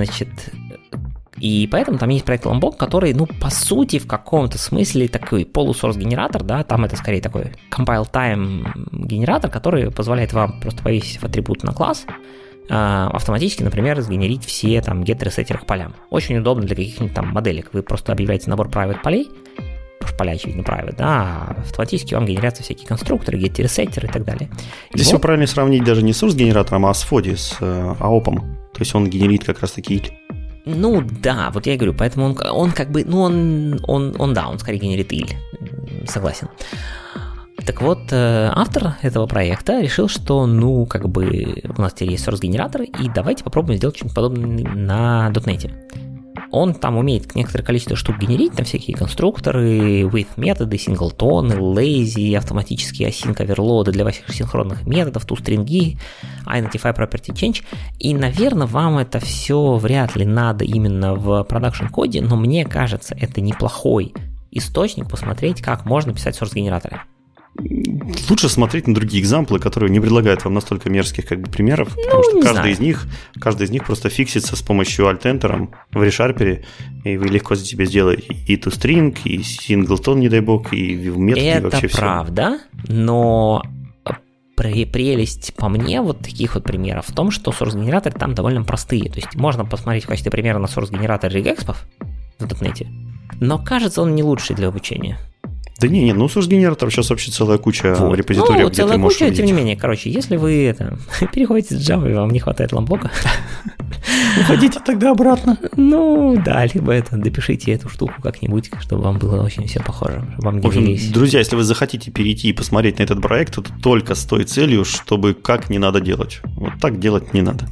И поэтому там есть проект Lombok, который, по сути, в каком-то смысле такой полусорс-генератор, да, там это скорее такой compile-time генератор, который позволяет вам просто повесить атрибут на класс, автоматически, например, сгенерить все там get-ресеттеры к полям. Очень удобно для каких-нибудь там моделек. Вы просто объявляете набор private полей, потому что поля, очевидно, private, да, а автоматически вам генерятся всякие конструкторы, get-ресеттеры и так далее. Здесь его правильно сравнить даже не с source-генератором, а с FODI, с AOP-ом. То есть он генерит как раз таки Ну да, вот я и говорю, поэтому он как бы, ну он скорее генерит иль, согласен. Так вот, автор этого проекта решил, что, ну, как бы у нас теперь есть source-генератор, и давайте попробуем сделать что-нибудь подобное на .NET. Он там умеет некоторое количество штук генерить, там всякие конструкторы, with методы, синглтоны, lazy, автоматические async оверлоды для ваших синхронных методов, toString, identify property change. И, наверное, вам это все вряд ли надо именно в продакшн-коде, но мне кажется, это неплохой источник посмотреть, как можно писать source-генераторы. Лучше смотреть на другие экзамплы, которые не предлагают вам настолько мерзких как бы примеров, потому что каждый из них просто фиксится с помощью alt-enter в ReSharper, и вы легко за себя сделаете и toString, и singleton, не дай бог, и методы, и вообще все. Это правда, но прелесть по мне вот таких вот примеров в том, что source-генераторы там довольно простые. То есть можно посмотреть в качестве примера на source-генератор regexpов в .NET, но кажется он не лучший для обучения. Да не, ну source-генераторов сейчас вообще целая куча репозиториев, где ты можешь увидеть. Тем не менее, короче, если вы переходите с Java и вам не хватает ламбока, уходите тогда обратно. Ну, да, либо допишите эту штуку как-нибудь, чтобы вам было очень все похоже, чтобы вам не делились. Друзья, если вы захотите перейти и посмотреть на этот проект, то только с той целью, чтобы как не надо делать. Вот так делать не надо.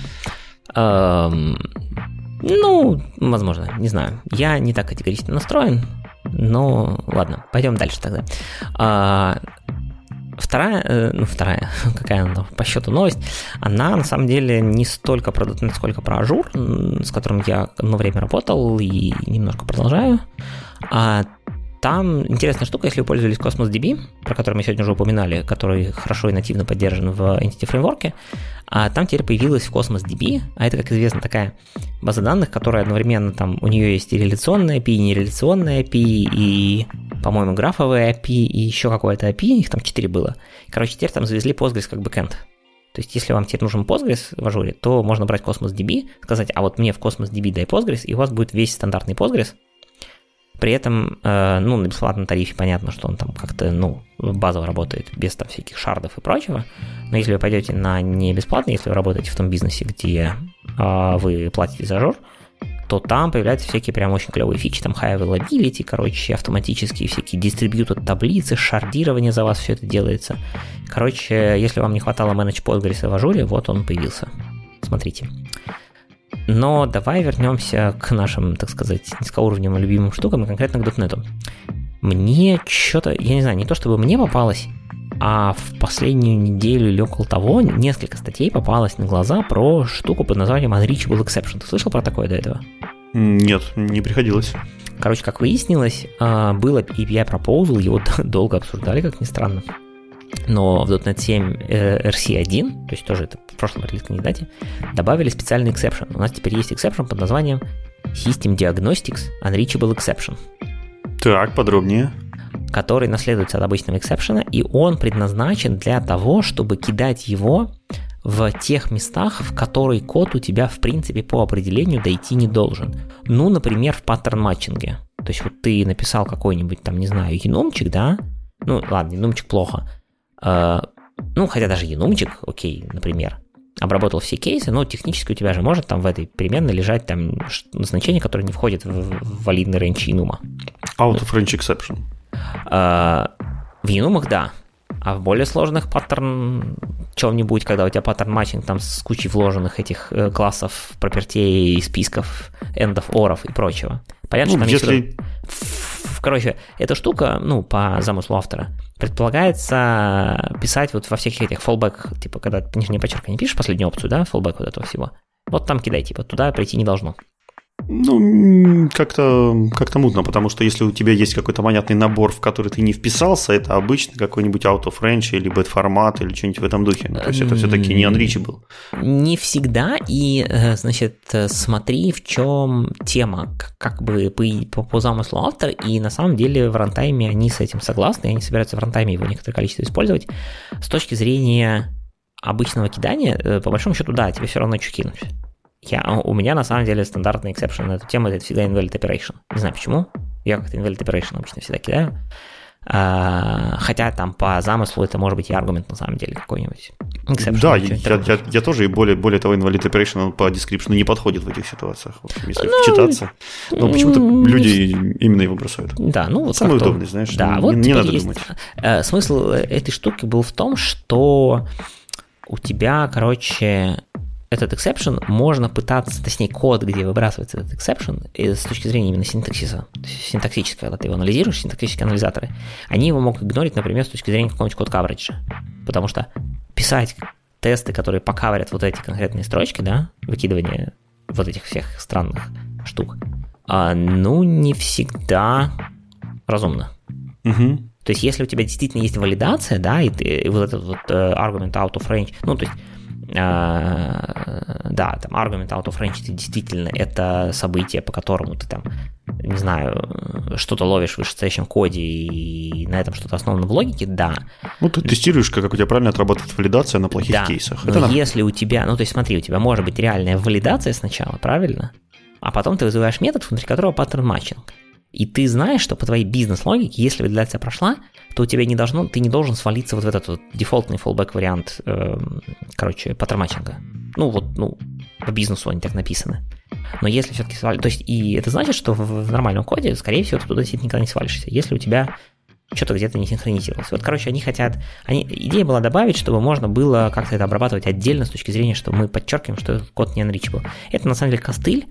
Ну, возможно, не знаю. Я не так категорично настроен. Но ладно, пойдем дальше тогда. Вторая, какая она по счету новость, она на самом деле не столько про .NET, сколько про Azure, с которым я одно время работал и немножко продолжаю. Там интересная штука, если вы пользовались Cosmos DB, про который мы сегодня уже упоминали, который хорошо и нативно поддержан в Entity Framework, там теперь появилась в Cosmos DB, а это, как известно, такая база данных, которая одновременно там, у нее есть и реляционная API, и нереляционная API, и, по-моему, графовая API, и еще какое-то API, их там 4 было. Короче, теперь там завезли Postgres как бэкэнд. То есть, если вам теперь нужен Postgres в Azure, то можно брать Cosmos DB, сказать, а вот мне в Cosmos DB дай Postgres, и у вас будет весь стандартный Postgres. При этом, на бесплатном тарифе понятно, что он там как-то, базово работает без там всяких шардов и прочего. Но если вы пойдете на не бесплатный, если вы работаете в том бизнесе, где вы платите за Azure, то там появляются всякие прям очень клевые фичи, там high availability, короче, автоматические всякие distributed таблицы, шардирование за вас все это делается. Короче, если вам не хватало Manage Postgres в Azure, вот он появился. Смотрите. Но давай вернемся к нашим, так сказать, низкоуровневым любимым штукам, и конкретно к .NET. Мне что-то, я не знаю, не то чтобы мне попалось, а в последнюю неделю или около того несколько статей попалось на глаза про штуку под названием Unreachable Exception. Ты слышал про такое до этого? Нет, не приходилось. Короче, как выяснилось, был API Proposal, его долго обсуждали, как ни странно. Но в .NET 7 RC1, то есть тоже это в прошлом релиз-кандидате, добавили специальный exception. У нас теперь есть exception под названием System Diagnostics Unreachable Exception. Так, подробнее. Который наследуется от обычного exception, и он предназначен для того, чтобы кидать его в тех местах, в которые код у тебя, в принципе, по определению дойти не должен. Ну, например, в паттерн-матчинге. То есть вот ты написал какой-нибудь там, не знаю, енумчик, да? Ну, ладно, енумчик плохо. Хотя даже енумчик, окей, например, обработал все кейсы, но технически у тебя же может там в этой переменной лежать там значение, которое не входит в валидный рейндж енума. Out of range exception. В енумах, да. А в более сложных паттерн чем-нибудь, когда у тебя паттерн-матчинг там с кучей вложенных этих классов, пропертей, списков, эндов, оров и прочего. Понятно, что там если... Короче, эта штука, по замыслу автора, предполагается писать вот во всех этих fallback, типа, когда нижнее подчеркивание пишешь, последнюю опцию, да, fallback вот этого всего. Вот там кидай, типа, туда прийти не должно. Как-то мутно, потому что если у тебя есть какой-то понятный набор, в который ты не вписался, это обычно какой-нибудь out of range или bad формат или что-нибудь в этом духе. То есть это все-таки не unreachable. Не всегда, и, значит, смотри, в чем тема, как бы по замыслу автора, и на самом деле в рантайме они с этим согласны, и они собираются в рантайме его некоторое количество использовать. С точки зрения обычного кидания, по большому счету, да, тебе все равно что кинуть. У меня на самом деле стандартный exception на эту тему — это всегда invalid operation. Не знаю почему. Я как-то invalid operation обычно всегда кидаю. Хотя там по замыслу это может быть и аргумент на самом деле какой-нибудь. exception. Да, я тоже, и более того, invalid operation по description не подходит в этих ситуациях, если вчитаться. Но почему-то люди именно его бросают. Да, ну вот самый удобный, знаешь, да, не надо думать. Смысл этой штуки был в том, что у тебя, короче, этот exception можно пытаться, точнее, код, где выбрасывается этот exception, с точки зрения именно синтаксиса, синтаксически, когда ты его анализируешь, синтаксические анализаторы, они его могут игнорить, например, с точки зрения какого-нибудь код-кавериджа. Потому что писать тесты, которые покаверят вот эти конкретные строчки, да, выкидывание вот этих всех странных штук, ну, не всегда разумно. Угу. То есть, если у тебя действительно есть валидация, да, и вот этот вот argument out of range, ну, то есть, да, там argument out of range действительно это событие, по которому ты там, не знаю, что-то ловишь в вышестоящем коде и на этом что-то основано в логике, да. Ну, ты тестируешь, как у тебя правильно отрабатывает валидация на плохих да, кейсах. Но если у тебя, ну, то есть смотри, у тебя может быть реальная валидация сначала, правильно? А потом ты вызываешь метод, внутри которого паттерн матчинг. И ты знаешь, что по твоей бизнес-логике, если валидация прошла, то у тебя ты не должен свалиться вот в этот вот дефолтный fallback вариант, короче, паттерн-матчинга. Ну, вот, ну, по бизнесу они так написаны. Но если все-таки свалишься, то есть, и это значит, что в нормальном коде, скорее всего, ты туда действительно никогда не свалишься, если у тебя что-то где-то не синхронизировалось. Вот, короче, идея была добавить, чтобы можно было как-то это обрабатывать отдельно с точки зрения, что мы подчеркиваем, что код не unreachable. Это, на самом деле, костыль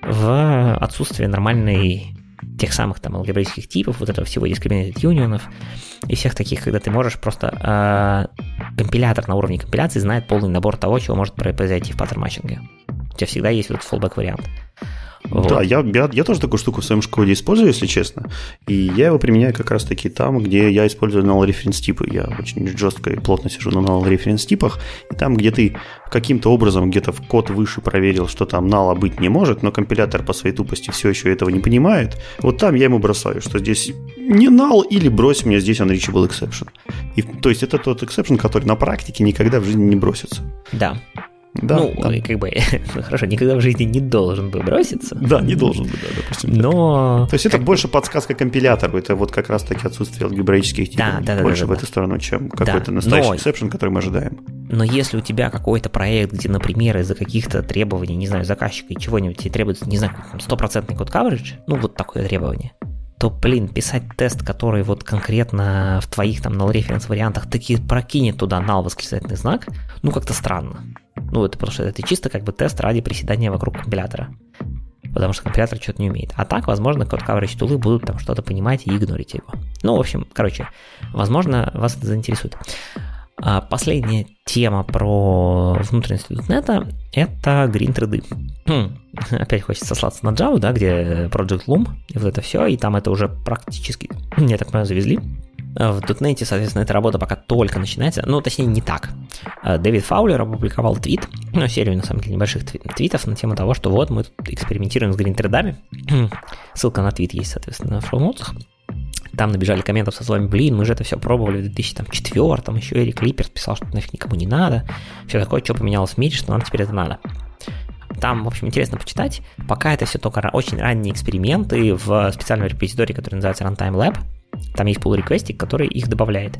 в отсутствии нормальной тех самых там алгебраических типов, вот этого всего discriminated union'ов и всех таких, когда ты можешь просто компилятор на уровне компиляции знает полный набор того, чего может произойти в паттерн-матчинге. У тебя всегда есть вот fallback вариант. Вот. Да, я тоже такую штуку в своем коде использую, если честно. И я его применяю как раз-таки там, где я использую null reference типы. Я очень жестко и плотно сижу на null reference типах. И там, где ты каким-то образом где-то в код выше проверил, что там null быть не может, но компилятор по своей тупости все еще этого не понимает, вот там я ему бросаю, что здесь не null или брось мне здесь unreachable exception. И, то есть это тот exception, который на практике никогда в жизни не бросится. Да. Да, ну, да. Как бы, хорошо, никогда в жизни не должен бы броситься. Да, не должен бы, да, допустим. Но... То есть это больше подсказка компилятору, это вот как раз-таки отсутствие алгебраических типов. Да, больше в эту сторону, чем какой-то настоящий exception, который мы ожидаем. Но если у тебя какой-то проект, где, например, из-за каких-то требований, не знаю, заказчика и чего-нибудь тебе требуется, не знаю, 100% код coverage, ну, вот такое требование, то, писать тест, который вот конкретно в твоих там null reference вариантах таки прокинет туда null восклицательный знак, ну, как-то странно. Ну, это потому что это чисто как бы тест ради приседания вокруг компилятора. Потому что компилятор что-то не умеет. А так, возможно, код coverage тулы будут там что-то понимать и игнорить его. Ну, в общем, возможно, вас это заинтересует. Последняя тема про внутренности .NET — это green thread. Опять хочется сослаться на Java, да, где Project Loom и вот это все, и там это уже практически, я так понимаю, завезли. В .NET, соответственно, эта работа пока только начинается, ну, точнее, не так. Дэвид Фаулер опубликовал твит, серию, на самом деле, небольших твитов на тему того, что вот мы тут экспериментируем с green-thread'ами. Ссылка на твит есть, соответственно, в шоу-нотах. Там набежали комментов со словами: блин, мы же это все пробовали в 2004-м, еще Эрик Липперс писал, что это нафиг никому не надо. Все такое, что поменялось в мире, что нам теперь это надо. Там, в общем, интересно почитать. Пока это все только очень ранние эксперименты в специальном репозитории, который называется Runtime Lab. Там есть pull-реквестик, который их добавляет.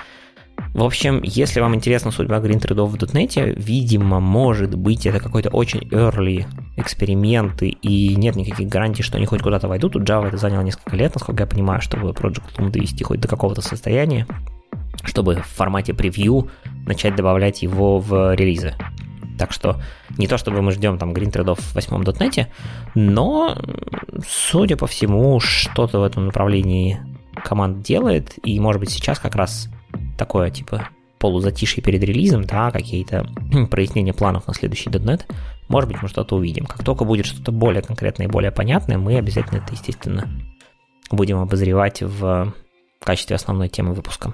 В общем, если вам интересна судьба green-thread'ов в .NET, видимо, может быть, это какой-то очень early эксперименты, и нет никаких гарантий, что они хоть куда-то войдут. У Java это заняло несколько лет, насколько я понимаю, чтобы Project Loom довести хоть до какого-то состояния, чтобы в формате превью начать добавлять его в релизы. Так что не то, чтобы мы ждем там green-thread'ов в 8-м .NET, но, судя по всему, что-то в этом направлении команда делает, и, может быть, сейчас как раз такое, типа, полузатишье перед релизом, да, какие-то прояснения планов на следующий .NET, может быть, мы что-то увидим. Как только будет что-то более конкретное и более понятное, мы обязательно это, естественно, будем обозревать в качестве основной темы выпуска.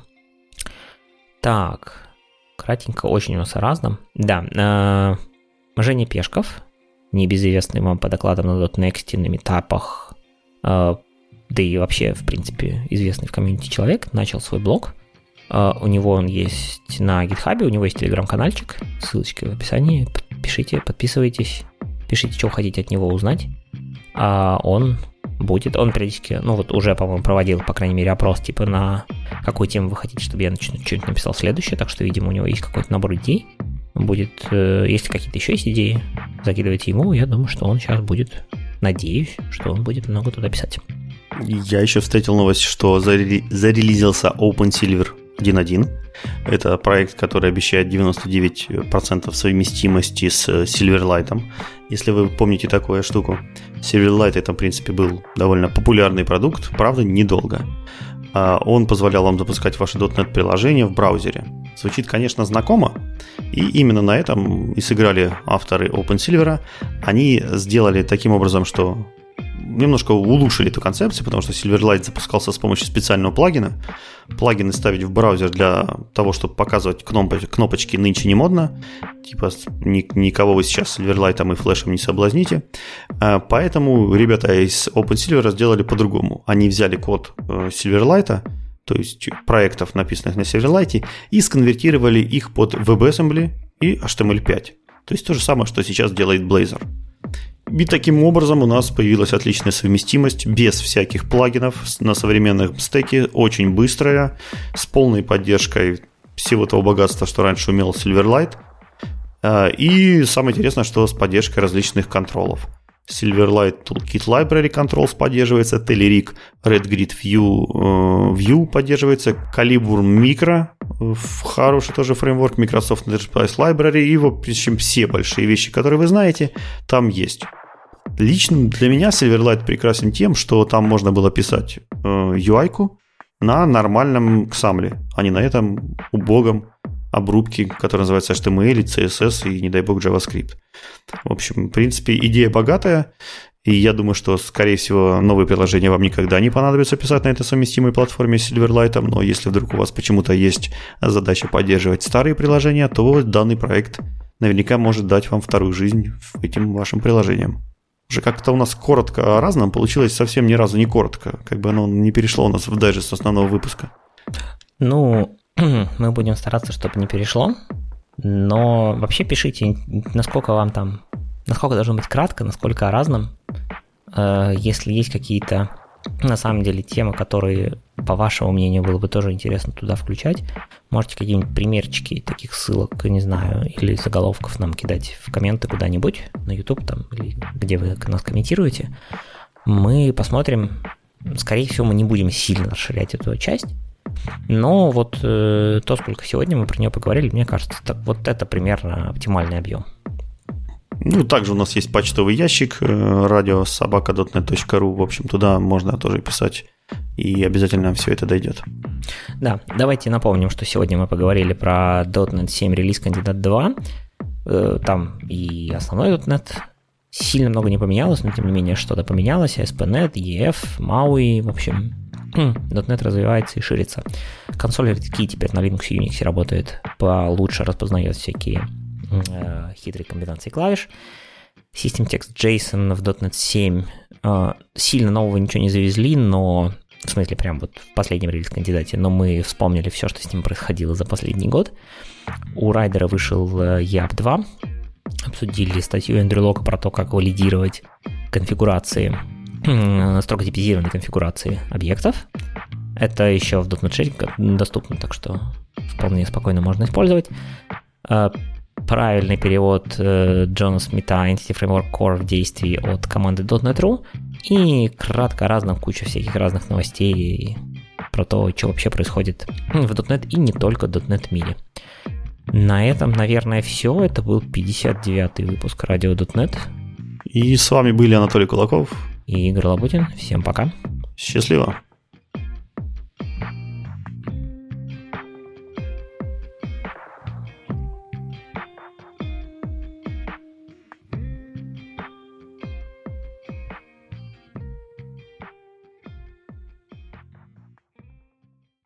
Так, кратенько, очень у нас о разном. Да, Женя Пешков, небезызвестный вам по докладам на .next, на митапах, да и вообще, в принципе, известный в комьюнити человек, начал свой блог. У него он есть на GitHub, у него есть телеграм-канальчик, ссылочки в описании. Пишите, подписывайтесь, пишите, что хотите от него узнать. он периодически, уже, по-моему, проводил, по крайней мере, опрос, типа, на какую тему вы хотите, чтобы я что-нибудь написал следующее, так что, видимо, у него есть какой-то набор идей. Если какие-то еще есть идеи, закидывайте ему, я думаю, что он сейчас будет, надеюсь, что он будет много туда писать. Я еще встретил новость, что зарелизился OpenSilver 1.1. Это проект, который обещает 99% совместимости с Silverlight. Если вы помните такую штуку. Silverlight это, в принципе, был довольно популярный продукт, правда, недолго. Он позволял вам запускать ваши .NET-приложения в браузере. Звучит, конечно, знакомо, и именно на этом и сыграли авторы OpenSilver. Они сделали таким образом, что немножко улучшили эту концепцию, потому что Silverlight запускался с помощью специального плагина. Плагины ставить в браузер для того, чтобы показывать кнопочки, нынче не модно. Типа никого вы сейчас Silverlight и флешем не соблазните. Поэтому ребята из OpenSilver сделали по-другому. Они взяли код Silverlight, то есть проектов, написанных на Silverlight, и сконвертировали их под WebAssembly и HTML5. То есть то же самое, что сейчас делает Blazor. И таким образом у нас появилась отличная совместимость без всяких плагинов на современном стеке, очень быстрая, с полной поддержкой всего того богатства, что раньше умел Silverlight. И самое интересное, что с поддержкой различных контролов. Silverlight Toolkit Library Controls поддерживается, Telerik RedGrid View поддерживается, Calibur Micro, хороший тоже фреймворк, Microsoft Enterprise Library, и, в общем, все большие вещи, которые вы знаете, там есть. Лично для меня Silverlight прекрасен тем, что там можно было писать UI-ку на нормальном XAML, а не на этом убогом обрубке, который называется HTML, CSS и, не дай бог, JavaScript. В общем, в принципе, идея богатая, и я думаю, что, скорее всего, новые приложения вам никогда не понадобится писать на этой совместимой платформе с Silverlight, но если вдруг у вас почему-то есть задача поддерживать старые приложения, то данный проект наверняка может дать вам вторую жизнь этим вашим приложениям. Уже как-то у нас коротко о разном получилось совсем ни разу не коротко, как бы оно не перешло у нас в дайджест основного выпуска. Мы будем стараться, чтобы не перешло, но вообще пишите, насколько должно быть кратко, насколько о разном. Если есть какие-то, на самом деле, темы, которые, по вашему мнению, было бы тоже интересно туда включать, можете какие-нибудь примерчики таких ссылок, не знаю, или заголовков нам кидать в комменты куда-нибудь, на YouTube там, или где вы нас комментируете. Мы посмотрим. Скорее всего, мы не будем сильно расширять эту часть. Но то, сколько сегодня мы про нее поговорили, мне кажется, это примерно оптимальный объем. Также у нас есть почтовый ящик radio@dotnet.ru. В общем, туда можно тоже писать, и обязательно все это дойдет. Да, давайте напомним, что сегодня мы поговорили про .NET 7 релиз кандидат 2. Там и основной .NET сильно много не поменялось, но тем не менее что-то поменялось. ASP.NET, EF, MAUI, в общем... .NET развивается и ширится. Консоль RTK теперь на Linux и Unix работает получше, распознает всякие хитрые комбинации клавиш. System Text JSON в .NET 7 сильно нового ничего не завезли, но в смысле прям в последнем релиз-кандидате, но мы вспомнили все, что с ним происходило за последний год. У Райдера вышел EAP 2. Обсудили статью Эндрю Лока про то, как валидировать конфигурации, строго типизированной конфигурации объектов. Это еще в .NET 6 доступно, так что вполне спокойно можно использовать. Правильный перевод Джона Смита Entity Framework Core в действии от команды .NET.ru и кратко о разном, куча всяких разных новостей про то, что вообще происходит в .NET и не только .NET Mini. На этом, наверное, все. Это был 59-й выпуск Radio.NET. И с вами были Анатолий Кулаков и Игорь Лабутин. Всем пока. Счастливо.